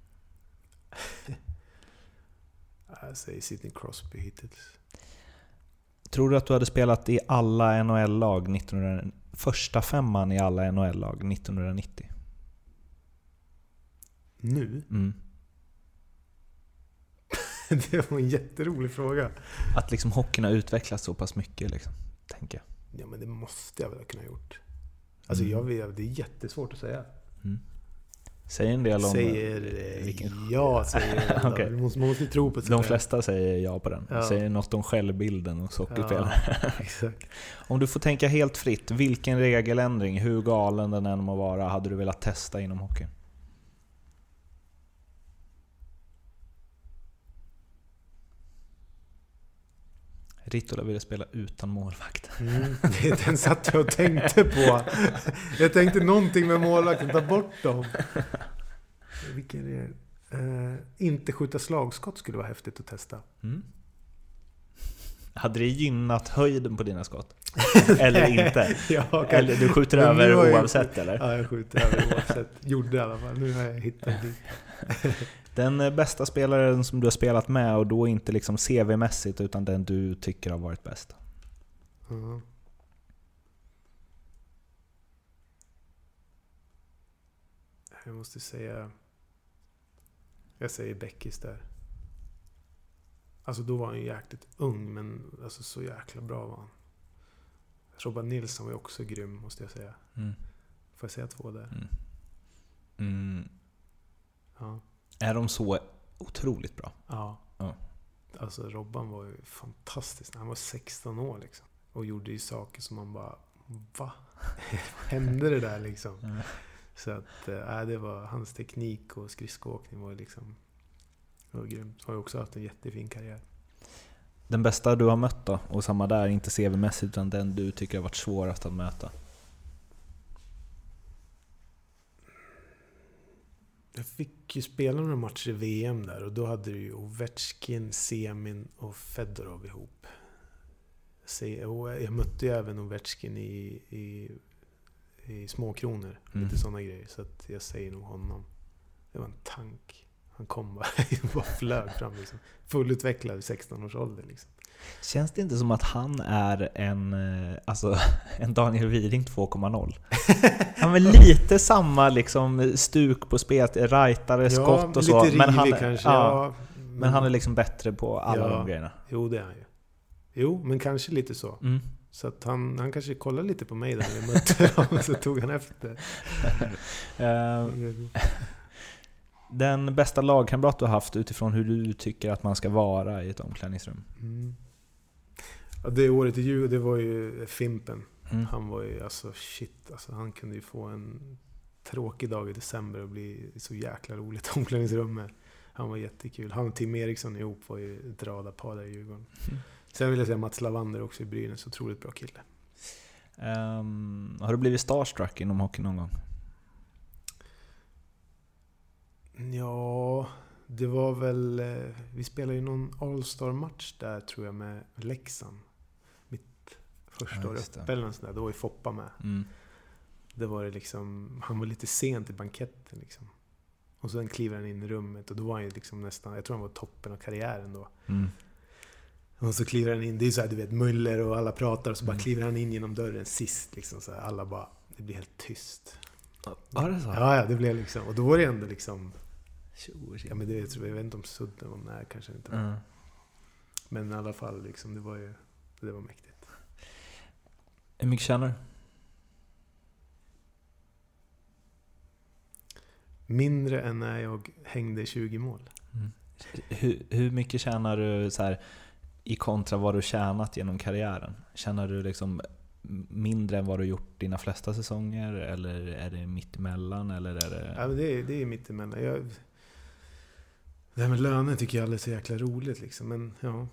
Speaker 1: Jag säger Sidney Crosby hittills.
Speaker 2: Tror du att du hade spelat i alla N H L-lag nittonhundra första femman i alla N H L-lag nittonhundranittio?
Speaker 1: Nu?
Speaker 2: Mm.
Speaker 1: Det var en jätterolig fråga.
Speaker 2: Att liksom hockeyn har utvecklats så pass mycket, liksom, tänker jag.
Speaker 1: Ja, men det måste jag väl ha kunnat gjort. Alltså,
Speaker 2: Mm.
Speaker 1: jag vet, det är jättesvårt att säga.
Speaker 2: Mm. Säg en del om...
Speaker 1: Säger eh,
Speaker 2: vilken-
Speaker 1: ja, säger jag.
Speaker 2: Okej.
Speaker 1: Man måste, man måste tro på sig
Speaker 2: De
Speaker 1: själv.
Speaker 2: flesta säger ja på den.
Speaker 1: Ja.
Speaker 2: Säger något om självbilden och hockeyspelare.
Speaker 1: Ja, exakt.
Speaker 2: Om du får tänka helt fritt, vilken regeländring, hur galen den än må vara, hade du velat testa inom hockeyn? Ritola ville spela utan målvakt.
Speaker 1: Mm, det- den satt jag och tänkte på. Jag tänkte någonting med målvakten, ta bort dem. Vilken är det? Uh, inte skjuta slagskott skulle vara häftigt att testa.
Speaker 2: Mm. Hade det gynnat höjden på dina skott? Eller inte?
Speaker 1: Ja, kan-
Speaker 2: Eller du skjuter
Speaker 1: Men nu
Speaker 2: över
Speaker 1: har jag-
Speaker 2: oavsett, eller?
Speaker 1: Ja, jag skjuter över oavsett. Gjorde i alla fall. Nu har jag hittat dit.
Speaker 2: Den eh, bästa spelaren som du har spelat med, och då inte liksom C V-mässigt, utan den du tycker har varit bäst.
Speaker 1: Ja. Jag måste säga... Jag säger Beckis där. Alltså då var han ju jäkligt ung, men alltså så jäkla bra var han. Robert Nilsson var ju också grym, måste jag säga.
Speaker 2: Mm.
Speaker 1: Får jag säga två där?
Speaker 2: Mm. Mm.
Speaker 1: Ja.
Speaker 2: Är de så otroligt bra?
Speaker 1: Ja.
Speaker 2: Ja.
Speaker 1: Alltså Robban var ju fantastisk. Han var sexton år liksom. Och gjorde ju saker som man bara... Va? Hände det där liksom?
Speaker 2: Mm.
Speaker 1: Så att äh, det var hans teknik och skridskoåkning var liksom... Det var grymt. Han har ju också haft en jättefin karriär.
Speaker 2: Den bästa du har mött då? Och samma där, inte C V-mässigt, utan den du tycker har varit svårast att möta?
Speaker 1: Jag fick ju spela några matcher i V M där och då hade du ju Ovechkin, Semin och Fedorov ihop. Jag mötte ju även Ovechkin i, i, i Småkronor,
Speaker 2: Mm.
Speaker 1: lite sådana grejer, så att jag säger nog honom. Det var en tank. Han kom bara, bara flög fram liksom. Fullutvecklad i sexton års ålder liksom.
Speaker 2: Känns det inte som att han är en, eh, alltså, en Daniel Widing två komma noll? Han har lite samma liksom stuk på spelet, rightare, skott och så.
Speaker 1: Lite
Speaker 2: Men han,
Speaker 1: rivig kanske.
Speaker 2: ja,
Speaker 1: Ja,
Speaker 2: men han är liksom bättre på alla
Speaker 1: Ja.
Speaker 2: de grejerna.
Speaker 1: Jo, det är han ju. Jo, men kanske lite så.
Speaker 2: Mm.
Speaker 1: Så att han, han kanske kollade lite på mig där när jag mötte honom, så tog han efter.
Speaker 2: Eh, Den bästa lagkamrat du har haft utifrån hur du tycker att man ska vara i ett omklädningsrum?
Speaker 1: Mm. Ja, det året i Djurgården, det var ju Fimpen.
Speaker 2: Mm.
Speaker 1: Han var ju, alltså shit, alltså, han kunde ju få en tråkig dag i december och bli så jäkla roligt i omklädningsrummet. Han var jättekul. Han och Tim Eriksson ihop var ju ett radarpar där i Djurgården. Mm. Sen vill jag säga Mats Lavander också i Brynäs, otroligt bra kille.
Speaker 2: Um, har du blivit starstruck inom hockey någon gång?
Speaker 1: Ja, det var väl... Vi spelade ju någon All-Star-match där tror jag med Leksand. Mitt första
Speaker 2: ja,
Speaker 1: år uppe eller något sånt där. Då var ju Foppa med.
Speaker 2: Mm.
Speaker 1: Det var det liksom... Han var lite sent i banketten liksom. Och sen kliver han in i rummet och då var han ju liksom nästan... Jag tror han var toppen av karriären då.
Speaker 2: Mm. Och
Speaker 1: så kliver han in, det är så här, du vet, Muller och alla pratar och så bara mm. kliver han in genom dörren sist liksom så här, alla bara, det blir helt tyst.
Speaker 2: Var det så?
Speaker 1: Ja, ja, det blev liksom, och då var det ändå liksom, ja men det jag tror jag vet inte om sudden var när, kanske inte. Mm. Men i alla fall liksom, det var ju, det var mäktigt.
Speaker 2: Hur mycket tjänar du?
Speaker 1: Mindre än när jag hängde tjugo mål.
Speaker 2: Mm. Hur, hur mycket tjänar du så här, i kontra vad du tjänat genom karriären? Tjänar du liksom mindre än vad du gjort dina flesta säsonger? Eller är det mitt emellan? Eller är det...
Speaker 1: Ja, men det, är, det är mitt emellan. Jag, det här med lönen tycker jag är så jäkla roligt. Liksom. Men, ja.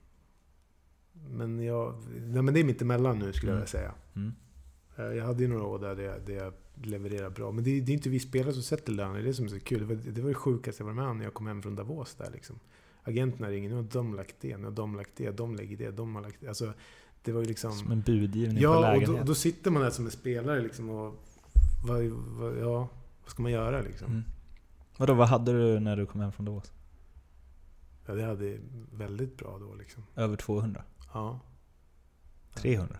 Speaker 1: men, jag, ja, men det är mitt emellan nu skulle mm. jag vilja säga. Mm. Jag hade ju några år där jag, där jag levererar bra. Men det, det är inte vi spelare som sätter löner. Det är det som är så kul. Det var det, var det sjukaste jag var med om när jag kom hem från Davos där liksom. Agenterna ringer, nu har de lagt det, nu har de lagt det, de lägger det, de har lagt det. Alltså, det var ju liksom...
Speaker 2: Som en budgivning
Speaker 1: ja,
Speaker 2: på lägenhet.
Speaker 1: Ja, och då, då sitter man där som en spelare liksom och... Vad, vad, ja, vad ska man göra liksom? Mm.
Speaker 2: Vadå, vad hade du när du kom hem från Davos?
Speaker 1: Ja, det hade väldigt bra då liksom.
Speaker 2: Över tvåhundra?
Speaker 1: Ja.
Speaker 2: trehundra?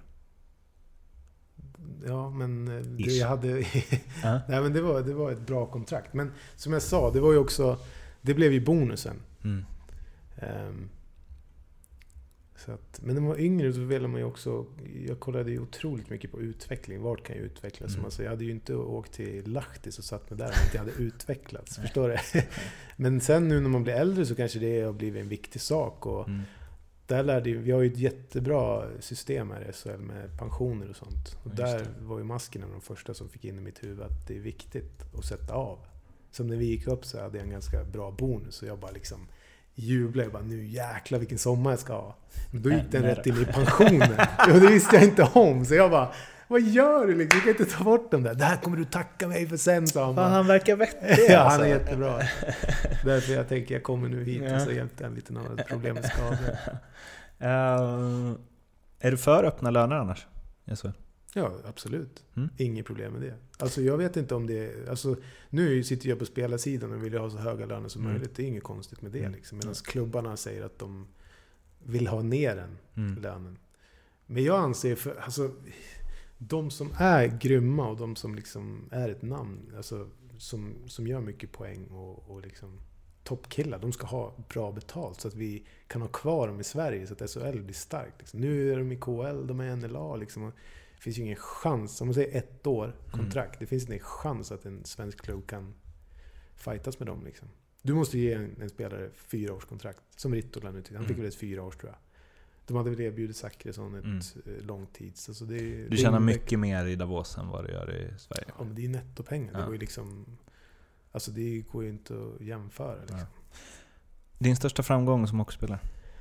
Speaker 1: Ja, men det jag hade... uh-huh. Nej, men det var, det var ett bra kontrakt. Men som jag sa, det var ju också... Det blev ju bonusen. Mm. Um, så att, men när man var yngre så ville man ju också... Jag kollade ju otroligt mycket på utveckling. Vart kan jag utvecklas? Mm. Alltså, jag hade ju inte åkt till Lahtis och satt mig där om inte jag hade utvecklats. Förstår du? Men sen nu när man blir äldre så kanske det har blivit en viktig sak. Och mm. där lärde ju, vi har ju ett jättebra system här i S H L med pensioner och sånt. Och ja, där var ju masken de första som fick in i mitt huvud att det är viktigt att sätta av. Som när vi gick upp så hade jag en ganska bra bonus och jag bara liksom jublade. Jag bara, nu jäklar vilken sommar jag ska ha. Men då gick den rätt in i pensionen. Och det visste jag inte om. Så jag bara, vad gör du liksom? Du kan inte ta bort dem där. Det här kommer du tacka mig för sen, sa han.
Speaker 2: Han verkar vettig.
Speaker 1: Ja, han är jättebra. Därför jag tänker, jag kommer nu hit och så hjälpte jag lite några problem med skador.
Speaker 2: Uh, är du för öppna löner annars? Yes,
Speaker 1: ja, absolut. Mm. Inget problem med det. Alltså jag vet inte om det... Alltså, nu sitter jag på spelarsidan och vill ha så höga löner som mm. möjligt. Det är inget konstigt med det. Liksom. Medan klubbarna säger att de vill ha ner den mm. lönen. Men jag anser... För, alltså, de som är grymma och de som liksom är ett namn, alltså, som, som gör mycket poäng och, och liksom toppkillar, de ska ha bra betalt så att vi kan ha kvar dem i Sverige så att S H L blir starkt. Liksom. Nu är de i K L, de är i N L A. Liksom. Det finns ju ingen chans, om man säger ett år kontrakt, mm. det finns ingen chans att en svensk klubb kan fightas med dem. Liksom. Du måste ge en, en spelare fyra års kontrakt, som Rittola nu. Han fick mm. väl ett fyra års tror jag. De hade väl erbjudit Zachrisson ett mm. långtids. Alltså det,
Speaker 2: du
Speaker 1: det
Speaker 2: tjänar
Speaker 1: är
Speaker 2: mycket mer i Davos än vad du gör i Sverige.
Speaker 1: Ja, men det är nettopengar. Ja. Det går ju liksom, alltså det går ju inte att jämföra. Liksom. Ja.
Speaker 2: Din största framgång som hockeyspelare?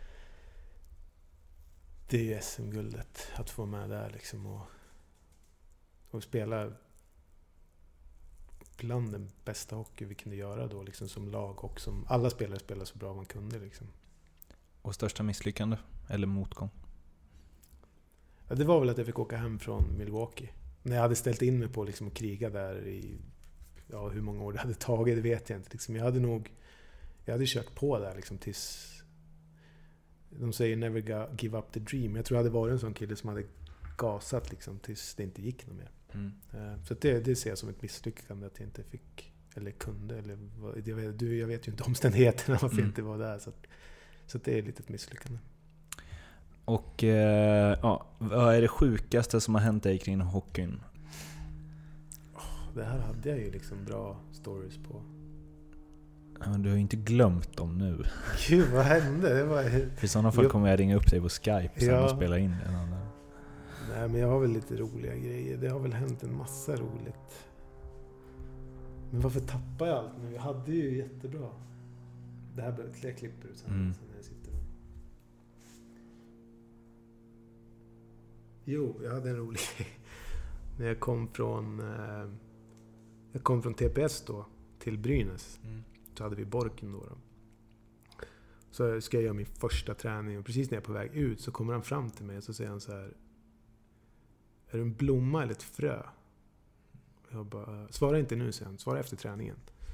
Speaker 1: Det är S M-guldet. Att få med där liksom och, och spela bland den bästa hockey vi kunde göra då liksom som lag och som alla spelare spelade så bra man kunde liksom.
Speaker 2: Och största misslyckande eller motgång?
Speaker 1: Ja, det var väl att jag fick åka hem från Milwaukee. När jag hade ställt in mig på liksom att kriga där i ja, hur många år det hade tagit, det vet jag inte. Liksom, jag hade nog jag hade kört på där liksom, tills de säger never give up the dream. Jag tror jag hade varit en sån kille som hade gasat liksom, tills det inte gick något mer. Mm. Så det, det ser jag som ett misslyckande att jag inte fick eller kunde. Eller, jag, vet, du, jag vet ju inte omständigheterna varför mm. jag inte var där. Så, att, så att det är lite ett misslyckande.
Speaker 2: Och eh, ja, vad är det sjukaste som har hänt dig kring hockeyn?
Speaker 1: Oh, det här hade jag ju liksom bra stories på.
Speaker 2: Ja, du har ju inte glömt dem nu.
Speaker 1: Gud, vad hände? Det var...
Speaker 2: För i sådana fall kommer jag ringa upp dig på Skype sen
Speaker 1: Ja.
Speaker 2: och spela in den andra.
Speaker 1: Nej, men jag har väl lite roliga grejer. Det har väl hänt en massa roligt. Men varför tappar jag allt nu? Jag hade ju jättebra. Det här behöver jag klippa ut sen,
Speaker 2: Mm.
Speaker 1: sen när jag sitter. Jo, jag hade en rolig grej. När jag kom från... Eh, jag kom från T P S då till Brynäs.
Speaker 2: Mm.
Speaker 1: Så hade vi Borken då, då. Så ska jag göra min första träning. Och precis när jag är på väg ut så kommer han fram till mig och så säger han så här: är du en blomma eller ett frö? Jag bara, svara inte nu sen, svara efter träningen.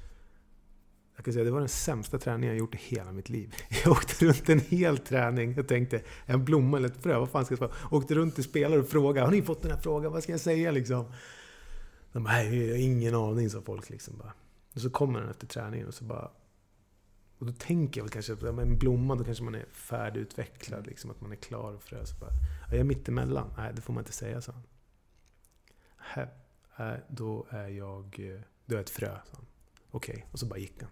Speaker 1: Jag kan säga det var den sämsta träningen jag gjort i hela mitt liv. Jag åkte runt en hel träning. Jag tänkte, en blomma eller ett frö? Vad fan ska jag svara? Åkte runt till spelare och frågade, har ni fått den här frågan? Vad ska jag säga liksom? De bara, nej, jag har ingen aning, sa folk liksom bara. Och så kommer den efter träningen och så bara... Och då tänker jag väl kanske, att en blomma, då kanske man är färdigutvecklad liksom, att man är klar och frö. Så bara, jag är mittemellan. Nej, det får man inte säga, så. Här, här, då är jag, då är jag ett frö, så. Okej, okay. Och så bara gick den.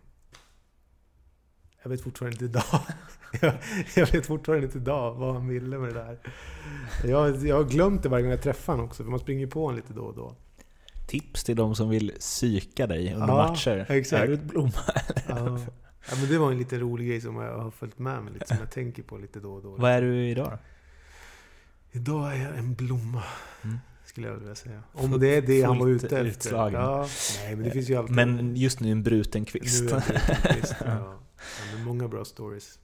Speaker 1: Jag vet fortfarande inte idag. jag, jag vet fortfarande inte idag vad han ville med det där. Jag, jag har glömt det varje gång jag träffar honom också, för man springer på honom lite då och då.
Speaker 2: Tips till de som vill psyka dig under
Speaker 1: Ja,
Speaker 2: matcher.
Speaker 1: exakt.
Speaker 2: Är du ett blomma?
Speaker 1: Ja. Ja, men det var en lite rolig grej som jag har följt med mig lite, som jag tänker på lite då och då.
Speaker 2: Vad är du idag då?
Speaker 1: Idag är jag en blomma,
Speaker 2: Mm.
Speaker 1: skulle jag vilja säga. Om det är det han var ute efter.
Speaker 2: Utslagen.
Speaker 1: Ja, nej, men det finns ju alltid...
Speaker 2: Men just nu en bruten kvist.
Speaker 1: Nu är det en bruten kvist, ja. Ja, men många bra stories.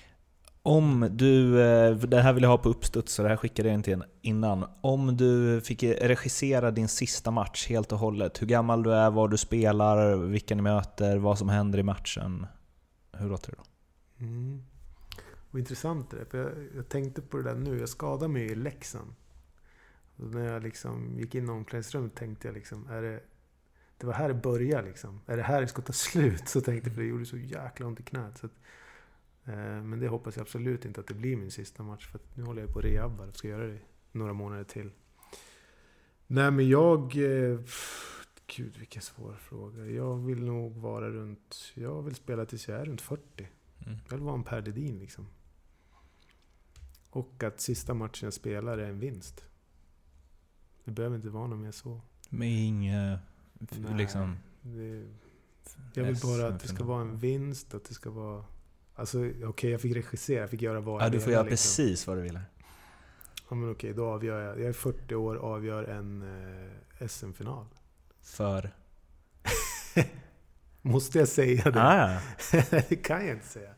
Speaker 2: Om du, det här vill jag ha på uppstuds, så det här skickade jag inte innan. Om du fick regissera din sista match helt och hållet, hur gammal du är, vad du spelar, vilka ni möter, vad som händer i matchen. Hur låter det då?
Speaker 1: Mm. Och intressant det, för jag, jag tänkte på det där nu. Jag skadade mig i Leksand. Och när jag liksom gick in i omklädningsrummet tänkte jag liksom, är det, det var här det började liksom. Är det här det ska ta slut? Så tänkte jag, för det gjorde så jäkla ont i knät. Så att, eh, men det hoppas jag absolut inte att det blir min sista match. För att nu håller jag på att rehabba och ska göra det några månader till. Nej, men jag... Eh, gud, vilken svår fråga. Jag vill nog vara runt... Jag vill spela tills jag är runt fyrtio.
Speaker 2: Mm.
Speaker 1: Jag vill vara en Per Ledin liksom. Och att sista matchen jag spelar är en vinst. Det behöver inte vara något mer så.
Speaker 2: Med inga...
Speaker 1: Nej,
Speaker 2: liksom...
Speaker 1: Det, jag vill bara att det ska vara en vinst. Att det ska vara... Alltså, okej, okay, jag fick regissera. Jag fick göra vad jag
Speaker 2: Ja, du får göra
Speaker 1: liksom.
Speaker 2: Precis vad du vill.
Speaker 1: Ja, men okej, okay, då avgör jag. Jag är fyrtio år och avgör en eh, S M-final.
Speaker 2: För?
Speaker 1: Måste jag säga det?
Speaker 2: Ah, ja.
Speaker 1: Det kan jag inte säga.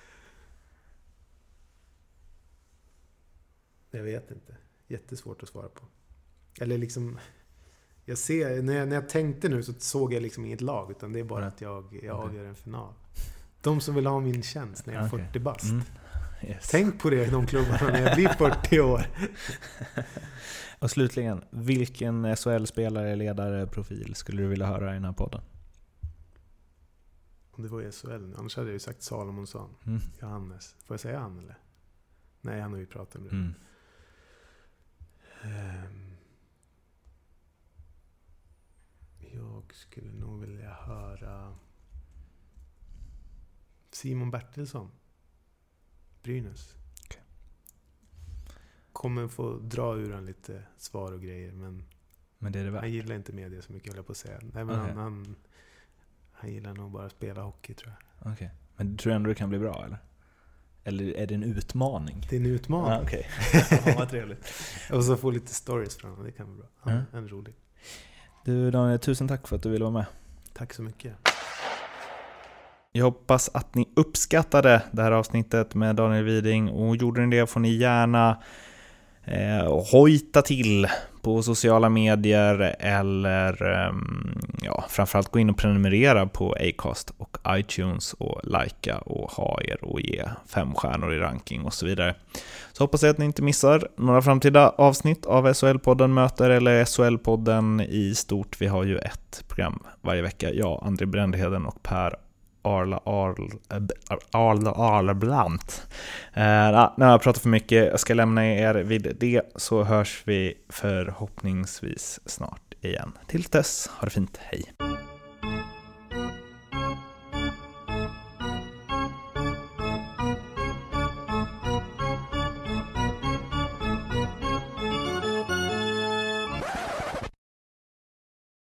Speaker 1: Jag vet inte. Jättesvårt att svara på. Eller liksom... Jag ser, när jag, när jag tänkte nu så såg jag liksom inget lag. Utan det är bara att jag, jag avgör en final. De som vill ha min tjänst när jag är
Speaker 2: Okay.
Speaker 1: fyrtio bast.
Speaker 2: Mm. Yes.
Speaker 1: Tänk på det i de klubbarna när jag blir fyrtio år.
Speaker 2: Och slutligen, vilken S H L-spelare, ledare, profil skulle du vilja höra i den här podden?
Speaker 1: Om det var i S H L nu. Annars hade jag ju sagt Salomonsson.
Speaker 2: Mm.
Speaker 1: Johannes. Får jag säga han eller? Nej, han har ju pratat om det.
Speaker 2: Mm.
Speaker 1: Um, jag skulle nog vilja höra Simon Bertilsson. Brynäs.
Speaker 2: Okay.
Speaker 1: Kommer få dra ur han lite svar och grejer, men,
Speaker 2: men det är det värt.
Speaker 1: Han gillar inte media så mycket, höll jag på att säga. Nej, men okay. han, han, han gillar nog bara att spela hockey, tror jag.
Speaker 2: Okay. Men tror du ändå det kan bli bra, eller? Eller är det en utmaning?
Speaker 1: Det är en utmaning.
Speaker 2: Ah, okej. Okay. Vad trevligt.
Speaker 1: Och så få lite stories från honom, det kan bli bra. Han är
Speaker 2: mm.
Speaker 1: en rolig.
Speaker 2: Du Daniel, tusen tack för att du ville vara med.
Speaker 1: Tack så mycket.
Speaker 2: Jag hoppas att ni uppskattade det här avsnittet med Daniel Widing, och gjorde ni det får ni gärna eh, hojta till på sociala medier eller eh, ja, framförallt gå in och prenumerera på Acast och iTunes och likea och ha er och ge fem stjärnor i ranking och så vidare. Så hoppas jag att ni inte missar några framtida avsnitt av S H L-podden Möter eller S H L-podden i stort. Vi har ju ett program varje vecka. Jag, André Brändheden och Per Arla Arla Arleblant. Uh, nu har jag pratat för mycket. Jag ska lämna er vid det, så hörs vi förhoppningsvis snart igen. Till dess, ha det fint. Hej.